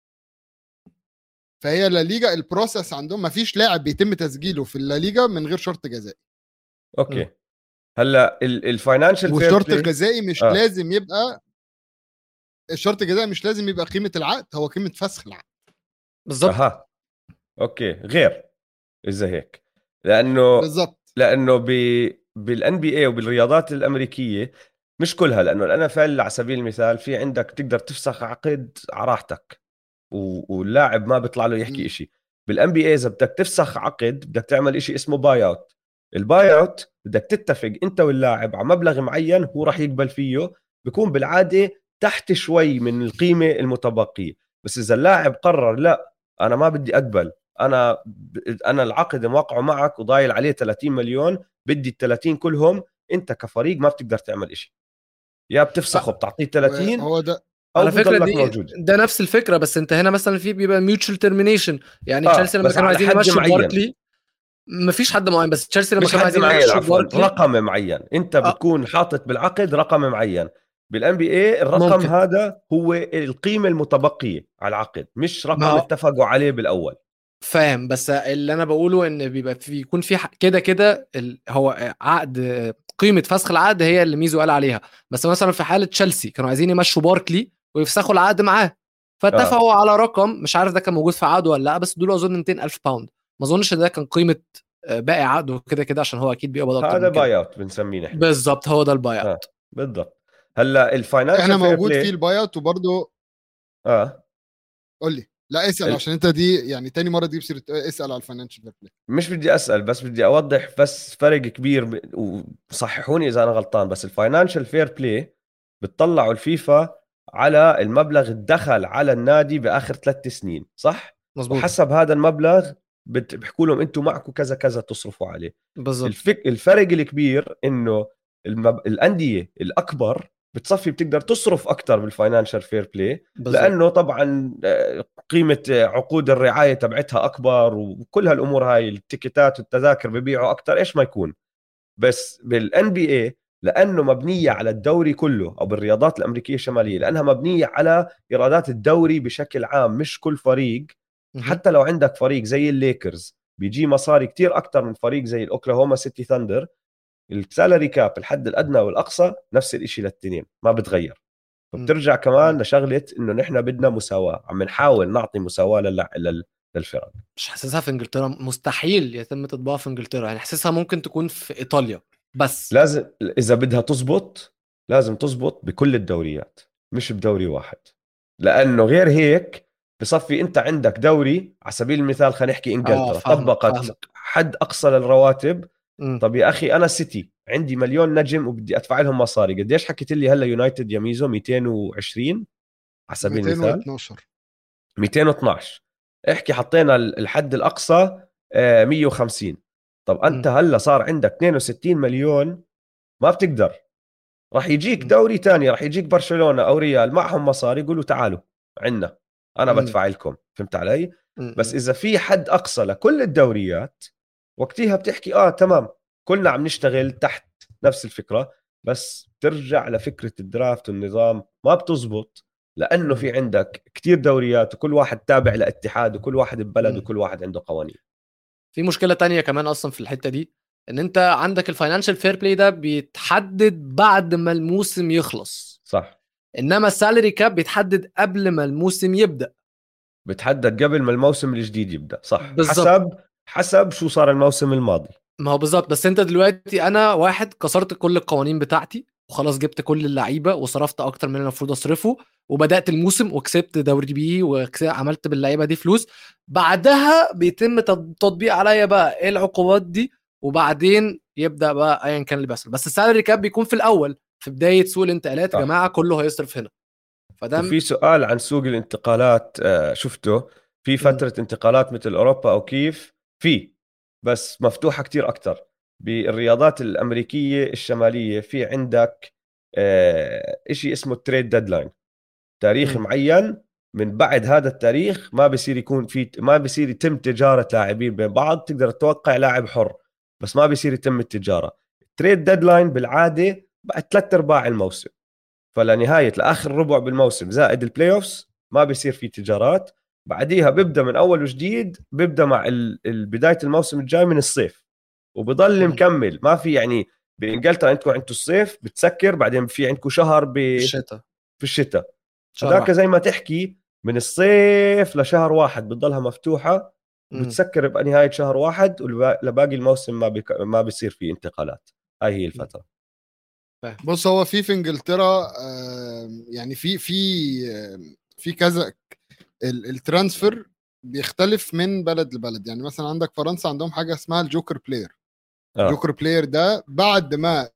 Speaker 1: فهي لا ليجا البروسيس عندهم ما فيش لاعب بيتم تسجيله في الليجا من غير شرط جزائي.
Speaker 2: مم.
Speaker 3: اوكي. هلا الفاينانشال فير
Speaker 1: والشرط
Speaker 3: بلاي
Speaker 1: الجزائي مش
Speaker 3: اه
Speaker 1: لازم يبقى الشرط الجزائي مش لازم يبقى قيمه العقد، هو قيمه فسخ العقد.
Speaker 2: بالظبط.
Speaker 3: اها اوكي غير اذا هيك، لانه
Speaker 1: بالظبط.
Speaker 3: لانه ب بالان بي اي وبالرياضات الامريكيه مش كلها، لانه الان اف ال على سبيل المثال في عندك تقدر تفسخ عقد على راحتك و- واللاعب ما بيطلع له يحكي
Speaker 1: م-
Speaker 3: إشي. بالان بي اي اذا بدك تفسخ عقد بدك تعمل إشي اسمه باي اوت. الباي اوت بدك تتفق انت واللاعب على مبلغ معين هو راح يقبل فيه، بيكون بالعاده تحت شوي من القيمه المتبقيه. بس اذا اللاعب قرر لا انا ما بدي اقبل، انا انا العقد موقعه معك وضايل عليه ثلاثين مليون، بدي ال ثلاثين كلهم، انت كفريق ما بتقدر تعمل إشي، يا بتفسخه بتعطيه ثلاثين
Speaker 1: وهو ده
Speaker 3: او
Speaker 2: على فكره
Speaker 3: بضلك
Speaker 2: دي
Speaker 3: موجود.
Speaker 2: ده نفس الفكره، بس انت هنا مثلا في بيبقى ميوتشال ترمينيشن. يعني تشيلسي
Speaker 3: اه
Speaker 2: لما
Speaker 3: بس
Speaker 2: كانوا
Speaker 3: على
Speaker 2: عايزين
Speaker 3: حد
Speaker 2: يمشوا
Speaker 3: معين،
Speaker 2: باركلي، مفيش حد معين، بس تشيلسي لما
Speaker 3: مش
Speaker 2: كانوا
Speaker 3: حد
Speaker 2: عايزين
Speaker 3: معين
Speaker 2: يمشوا
Speaker 3: عفوا،
Speaker 2: باركلي.
Speaker 3: رقم معين انت
Speaker 2: آه
Speaker 3: بتكون حاطط بالعقد رقم معين. بالان بي اي الرقم
Speaker 2: ممكن.
Speaker 3: هذا هو القيمه المتبقيه على العقد، مش رقم
Speaker 2: ما
Speaker 3: اتفقوا عليه بالاول.
Speaker 2: فاهم، بس اللي انا بقوله ان بيبقى في يكون في ح- كده كده ال- هو عقد، قيمه فسخ العقد هي اللي ميزو قال عليها. بس مثلا في حاله تشيلسي كانوا عايزين يمشوا باركلي ويفسخوا العقد معاه،
Speaker 3: اه
Speaker 2: فاتفقوا على رقم مش عارف ده كان موجود في عقده ولا لا، بس دول اظن مئتين الف باوند. ما اظنش ان ده كان قيمه آه، باقي عقده كده كده، عشان هو اكيد بيقبض اكتر
Speaker 3: هذا
Speaker 2: من كده.
Speaker 3: باي اوت بنسميه نحن.
Speaker 2: بالظبط هو ده الباي
Speaker 3: اه
Speaker 2: اوت.
Speaker 3: بالضبط. هلا
Speaker 1: احنا
Speaker 3: الفاينانشال فير
Speaker 1: موجود فيه
Speaker 3: بلاي
Speaker 1: الباي اوت وبرده.
Speaker 3: اه
Speaker 1: قول لي لا اسال
Speaker 3: ال...
Speaker 1: عشان انت دي يعني تاني مره تجيب سيره اسال على الفاينانشال فير بلاي.
Speaker 3: مش بدي اسال، بس بدي اوضح بس فرق كبير ب... وصححوني اذا انا غلطان، بس الفاينانشال فير بلاي بتطلعوا الفيفا على المبلغ الدخل على النادي باخر ثلاث سنين، صح؟
Speaker 2: مظبوط.
Speaker 3: وحسب هذا المبلغ بت- بيحكوا لهم انتم معكم كذا كذا تصرفوا عليه.
Speaker 2: بالظبط.
Speaker 3: الفك... الفرق الكبير انه المب... الانديه الاكبر بتصفي بتقدر تصرف اكثر بالفاينانشال فير بلاي،
Speaker 2: بالظبط.
Speaker 3: لانه طبعا آه، قيمه آه، عقود الرعايه تبعتها اكبر وكل هالامور هاي، التيكيتات والتذاكر ببيعوا اكثر ايش ما يكون. بس بالان بي اي لانه مبنيه على الدوري كله، او بالرياضات الامريكيه الشماليه لانها مبنيه على ايرادات الدوري بشكل عام، مش كل فريق.
Speaker 2: مهم.
Speaker 3: حتى لو عندك فريق زي الليكرز بيجي مصاري كتير اكثر من فريق زي الاوكلاهوما سيتي ثاندر، السالري كاب الحد الادنى والاقصى نفس الشيء للتنين ما بتغير.
Speaker 2: مم.
Speaker 3: فبترجع كمان لشغله انه نحن بدنا مساواه، عم نحاول نعطي مساواه لل... لل... للفرق.
Speaker 2: مش حاسسها في انجلترا، مستحيل يتم تطبيقها في انجلترا، يعني حاسسها ممكن تكون في ايطاليا بس.
Speaker 3: لازم اذا بدها تزبط لازم تزبط بكل الدوريات، مش بدوري واحد، لانه غير هيك بصفي انت عندك دوري على سبيل المثال، خلينا نحكي
Speaker 2: اه
Speaker 3: انجلترا
Speaker 2: فاهمك
Speaker 3: طبقت
Speaker 2: فاهمك.
Speaker 3: حد اقصى للرواتب.
Speaker 2: مم.
Speaker 3: طب يا اخي انا سيتي عندي مليون نجم وبدي ادفع لهم مصاري، قديش حكيت لي هلا يونايتد يا ميزو؟ مئتين وعشرين على سبيل المثال،
Speaker 1: مئتين واثناشر.
Speaker 3: مئتين واثناشر. احكي حطينا الحد الاقصى آه، مية وخمسين. طب انت
Speaker 2: مم.
Speaker 3: هلا صار عندك اثنين وستين مليون، ما بتقدر راح يجيك
Speaker 2: م.
Speaker 3: دوري تاني، راح يجيك برشلونة أو ريال معهم مصاري يقولوا تعالوا عنا أنا
Speaker 2: م.
Speaker 3: بدفع لكم، فهمت علي؟
Speaker 2: م-
Speaker 3: بس
Speaker 2: م.
Speaker 3: إذا في حد أقصى لكل الدوريات وقتها بتحكي آه تمام كلنا عم نشتغل تحت نفس الفكرة، بس ترجع لفكرة الدرافت والنظام ما بتزبط، لأنه
Speaker 2: م.
Speaker 3: في عندك كتير دوريات وكل واحد تابع لاتحاد وكل واحد ببلد
Speaker 2: م.
Speaker 3: وكل واحد عنده قوانين.
Speaker 2: في مشكله تانية كمان اصلا في الحته دي، ان انت عندك الفاينانشال فير بلاي ده بيتحدد بعد ما الموسم يخلص،
Speaker 3: صح،
Speaker 2: انما السالري كاب بيتحدد قبل ما الموسم يبدا.
Speaker 3: بتحدد قبل ما الموسم الجديد يبدأ، صح،
Speaker 2: بالظبط.
Speaker 3: حسب حسب شو صار الموسم الماضي.
Speaker 2: ما هو بالظبط، بس انت دلوقتي انا واحد كسرت كل القوانين بتاعتي وخلاص، جبت كل اللعيبه وصرفت اكتر من اللي المفروض اصرفه، وبدات الموسم وكسبت دوري بيه وعملت باللعيبه دي فلوس. بعدها بيتم تط- تطبيق عليا بقى ايه العقوبات دي، وبعدين يبدا بقى ايا كان اللي بيحصل. بس السالري كاب بيكون في الاول في بدايه سوق الانتقالات، يا
Speaker 3: صح.
Speaker 2: جماعه كله هيصرف هنا. فده م-
Speaker 3: وفي سؤال عن سوق الانتقالات آه، شفته في
Speaker 2: م-
Speaker 3: فترة انتقالات مثل أوروبا أو كيف في، بس مفتوحة كتير أكتر. بالرياضات الأمريكية الشمالية في عندك آه، إشي اسمه تريد ديدلاين، تاريخ
Speaker 2: م-
Speaker 3: معين، من بعد هذا التاريخ ما بصير يكون في ما بصير يتم تجارة لاعبين بين بعض. تقدر توقع لاعب حر بس ما بصير يتم التجارة. التريد ديدلاين بالعادة بعد ثلاث أرباع الموسم، فلنهاية لآخر ربع بالموسم زائد البلاي أوفس ما بيصير في تجارات. بعديها بيبدأ من أول وجديد، بيبدأ مع ال- ال- بداية الموسم الجاي من الصيف وبضل
Speaker 2: م.
Speaker 3: مكمل. ما في يعني بإنجلترا عندكم عندكم الصيف بتسكر، بعدين في عندكم شهر ب...
Speaker 2: الشتاء
Speaker 3: في الشتاء.
Speaker 2: شهر
Speaker 3: هذاك
Speaker 2: واحد.
Speaker 3: زي ما تحكي من الصيف لشهر واحد بتضلها مفتوحة
Speaker 2: م.
Speaker 3: وبتسكر بنهاية شهر واحد، ولباقي الموسم ما بك... ما بيصير في انتقالات. هاي هي
Speaker 2: م.
Speaker 3: الفترة.
Speaker 2: فاهم.
Speaker 1: بص، هو في في انجلترا آم، يعني في في آم، في كذا ال- الترانسفير بيختلف من بلد لبلد. يعني مثلا عندك فرنسا عندهم حاجه اسمها الجوكر بلاير.
Speaker 3: اه
Speaker 1: الجوكر بلاير ده بعد ما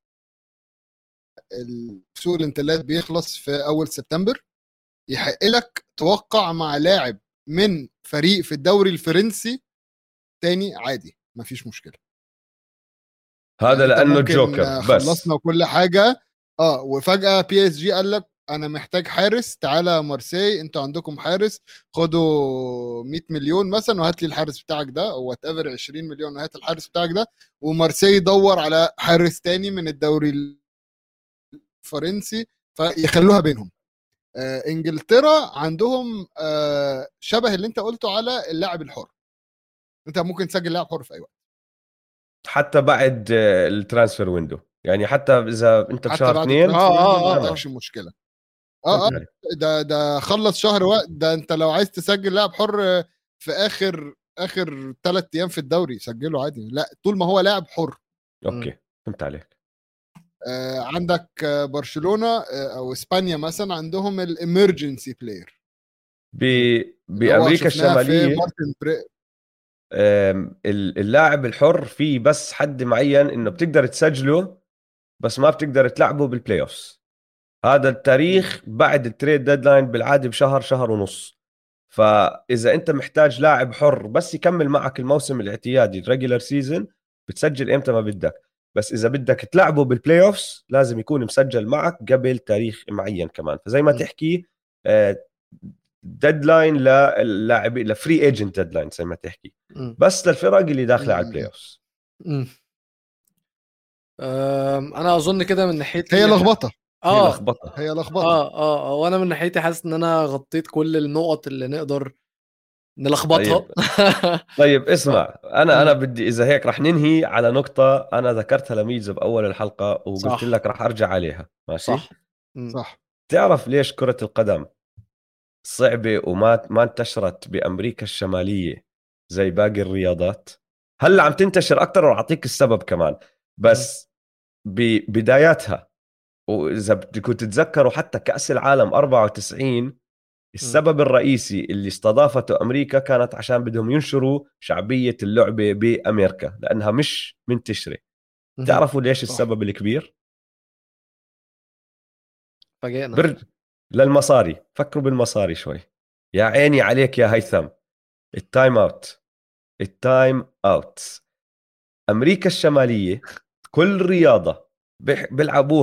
Speaker 1: ال- سوق الانتقالات بيخلص في اول سبتمبر، يحق لك توقع مع لاعب من فريق في الدوري الفرنسي تاني عادي، مفيش مشكله.
Speaker 3: هذا
Speaker 1: يعني انت
Speaker 3: لأنه
Speaker 1: ممكن
Speaker 3: الجوكر
Speaker 1: آه،
Speaker 3: بس.
Speaker 1: خلصنا وكل حاجه، اه وفجاه بي اس جي قال لك انا محتاج حارس، تعالى مارسي انتوا عندكم حارس، خدوا مية مليون مثلا وهات لي الحارس بتاعك ده، او وات ايفر عشرين مليون وهات الحارس بتاعك ده. ومارسي يدور على حارس تاني من الدوري الفرنسي فيخلوها بينهم. آه انجلترا عندهم آه شبه اللي انت قلته على اللاعب الحر، انت ممكن تسجل لاعب حر في اي وقت،
Speaker 3: حتى بعد آه، الترانسفير ويندو، يعني حتى اذا انت
Speaker 1: حتى
Speaker 3: بشهر
Speaker 1: بعد
Speaker 3: اثنين.
Speaker 1: الترانسفير
Speaker 2: اه
Speaker 1: ويندو ما
Speaker 2: اه اه
Speaker 3: تمام،
Speaker 2: اه
Speaker 1: عندكش مشكله. اه اه
Speaker 3: فهمت عليك.
Speaker 1: ده ده خلص شهر وقت، ده انت لو عايز تسجل لاعب حر في اخر اخر ثلاث ايام في الدوري سجله عادي، لا طول ما هو لاعب حر.
Speaker 2: م.
Speaker 3: اوكي فهمت عليك.
Speaker 1: آه عندك آه برشلونه آه او اسبانيا مثلا عندهم الامرجنسي بلاير،
Speaker 3: ب...
Speaker 2: م.
Speaker 1: اللي هو
Speaker 3: بامريكا
Speaker 1: شفناه في
Speaker 3: الشماليه
Speaker 1: مارتن بري.
Speaker 3: آم، ال- اللاعب الحر فيه بس حد معين انه بتقدر تسجله بس ما بتقدر تلعبه بالبلاي اوفس. هذا التاريخ بعد التريد ديدلاين بالعاده بشهر شهر ونص. فاذا انت محتاج لاعب حر بس يكمل معك الموسم الاعتيادي الريجولر سيزون بتسجل امتى ما بدك، بس اذا بدك تلعبه بالبلاي اوفس لازم يكون مسجل معك قبل تاريخ معين كمان. فزي ما
Speaker 2: م.
Speaker 3: تحكي ديدلاين للاعبين، لفري ايجنت ديدلاين زي ما تحكي،
Speaker 2: م.
Speaker 3: بس للفرق اللي داخله على البلاي اوفس.
Speaker 2: م. أم، انا اظن كده من
Speaker 1: هي
Speaker 2: ناحيتي ح-
Speaker 1: لخبطه،
Speaker 3: هي
Speaker 2: اه
Speaker 3: لخبطه.
Speaker 1: هي لخبطه.
Speaker 2: اه اه اه وانا من ناحيتي حاسس ان انا غطيت كل النقط اللي نقدر نلخبطها.
Speaker 3: طيب طيب
Speaker 2: ف...
Speaker 3: اسمع، انا انا
Speaker 2: مم.
Speaker 3: بدي اذا هيك رح ننهي على نقطه انا ذكرتها لميزه باول الحلقه وقلت
Speaker 2: صح
Speaker 3: لك رح ارجع عليها، ماشي؟
Speaker 2: صح. مم.
Speaker 1: صح.
Speaker 3: تعرف ليش كره القدم صعبه وما ما انتشرت بامريكا الشماليه زي باقي الرياضات؟ هلا عم تنتشر اكثر واعطيك السبب كمان.
Speaker 2: مم.
Speaker 3: بس ببداياتها، واذا بدكم تتذكروا حتى كاس العالم أربعة وتسعين،
Speaker 2: مم.
Speaker 3: السبب الرئيسي اللي استضافته أمريكا كانت عشان بدهم ينشروا شعبية اللعبة بأمريكا لأنها مش منتشرة.
Speaker 2: مم.
Speaker 3: تعرفوا ليش
Speaker 1: صح.
Speaker 3: السبب الكبير؟
Speaker 2: فاجئنا.
Speaker 3: برج للمصاري. فكروا بالمصاري شوي. يا عيني عليك يا هيثم. التايم أوت، التايم أوت. أمريكا الشمالية كل رياضة بيلعبوها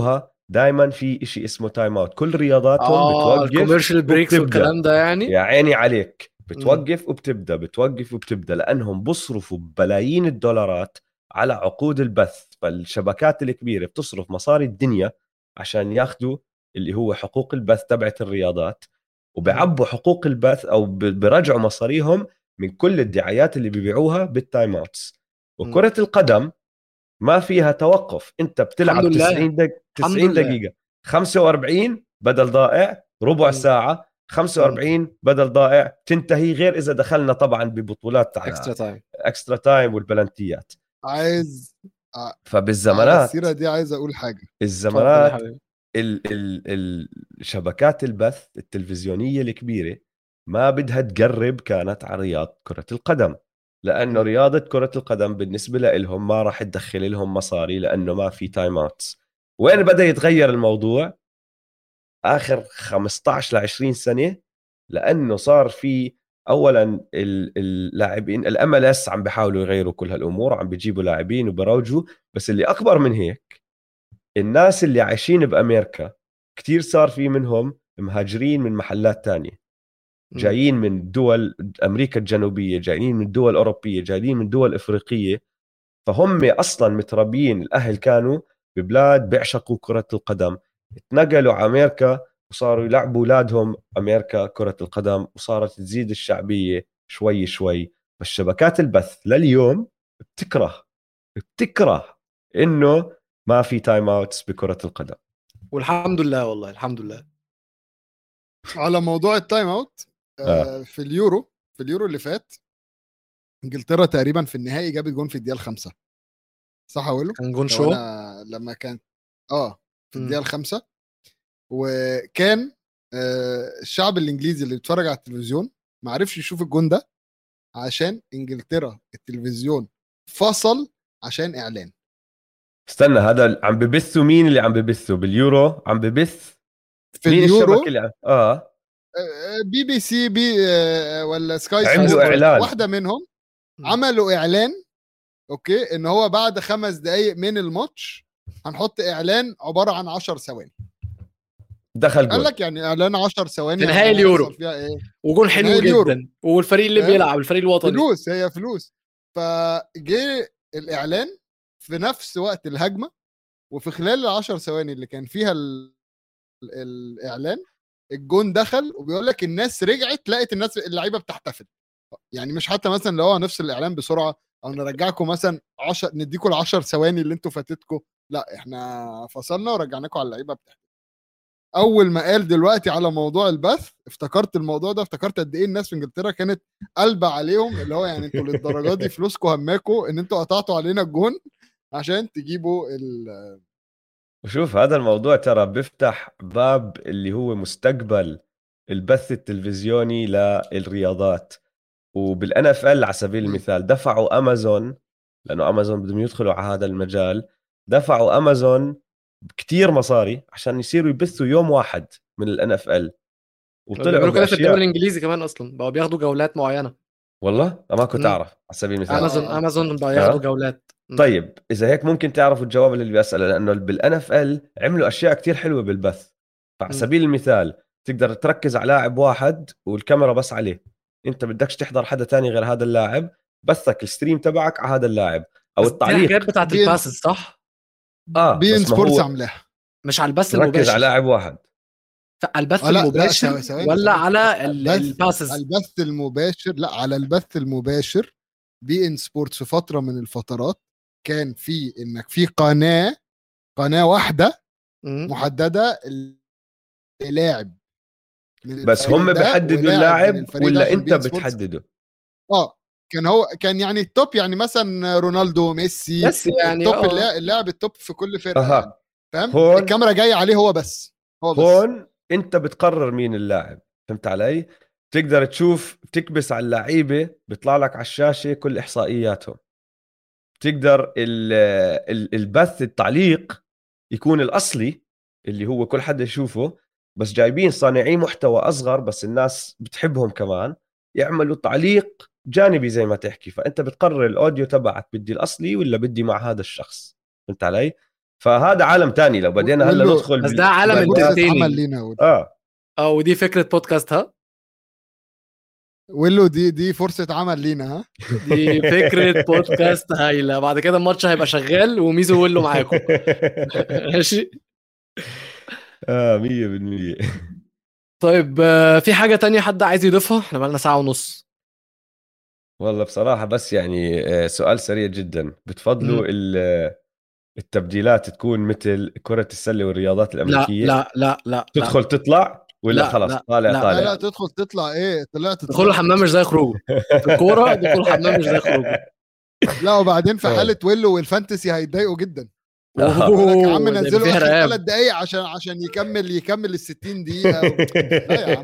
Speaker 3: دائما في إشي اسمه تايم اوت. كل رياضاتهم
Speaker 2: اه
Speaker 3: بتوقف
Speaker 2: الكوميرشال بريكس
Speaker 3: وبتبدا.
Speaker 2: والكلام ده يعني.
Speaker 3: يا عيني عليك، بتوقف وبتبدا بتوقف وبتبدا، لانهم بصرفوا بلايين الدولارات على عقود البث. فالشبكات الكبيره بتصرف مصاري الدنيا عشان ياخذوا اللي هو حقوق البث تبعت الرياضات، وبعبوا حقوق البث او ب- برجعوا مصاريهم من كل الدعايات اللي بيبيعوها بالتايم اوتس. وكرة القدم ما فيها توقف، انت
Speaker 2: الحمد
Speaker 3: بتلعب
Speaker 2: لله.
Speaker 3: تسعين دقيقة
Speaker 2: الحمد
Speaker 3: تسعين
Speaker 2: لله.
Speaker 3: دقيقة خمسة وأربعين بدل ضائع، ربع
Speaker 2: مم.
Speaker 3: ساعة خمسة وأربعين بدل ضائع تنتهي، غير اذا دخلنا طبعا ببطولات
Speaker 2: اكسترا
Speaker 3: على
Speaker 2: تايم.
Speaker 3: اكسترا تايم والبلنتيات.
Speaker 1: عايز ع- على
Speaker 3: فبالزمانات
Speaker 1: السيره دي عايز اقول حاجه.
Speaker 2: اتفضل يا
Speaker 3: الزمانات
Speaker 2: حبيبي.
Speaker 3: ال ال الشبكات البث التلفزيونية الكبيرة ما بدها تقرب كانت على رياضة كرة القدم، لأنه
Speaker 1: م.
Speaker 3: رياضة كرة القدم بالنسبة لهم ما راح تدخل لهم مصاري، لأنه ما في تايم اوتس. وين بدأ يتغير الموضوع؟ آخر خمستعش ل عشرين سنة، لأنه صار في أولا ال- اللاعبين الام ال اس عم بيحاولوا يغيروا كل هالأمور، عم بيجيبوا لاعبين وبروجوا. بس اللي أكبر من هيك، الناس اللي عايشين بأمريكا كتير صار في منهم مهاجرين من محلات تانية،
Speaker 2: مم.
Speaker 3: جايين من دول أمريكا الجنوبية، جايين من دول أوروبية، جايين من دول إفريقية. فهم أصلا متربيين، الأهل كانوا ببلاد بيعشقوا كرة القدم، اتنقلوا على أمريكا وصاروا يلعبوا أولادهم أمريكا كرة القدم، وصارت تزيد الشعبية شوي شوي. بس شبكات البث لليوم بتكره بتكره إنه ما في تايم اوتس بكرة القدم.
Speaker 2: والحمد لله والله الحمد لله.
Speaker 1: على موضوع التايم اوت،
Speaker 3: آه.
Speaker 1: آه، في اليورو في اليورو اللي فات انجلترا تقريبا في النهائي جابت جون في الدقيقه الخامسه، صح اقول له؟
Speaker 2: كان جون
Speaker 1: لو
Speaker 2: شو.
Speaker 1: انا لما كان اه في
Speaker 2: مم.
Speaker 1: الدقيقه الخامسه، وكان آه، الشعب الانجليزي اللي بيتفرج على التلفزيون ما عرفش يشوف الجون ده عشان انجلترا التلفزيون فصل عشان اعلان.
Speaker 3: استنى، هذا عم ببثوا مين اللي عم ببثوا باليورو؟ عم ببث
Speaker 1: في
Speaker 3: مين الشبكة
Speaker 1: اليورو
Speaker 3: اللي عم... اه
Speaker 1: آه، بي بي سي بي آه، ولا سكاي
Speaker 2: سكاي
Speaker 3: عملوا
Speaker 1: سبورت،
Speaker 2: سبورت.
Speaker 3: إعلان.
Speaker 1: واحده منهم
Speaker 2: مم.
Speaker 1: عملوا اعلان، اوكي، ان هو بعد خمس دقايق من الماتش هنحط اعلان عباره عن عشر ثواني.
Speaker 3: دخل
Speaker 1: قال
Speaker 3: جول.
Speaker 1: لك يعني اعلان عشر ثواني
Speaker 2: في نهائي
Speaker 1: يعني
Speaker 2: اليورو.
Speaker 1: هيحصل فيها ايه؟
Speaker 2: وجون
Speaker 1: في
Speaker 2: حلو
Speaker 1: نهائي اليورو،
Speaker 2: جدا، والفريق اللي
Speaker 1: فاهم؟
Speaker 2: بيلعب الفريق الوطني.
Speaker 1: فلوس، هي فلوس. فجه الاعلان في نفس وقت الهجمه، وفي خلال العشر ثواني اللي كان فيها ال... ال- الاعلان الجون دخل، وبيقول لك الناس رجعت لقت الناس اللعيبه بتحتفل. يعني مش حتى مثلا لو هو نفس الاعلان بسرعه او نرجعكم مثلا عشر نديكم ال عشر ثواني اللي انتوا فاتتكم، لا احنا فصلنا ورجعناكم على اللعيبه بتاعتكم. اول ما قال دلوقتي على موضوع البث افتكرت الموضوع ده، افتكرت قد ايه الناس في انجلترا كانت قلبة عليهم، اللي هو يعني انتوا للدرجه دي فلوسكم هماكوا ان انتوا قطعتوا علينا الجون عشان تجيبوا ال...
Speaker 3: وشوف هذا الموضوع ترى بيفتح باب اللي هو مستقبل البث التلفزيوني للرياضات. وبالان اف ال على سبيل
Speaker 1: م.
Speaker 3: المثال دفعوا امازون، لانه امازون بدهم يدخلوا على هذا المجال، دفعوا امازون كتير مصاري عشان يصيروا يبثوا يوم واحد من الان اف ال، وطلعوا
Speaker 2: بيعملوا كده في الدوري
Speaker 3: باشياء.
Speaker 2: الانجليزي كمان، اصلا بقوا بياخدوا جولات معينه.
Speaker 3: والله ما كنت
Speaker 2: مم.
Speaker 3: اعرف على سبيل المثال.
Speaker 2: امازون
Speaker 1: اه
Speaker 2: امازون بقى ياخدوا
Speaker 3: اه
Speaker 2: جولات. مم.
Speaker 3: طيب اذا هيك ممكن تعرفوا الجواب اللي بيساله، لانه بالان اف ال عملوا اشياء كتير حلوه بالبث. فعلى
Speaker 2: مم.
Speaker 3: سبيل المثال تقدر تركز على لاعب واحد والكاميرا بس عليه، انت بدكش تحضر حدا تاني غير هذا اللاعب، بثك الستريم تبعك على هذا اللاعب او
Speaker 2: بس دي الحاجات
Speaker 3: التعليق.
Speaker 2: بتاعت
Speaker 1: بي ان
Speaker 2: الباسز صح؟
Speaker 3: اه
Speaker 1: بي ان
Speaker 3: بس ما
Speaker 1: سبورتس
Speaker 3: هو
Speaker 1: عاملاها.
Speaker 2: مش على البث
Speaker 3: تركز على
Speaker 2: المباشر.
Speaker 3: لاعب واحد.
Speaker 2: على البث
Speaker 1: اه لا لا
Speaker 2: المباشر
Speaker 1: ثواني ثواني
Speaker 2: ولا
Speaker 1: ثواني.
Speaker 2: على ال-
Speaker 1: بث
Speaker 2: الباسز؟
Speaker 1: البث المباشر، لا على البث المباشر. بي ان سبورتس في فتره من الفترات كان في انك في قناه قناه واحده
Speaker 2: مم.
Speaker 1: محدده للاعب من
Speaker 3: بس
Speaker 1: الفريق
Speaker 3: هم
Speaker 1: ده
Speaker 3: بحددوا
Speaker 1: ولاعب من
Speaker 3: اللاعب
Speaker 1: الفريق ده
Speaker 3: ولا
Speaker 1: في
Speaker 3: انت
Speaker 1: البي ان سبورتس.
Speaker 3: بتحدده؟
Speaker 1: اه كان هو كان يعني التوب، يعني مثلا رونالدو، ميسي،
Speaker 2: بس يعني
Speaker 1: التوب،
Speaker 2: اه
Speaker 1: اللاعب اللاعب التوب في كل فرقه يعني،
Speaker 3: اها
Speaker 1: فاهم؟
Speaker 3: هون
Speaker 1: الكاميرا جايه عليه هو بس، هو بس.
Speaker 3: هون انت بتقرر مين اللاعب، فهمت علي؟ تقدر تشوف، تكبس على اللعيبه بيطلع لك على الشاشه كل احصائياتهم. تقدر ال ال البث التعليق يكون الاصلي اللي هو كل حدا يشوفه، بس جايبين صانعي محتوى اصغر بس الناس بتحبهم كمان يعملوا تعليق جانبي زي ما تحكي. فانت بتقرر الاوديو تبعك بدي الاصلي ولا بدي مع هذا الشخص، فهمت علي؟ فهذا عالم تاني لو بدينا هلا
Speaker 1: ويلو-
Speaker 3: ندخل
Speaker 2: بس ده عالم
Speaker 3: بالإجابات.
Speaker 2: entertaining.
Speaker 1: فرصة عمل لينا ويلو.
Speaker 3: اه
Speaker 2: اه ودي فكره بودكاست ها
Speaker 1: ويلو دي دي فرصة عمل لينا ها.
Speaker 2: دي فكره بودكاست هايله. بعد كده الماتش هيبقى شغال وميزو ويلو معاكم. ماشي.
Speaker 3: اه مية بالمية.
Speaker 2: طيب آه، في حاجه تانية حد عايز يضيفها؟ احنا بقالنا ساعه ونص.
Speaker 3: والله بصراحة بس يعني آه، سؤال سريع جدا، بتفضلوا
Speaker 2: مم.
Speaker 3: ال- التبديلات تكون مثل كرة السلة والرياضات
Speaker 2: لا
Speaker 3: الأمريكية،
Speaker 2: لا لا لا لا
Speaker 3: تدخل تطلع ولا
Speaker 2: لا،
Speaker 3: خلاص
Speaker 2: لا،
Speaker 3: طالع
Speaker 2: لا.
Speaker 1: لا
Speaker 3: طالع؟
Speaker 1: لا تدخل تطلع ايه طلعت
Speaker 2: دخول الحمام مش زي خروجه في الكوره. دخول الحمام مش زي خروجه.
Speaker 1: لا وبعدين في
Speaker 3: آه.
Speaker 1: حالة ويلو والفانتسي هيتضايقوا جدا.
Speaker 3: آه.
Speaker 1: يقول لك يا عم
Speaker 2: أوه، ده
Speaker 1: نزلوا
Speaker 2: فيها
Speaker 1: اخر
Speaker 2: رقاب.
Speaker 1: ثلاث دقايق عشان عشان يكمل يكمل ال ستين دقيقة و... لا يا عم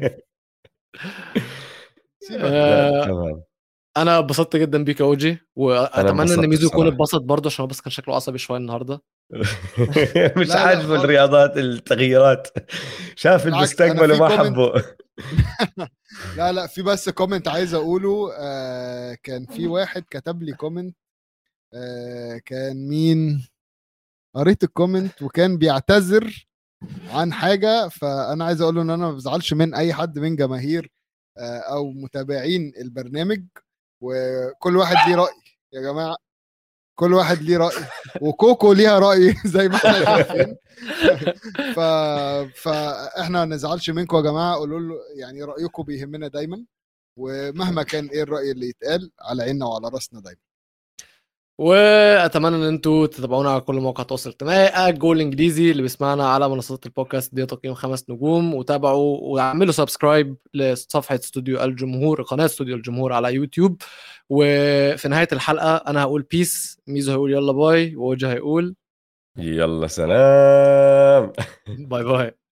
Speaker 1: سيبك.
Speaker 3: لا
Speaker 2: آه،
Speaker 3: تمام.
Speaker 2: انا اتبسطت جدا بيك يا اوجي، واتمنى ان
Speaker 3: انبسطت
Speaker 2: ميزو يكون
Speaker 3: بصراحة.
Speaker 2: اتبسط برضه، عشان هو بس كان شكله عصبي شويه النهارده.
Speaker 3: مش
Speaker 1: لا لا
Speaker 3: عاجبه
Speaker 1: خالص.
Speaker 3: الرياضات التغييرات، شاف
Speaker 1: بالعكس انا
Speaker 3: المستقبل
Speaker 1: في
Speaker 3: وما
Speaker 1: كومنت
Speaker 3: حبه.
Speaker 1: لا لا في بس كومنت عايز اقوله. آه كان في واحد كتب لي كومنت. آه كان مين؟ قريت الكومنت وكان بيعتذر عن حاجة، فانا عايز اقوله ان انا ما بزعلش من اي حد من جماهير آه او متابعين البرنامج، وكل واحد ليه رأي يا جماعة. كل واحد ليه رأي وكوكو ليها رأي زي ما احنا شايفين. ف... فاحنا ما نزعلش منكم يا جماعة. قولوا له يعني رأيكم بيهمنا دايما، ومهما كان ايه الرأي اللي يتقال على عيننا وعلى راسنا دايما.
Speaker 2: واتمنى ان انتوا تتابعونا على كل مواقع التواصل الاجتماعي الجول الانجليزي، اللي بيسمعنا على منصات البودكاست دي تقييم خمس نجوم، وتابعوا واعملوا سبسكرايب لصفحه استوديو الجمهور، قناه استوديو الجمهور على يوتيوب. وفي نهايه الحلقه انا هقول بيس، ميزو هيقول يلا باي، ووجه هيقول
Speaker 3: يلا سلام.
Speaker 2: باي باي.